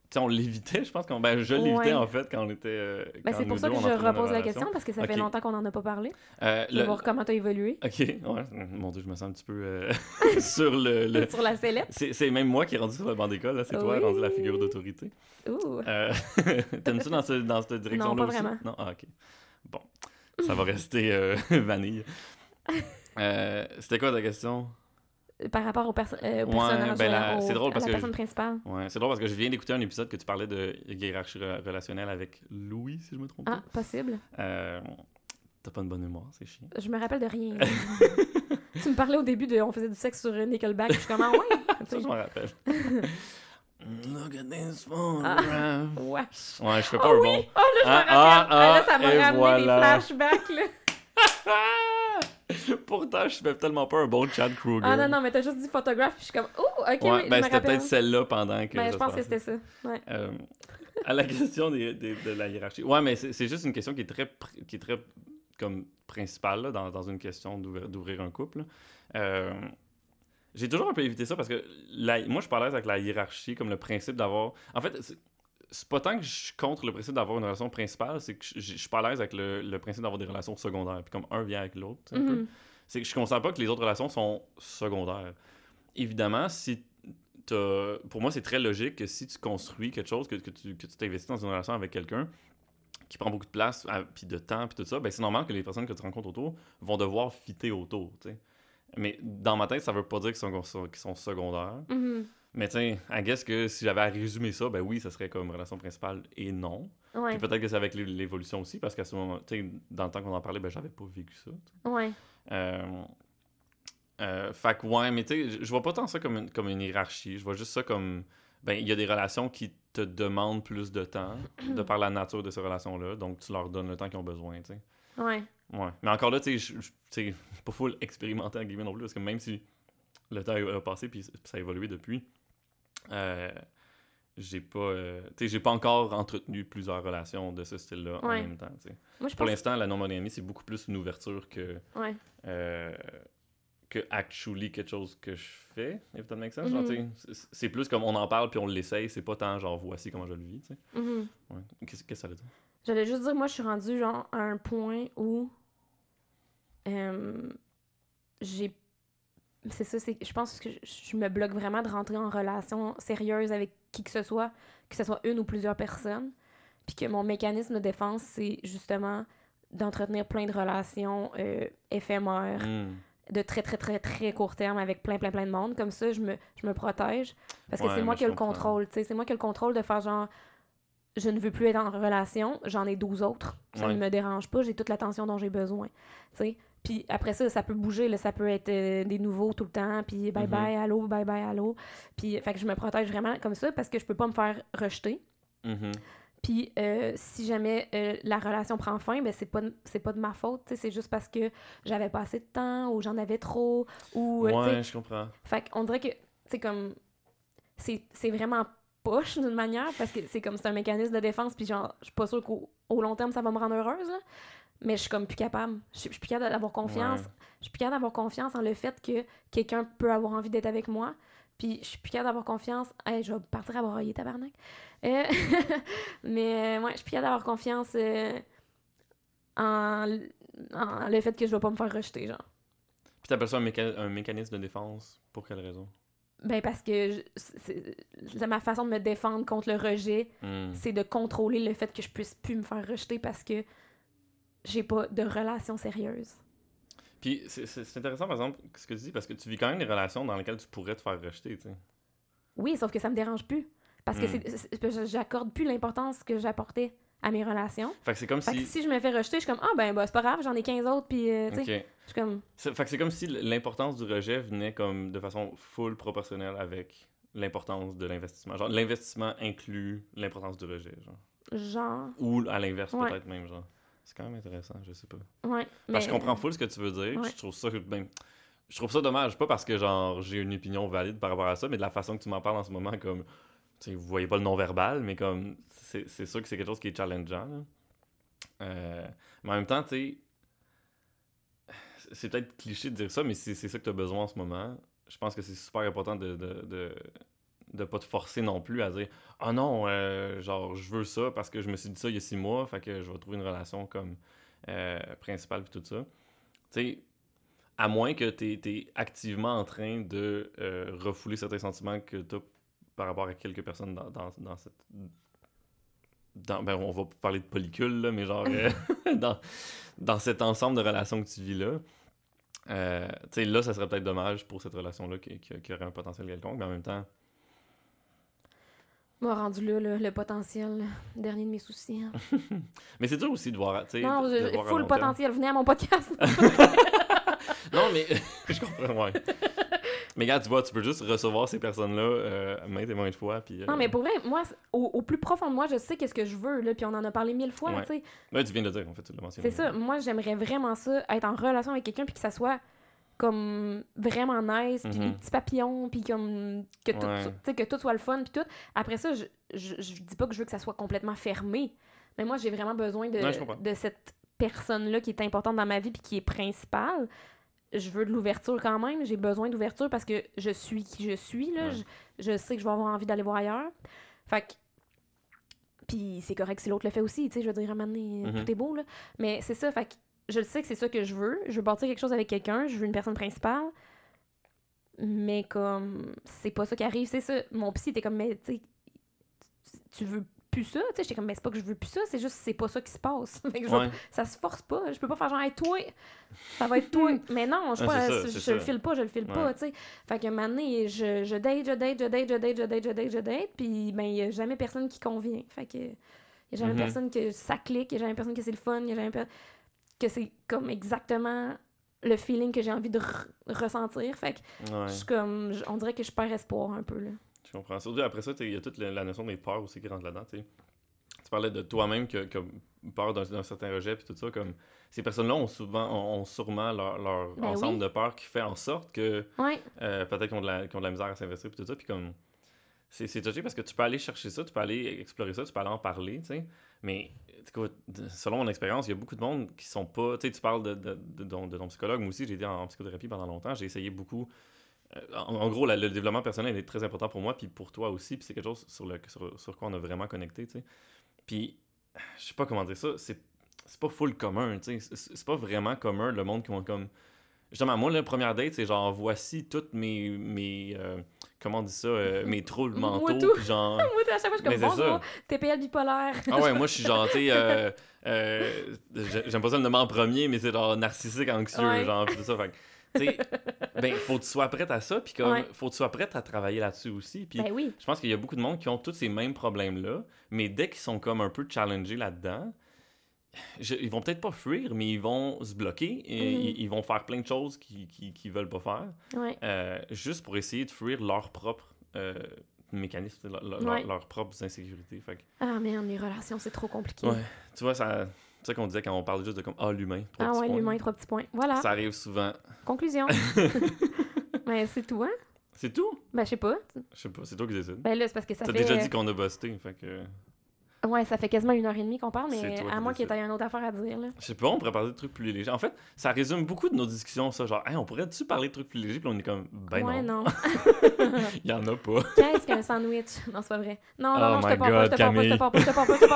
sais, on l'évitait, je pense qu'on ben je l'évitais ouais. en fait quand on était euh, ben, quand c'est pour nous ça deux, que je repose la question parce que ça okay. fait longtemps qu'on n'en a pas parlé. Euh, je vais le... voir comment t'as évolué. OK, ouais, mon Dieu, je me sens un petit peu euh, sur le, le... sur la sellette. C'est, c'est même moi qui est rendu sur le banc d'école, là, c'est oui. toi rendu la figure d'autorité. Ouh. Euh... T'aimes ça dans, ce, dans cette direction-là non, pas aussi? Vraiment. Non, ah, OK. Bon, ça va rester euh, vanille. Euh, c'était quoi ta question? Par rapport au, perso- euh, au personnage, ouais, ben la, au, c'est drôle parce à la que personne je, principale. Ouais, c'est drôle parce que je viens d'écouter un épisode que tu parlais de hiérarchie relationnelle avec Louis, si je me trompe pas. Ah, possible. Euh, t'as pas une bonne mémoire, c'est chiant. Je me rappelle de rien. Tu me parlais au début de on faisait du sexe sur Nickelback, je suis comme ah ouais. Ça, je m'en rappelle. Look at this phone. Ah, wesh. Ouais, je fais pas oh, un oui. bon. Oh là, je ah, me rappelle. Ah, ah, là, ça m'a ramené voilà. des flashbacks, là. Pourtant, je fais tellement pas un bon Chad Kroeger. Ah non, non, mais t'as juste dit photographe, puis je suis comme, oh, ok, ouais, oui, ben, je me c'était rappelle. peut-être celle-là pendant que. Ben, je pense que c'était ça. Ouais. Euh, à la question des, des, de la hiérarchie. Ouais, mais c'est, c'est juste une question qui est très, qui est très comme principale là, dans, dans une question d'ouvrir, d'ouvrir un couple. Euh, j'ai toujours un peu évité ça parce que la, moi, je suis pas à l'aise avec la hiérarchie, comme le principe d'avoir. En fait, c'est, c'est pas tant que je suis contre le principe d'avoir une relation principale, c'est que je, je, je suis pas à l'aise avec le, le principe d'avoir des relations secondaires. Puis comme un vient avec l'autre, un mm-hmm. peu. C'est que je ne considère pas que les autres relations sont secondaires. Évidemment, si t'as... pour moi, c'est très logique que si tu construis quelque chose, que, que tu que tu t'investis dans une relation avec quelqu'un qui prend beaucoup de place, puis de temps, puis tout ça, ben c'est normal que les personnes que tu rencontres autour vont devoir fitter autour, t'sais. Mais dans ma tête, ça veut pas dire qu'ils sont, qu'ils sont secondaires. Mm-hmm. Mais tiens, I guess que si j'avais à résumer ça, ben oui, ça serait comme relation principale et non. Ouais. Puis peut-être que c'est avec l'évolution aussi, parce qu'à ce moment, tu sais, dans le temps qu'on en parlait, ben j'avais pas vécu ça. T'sais. Ouais. Euh, euh, fait que ouais, mais tu sais, je vois pas tant ça comme une, comme une hiérarchie. Je vois juste ça comme, ben, il y a des relations qui te demandent plus de temps, de par la nature de ces relations-là, donc tu leur donnes le temps qu'ils ont besoin, tu sais. Ouais. Ouais. Mais encore là, tu sais, je suis pas full expérimenté en guillemets non plus, parce que même si le temps a passé puis ça a évolué depuis, euh, j'ai pas euh, tu sais j'ai pas encore entretenu plusieurs relations de ce style-là ouais. en même temps, tu sais. Pour pense... l'instant, la non-monogamie, c'est beaucoup plus une ouverture que ouais. euh, que actually quelque chose que je fais, if that makes sense. Mm-hmm. Genre, c'est, c'est plus comme on en parle puis on l'essaye, c'est pas tant genre voici comment je le vis, tu sais. Mm-hmm. Ouais. Qu'est-ce, qu'est-ce que ça veut dire? J'allais juste dire, moi je suis rendue genre à un point où euh, j'ai c'est ça, c'est je pense que je, je me bloque vraiment de rentrer en relation sérieuse avec qui que ce soit, que ce soit une ou plusieurs personnes, puis que mon mécanisme de défense, c'est justement d'entretenir plein de relations euh, éphémères, mm. de très, très, très, très court terme avec plein, plein, plein de monde. Comme ça, je me, je me protège, parce que ouais, c'est moi qui ai le contrôle, tu sais, c'est moi qui ai le contrôle de faire genre, je ne veux plus être en relation, j'en ai douze autres, ça ouais. ne me dérange pas, j'ai toute l'attention dont j'ai besoin, tu sais. Puis après ça, ça peut bouger, là, ça peut être euh, des nouveaux tout le temps, puis bye bye, mm-hmm. allô, bye bye, allô. Puis fait que je me protège vraiment comme ça parce que je peux pas me faire rejeter. Mm-hmm. Puis euh, si jamais euh, la relation prend fin, ben c'est pas de, c'est pas de ma faute, tu sais, c'est juste parce que j'avais pas assez de temps ou j'en avais trop ou euh, ouais, je comprends. Fait qu'on dirait que c'est comme c'est c'est vraiment poche d'une manière parce que c'est comme c'est un mécanisme de défense puis genre je suis pas sûre qu'au au long terme ça va me rendre heureuse là. Mais je suis comme plus capable. Je suis, je suis plus capable d'avoir confiance. Ouais. Je suis plus capable d'avoir confiance en le fait que quelqu'un peut avoir envie d'être avec moi. Puis je suis plus capable d'avoir confiance. Hey, je vais partir à broyer, tabarnak. Euh, mais ouais, je suis plus capable d'avoir confiance euh, en, en le fait que je vais pas me faire rejeter, genre. Puis t'appelles ça un, méca- un mécanisme de défense? Pour quelle raison? Ben parce que je, c'est, c'est ma façon de me défendre contre le rejet, mm. c'est de contrôler le fait que je puisse plus me faire rejeter parce que j'ai pas de relation sérieuse. Puis c'est, c'est, c'est intéressant, par exemple, ce que tu dis, parce que tu vis quand même des relations dans lesquelles tu pourrais te faire rejeter, tu sais. Oui, sauf que ça me dérange plus. Parce mm. que c'est, c'est, j'accorde plus l'importance que j'apportais à mes relations. Fait que c'est comme fait si... que si je me fais rejeter, je suis comme « Ah, ben, bah, c'est pas grave, j'en ai quinze autres, puis euh, tu sais. Okay. » Je suis comme... C'est, fait que c'est comme si l'importance du rejet venait comme de façon full proportionnelle avec l'importance de l'investissement. Genre, l'investissement inclut l'importance du rejet, genre. Genre... Ou à l'inverse, ouais. peut-être même, genre. C'est quand même intéressant, je sais pas. Ouais. Mais... Parce que je comprends full ce que tu veux dire. Ouais. Je trouve ça ben, je trouve ça dommage, pas parce que genre j'ai une opinion valide par rapport à ça, mais de la façon que tu m'en parles en ce moment, comme tu sais, vous voyez pas le non-verbal, mais comme c'est, c'est sûr que c'est quelque chose qui est challengeant. Là. Euh, mais en même temps, tu sais, c'est peut-être cliché de dire ça, mais c'est, c'est ça que tu as besoin en ce moment. Je pense que c'est super important de, de, de, de pas te forcer non plus à dire « Ah oh non, euh, genre, je veux ça parce que je me suis dit ça il y a six mois, fait que je vais trouver une relation comme euh, principale puis tout ça. » Tu sais, à moins que tu es activement en train de euh, refouler certains sentiments que tu as par rapport à quelques personnes dans, dans, dans cette... Dans, ben, on va parler de polycule, là, mais genre euh, dans, dans cet ensemble de relations que tu vis là, euh, tu sais, là, ça serait peut-être dommage pour cette relation-là qui, qui, qui aurait un potentiel quelconque, mais en même temps... Moi, rendu là, le, le potentiel, le dernier de mes soucis. Hein. Mais c'est dur aussi de voir, tu sais... Non, de, de il faut le potentiel. Venez à mon podcast. Non, mais je comprends, ouais. Mais regarde, tu vois, tu peux juste recevoir ces personnes-là euh, maintes et maintes fois. Puis, euh... Non, mais pour vrai, moi, au, au plus profond de moi, je sais qu'est-ce que je veux, là, puis on en a parlé mille fois, ouais. tu sais. Ouais, tu viens de le dire, en fait, tu l'as mentionné. C'est ça. Moi, j'aimerais vraiment ça, être en relation avec quelqu'un, puis que ça soit comme vraiment nice, puis mm-hmm. les petits papillons, puis comme que tout, ouais. tu sais, que tout soit le fun, puis tout. Après ça, je, je, je dis pas que je veux que ça soit complètement fermé, mais moi, j'ai vraiment besoin de, ouais, de cette personne-là qui est importante dans ma vie, puis qui est principale. Je veux de l'ouverture quand même, j'ai besoin d'ouverture parce que je suis qui je suis, là. Ouais. Je, je sais que je vais avoir envie d'aller voir ailleurs. Fait que... Puis c'est correct si l'autre le fait aussi, tu sais, je veux dire, à un moment donné, mm-hmm. tout est beau, là. Mais c'est ça, fait que je le sais que c'est ça que je veux. Je veux bâtir quelque chose avec quelqu'un, je veux une personne principale. Mais comme, c'est pas ça qui arrive, c'est ça. Mon psy était comme, mais tu sais, tu veux plus ça, tu sais, j'étais comme, mais c'est pas que je veux plus ça, c'est juste c'est pas ça qui se passe. Fait que je, ouais. Ça se force pas, je peux pas faire genre, hey, toi, ça va être toi. Mais non, je, ah, pas, ça, je, je le file pas, je le file ouais. pas, tu sais. Fait qu'à un moment donné, je, je date, je date, je date, je date, je date, je date, je date, puis ben, y a jamais personne qui convient. Fait que, y a jamais mm-hmm. personne que ça clique, y a jamais personne que c'est le fun, y a jamais personne que c'est comme exactement le feeling que j'ai envie de re- ressentir. Fait que, ouais. je suis comme, on dirait que je perds espoir un peu, là. Je comprends. Surtout après ça, il y a toute la, la notion des peurs aussi qui rentre là-dedans. T'sais. Tu parlais de toi-même qui a peur d'un, d'un certain rejet puis tout ça. Comme ces personnes-là ont souvent ont, ont sûrement leur, leur ben ensemble oui. de peurs qui fait en sorte que ouais. euh, peut-être qu'ils ont, de la, qu'ils ont de la misère à s'investir puis tout ça. Puis comme c'est, c'est touché parce que tu peux aller chercher ça, tu peux aller explorer ça, tu peux aller en parler, tu sais. Mais écoute, selon mon expérience, il y a beaucoup de monde qui sont pas... Tu sais, tu parles de, de, de, de, de, de ton psychologue. Moi aussi, j'ai été en, en psychothérapie pendant longtemps. J'ai essayé beaucoup... En, en gros, la, le développement personnel est très important pour moi, puis pour toi aussi, puis c'est quelque chose sur, le, sur, sur quoi on a vraiment connecté, tu sais. Puis, je sais pas comment dire ça, c'est, c'est pas full commun, tu sais. C'est, c'est pas vraiment commun, le monde qui vont comme... Justement, moi, la première date, c'est genre, voici toutes mes... mes euh, comment on dit ça? Euh, mes troubles mentaux, moi tout. Puis genre... moi, tout, à chaque fois, je suis comme, bon, T P L bipolaire. Ah ouais, moi, je suis genre, tu sais... Euh, euh, j'aime pas ça le nommer en premier, mais c'est genre narcissique, anxieux, ouais. genre, pis tout ça, fait tu sais, ben, faut que tu sois prête à ça, puis comme, ouais. faut que tu sois prête à travailler là-dessus aussi. Puis ben oui. Je pense qu'il y a beaucoup de monde qui ont tous ces mêmes problèmes-là, mais dès qu'ils sont comme un peu challengés là-dedans, je, ils vont peut-être pas fuir, mais ils vont se bloquer, et mm-hmm. ils, ils vont faire plein de choses qu'ils, qu'ils, qu'ils veulent pas faire, ouais. euh, juste pour essayer de fuir leur propre euh, mécanisme, leur, leur, ouais. leurs propres insécurités. Fait que... Ah, mais les relations, c'est trop compliqué. Ouais, tu vois, ça... C'est ça qu'on disait quand on parle juste de comme ah l'humain, trois ah petits ouais, points. l'humain, trois petits points. Voilà. Ça arrive souvent. Conclusion. Mais c'est tout, hein? C'est tout? Ben, je sais pas. Je sais pas, c'est toi qui décides. Ben là, c'est parce que ça T'as fait... T'as déjà dit qu'on a busté, fait que... Ouais, ça fait quasiment une heure et demie qu'on parle, mais à moins qu'il y ait une autre affaire à dire, là. Je sais pas, on pourrait parler de trucs plus légers. En fait, ça résume beaucoup de nos discussions, ça. Genre, hey, on pourrait-tu parler de trucs plus légers? Puis on est comme, ben ouais, non. non. Il y en a pas. Qu'est-ce qu'un sandwich? Non, c'est pas vrai. Non, non, oh non, je te parle pas, je te parle pas, je te parle pas, je te parle pas, je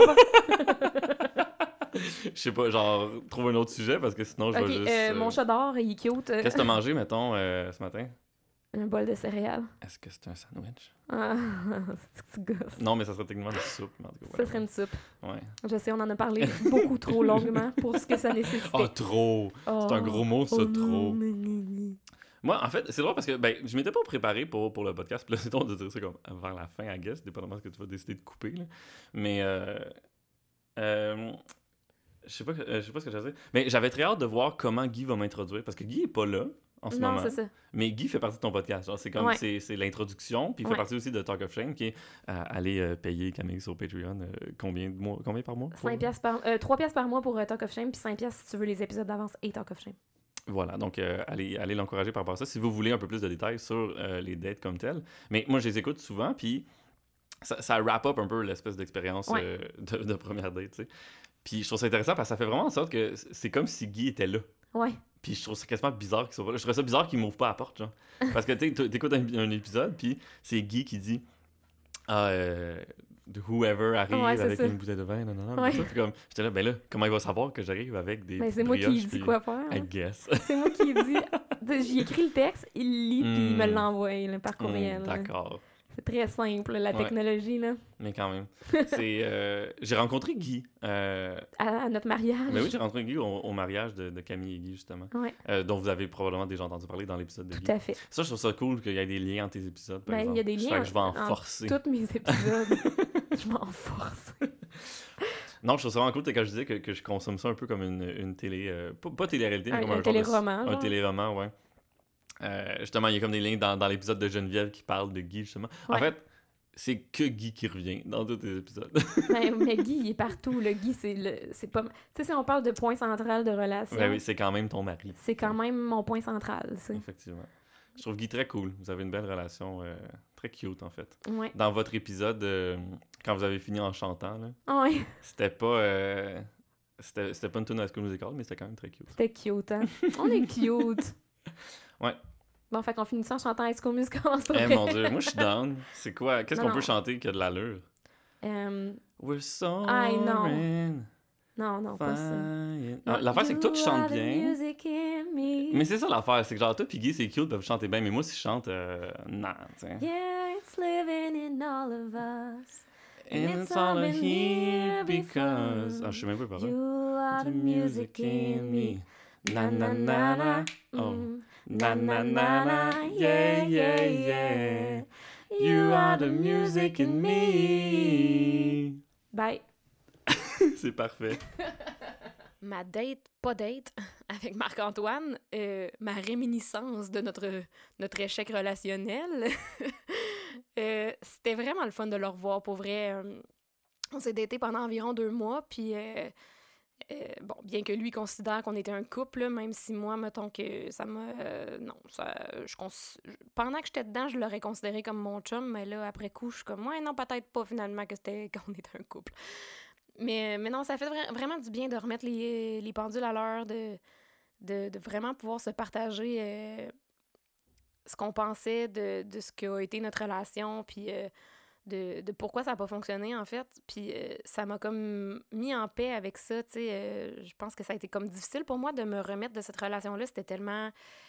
te parle pas. Je sais pas, genre, trouve un autre sujet parce que sinon je okay, vais juste. Euh, euh... Mon chat d'or, il est cute. Qu'est-ce que t'as mangé, mettons, euh, ce matin? Un bol de céréales. Est-ce que c'est un sandwich? Ah, c'est que tu gosses. Non, mais ça serait techniquement une soupe. Mais en tout cas, ça serait une soupe. Ouais. Je sais, on en a parlé beaucoup trop longuement pour ce que ça nécessitait. Oh, trop! Oh, c'est un gros mot, ça, oh, trop. Moi, en fait, c'est drôle parce que ben, je m'étais pas préparé pour, pour le podcast. Puis là, c'est drôle de dire ça comme vers la fin, I guess, dépendamment de ce que tu vas décider de couper. Là. Mais. Euh, euh, Je sais pas, euh, je sais pas ce que j'allais dire. Mais j'avais très hâte de voir comment Guy va m'introduire. Parce que Guy est pas là en ce non, moment. C'est ça. Mais Guy fait partie de ton podcast. Genre, c'est comme ouais. c'est, c'est l'introduction. Puis il fait ouais. partie aussi de Talk of Shame, qui est euh, aller euh, payer Camille sur Patreon. Euh, combien, de mois, combien par mois? cinq piastres par, euh, trois piastres par mois pour euh, Talk of Shame. Puis cinq piastres si tu veux les épisodes d'avance et Talk of Shame. Voilà, donc euh, allez, allez l'encourager par rapport à ça. Si vous voulez un peu plus de détails sur euh, les dates comme telles. Mais moi, je les écoute souvent. Puis ça, ça wrap up un peu l'espèce d'expérience ouais. euh, de, de première date, tu sais. Puis je trouve ça intéressant parce que ça fait vraiment en sorte que c'est comme si Guy était là. Ouais. Puis je trouve ça quasiment bizarre qu'il soit pas là. Je trouve ça bizarre qu'il m'ouvre pas la porte, genre. Parce que tu t'écoutes un, un épisode, puis c'est Guy qui dit ah, euh, de whoever arrive Ouais, c'est avec ça. une bouteille de vin, non, non, non. Ouais. Puis comme, j'étais là, ben là, comment il va savoir que j'arrive avec des Ben, petites c'est moi qui brioches, lui dis puis- quoi faire. I hein. guess. C'est moi qui lui dis. J'y écris le texte, il le lit, puis il me Hmm. l'envoie là, par courriel. Hmm, là. D'accord. C'est très simple, la Ouais. technologie, là. Mais quand même. C'est, euh, j'ai rencontré Guy. Euh, À, à notre mariage. mais oui, j'ai rencontré Guy au, au mariage de, de Camille et Guy, justement. Ouais, Euh, dont vous avez probablement déjà entendu parler dans l'épisode de tout Guy. à fait. Ça, je trouve ça cool qu'il y ait des liens entre tes épisodes, par Ben, il y exemple. a des Je liens fais que je vais en entre forcer. Tous mes épisodes. Je m'en force. Non, je trouve ça vraiment cool, c'est quand je disais que, que je consomme ça un peu comme une, une télé... euh, pas, pas télé-réalité, mais Un, comme un un, genre de- téléroman. Un genre. téléroman, ouais. Euh, justement, il y a comme des liens dans, dans l'épisode de Geneviève qui parle de Guy, justement. En Ouais. fait, c'est que Guy qui revient dans tous les épisodes. Ben, mais Guy, il est partout. Le Guy, c'est le, c'est pas. Tu sais, si on parle de point central de relation, Ben oui, c'est quand même ton mari. c'est quand même mon point central. c'est. Effectivement. Je trouve Guy très cool. Vous avez une belle relation, euh, très cute, en fait. Ouais. Dans votre épisode, euh, quand vous avez fini en chantant, là, Ah ouais, c'était pas... euh, c'était, c'était pas une tune à High School Musical, mais c'était quand même très cute. c'était cute, hein? On est cute. Ouais. Bon, fait qu'on finit ça en chantant High School Musical en Eh soirée. mon Dieu, moi je suis down. C'est quoi? Qu'est-ce Non, qu'on peut non. chanter qui a de l'allure? Euh, We're soaring. Aïe, non. non, non, pas ça. flying. Non, Ah, l'affaire, c'est que toi, tu You are chantes the bien. music in me. Mais c'est ça l'affaire, c'est que genre toi pis Guy, c'est cute, bah, vous chantez bien, mais moi si je chante, euh, non, tu sais. Yeah, it's living in all of us. And it's all here because... Ah, je sais même pas par You are The the music in me. Na na na na. Oh. Mm. Na na na na, yeah, yeah, yeah. You are the music in me. Bye. C'est parfait. Ma date, pas date, avec Marc-Antoine, euh, ma réminiscence de notre, notre échec relationnel, euh, c'était vraiment le fun de le revoir, pour vrai. Euh, on s'est daté pendant environ deux mois, puis euh, euh, bon, bien que lui considère qu'on était un couple, là, même si moi, mettons que ça m'a... euh, non, ça... Je cons... Pendant que j'étais dedans, je l'aurais considéré comme mon chum, mais là, après coup, je suis comme, ouais, non, peut-être pas finalement que c'était qu'on était un couple. Mais, mais non, ça fait vra- vraiment du bien de remettre les, les pendules à l'heure, de, de, de vraiment pouvoir se partager euh, ce qu'on pensait de, de ce qu'a été notre relation, puis euh, de, de pourquoi ça n'a pas fonctionné, en fait. Puis euh, ça m'a comme mis en paix avec ça, tu sais. Euh, je pense que ça a été comme difficile pour moi de me remettre de cette relation-là. C'était tellement...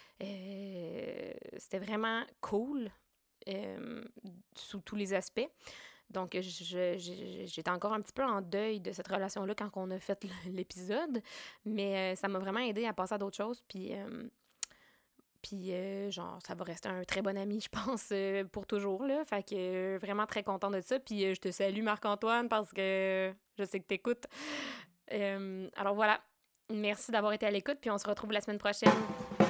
Euh, c'était vraiment cool, euh, sous tous les aspects. Donc, je, je, j'étais encore un petit peu en deuil de cette relation-là quand on a fait l'épisode, mais euh, ça m'a vraiment aidé à passer à d'autres choses, puis, euh, puis euh, genre, ça va rester un très bon ami, je pense, euh, pour toujours, là, fait que euh, vraiment très contente de ça, puis euh, je te salue, Marc-Antoine, parce que je sais que t'écoutes. Euh, alors voilà, merci d'avoir été à l'écoute, puis on se retrouve la semaine prochaine.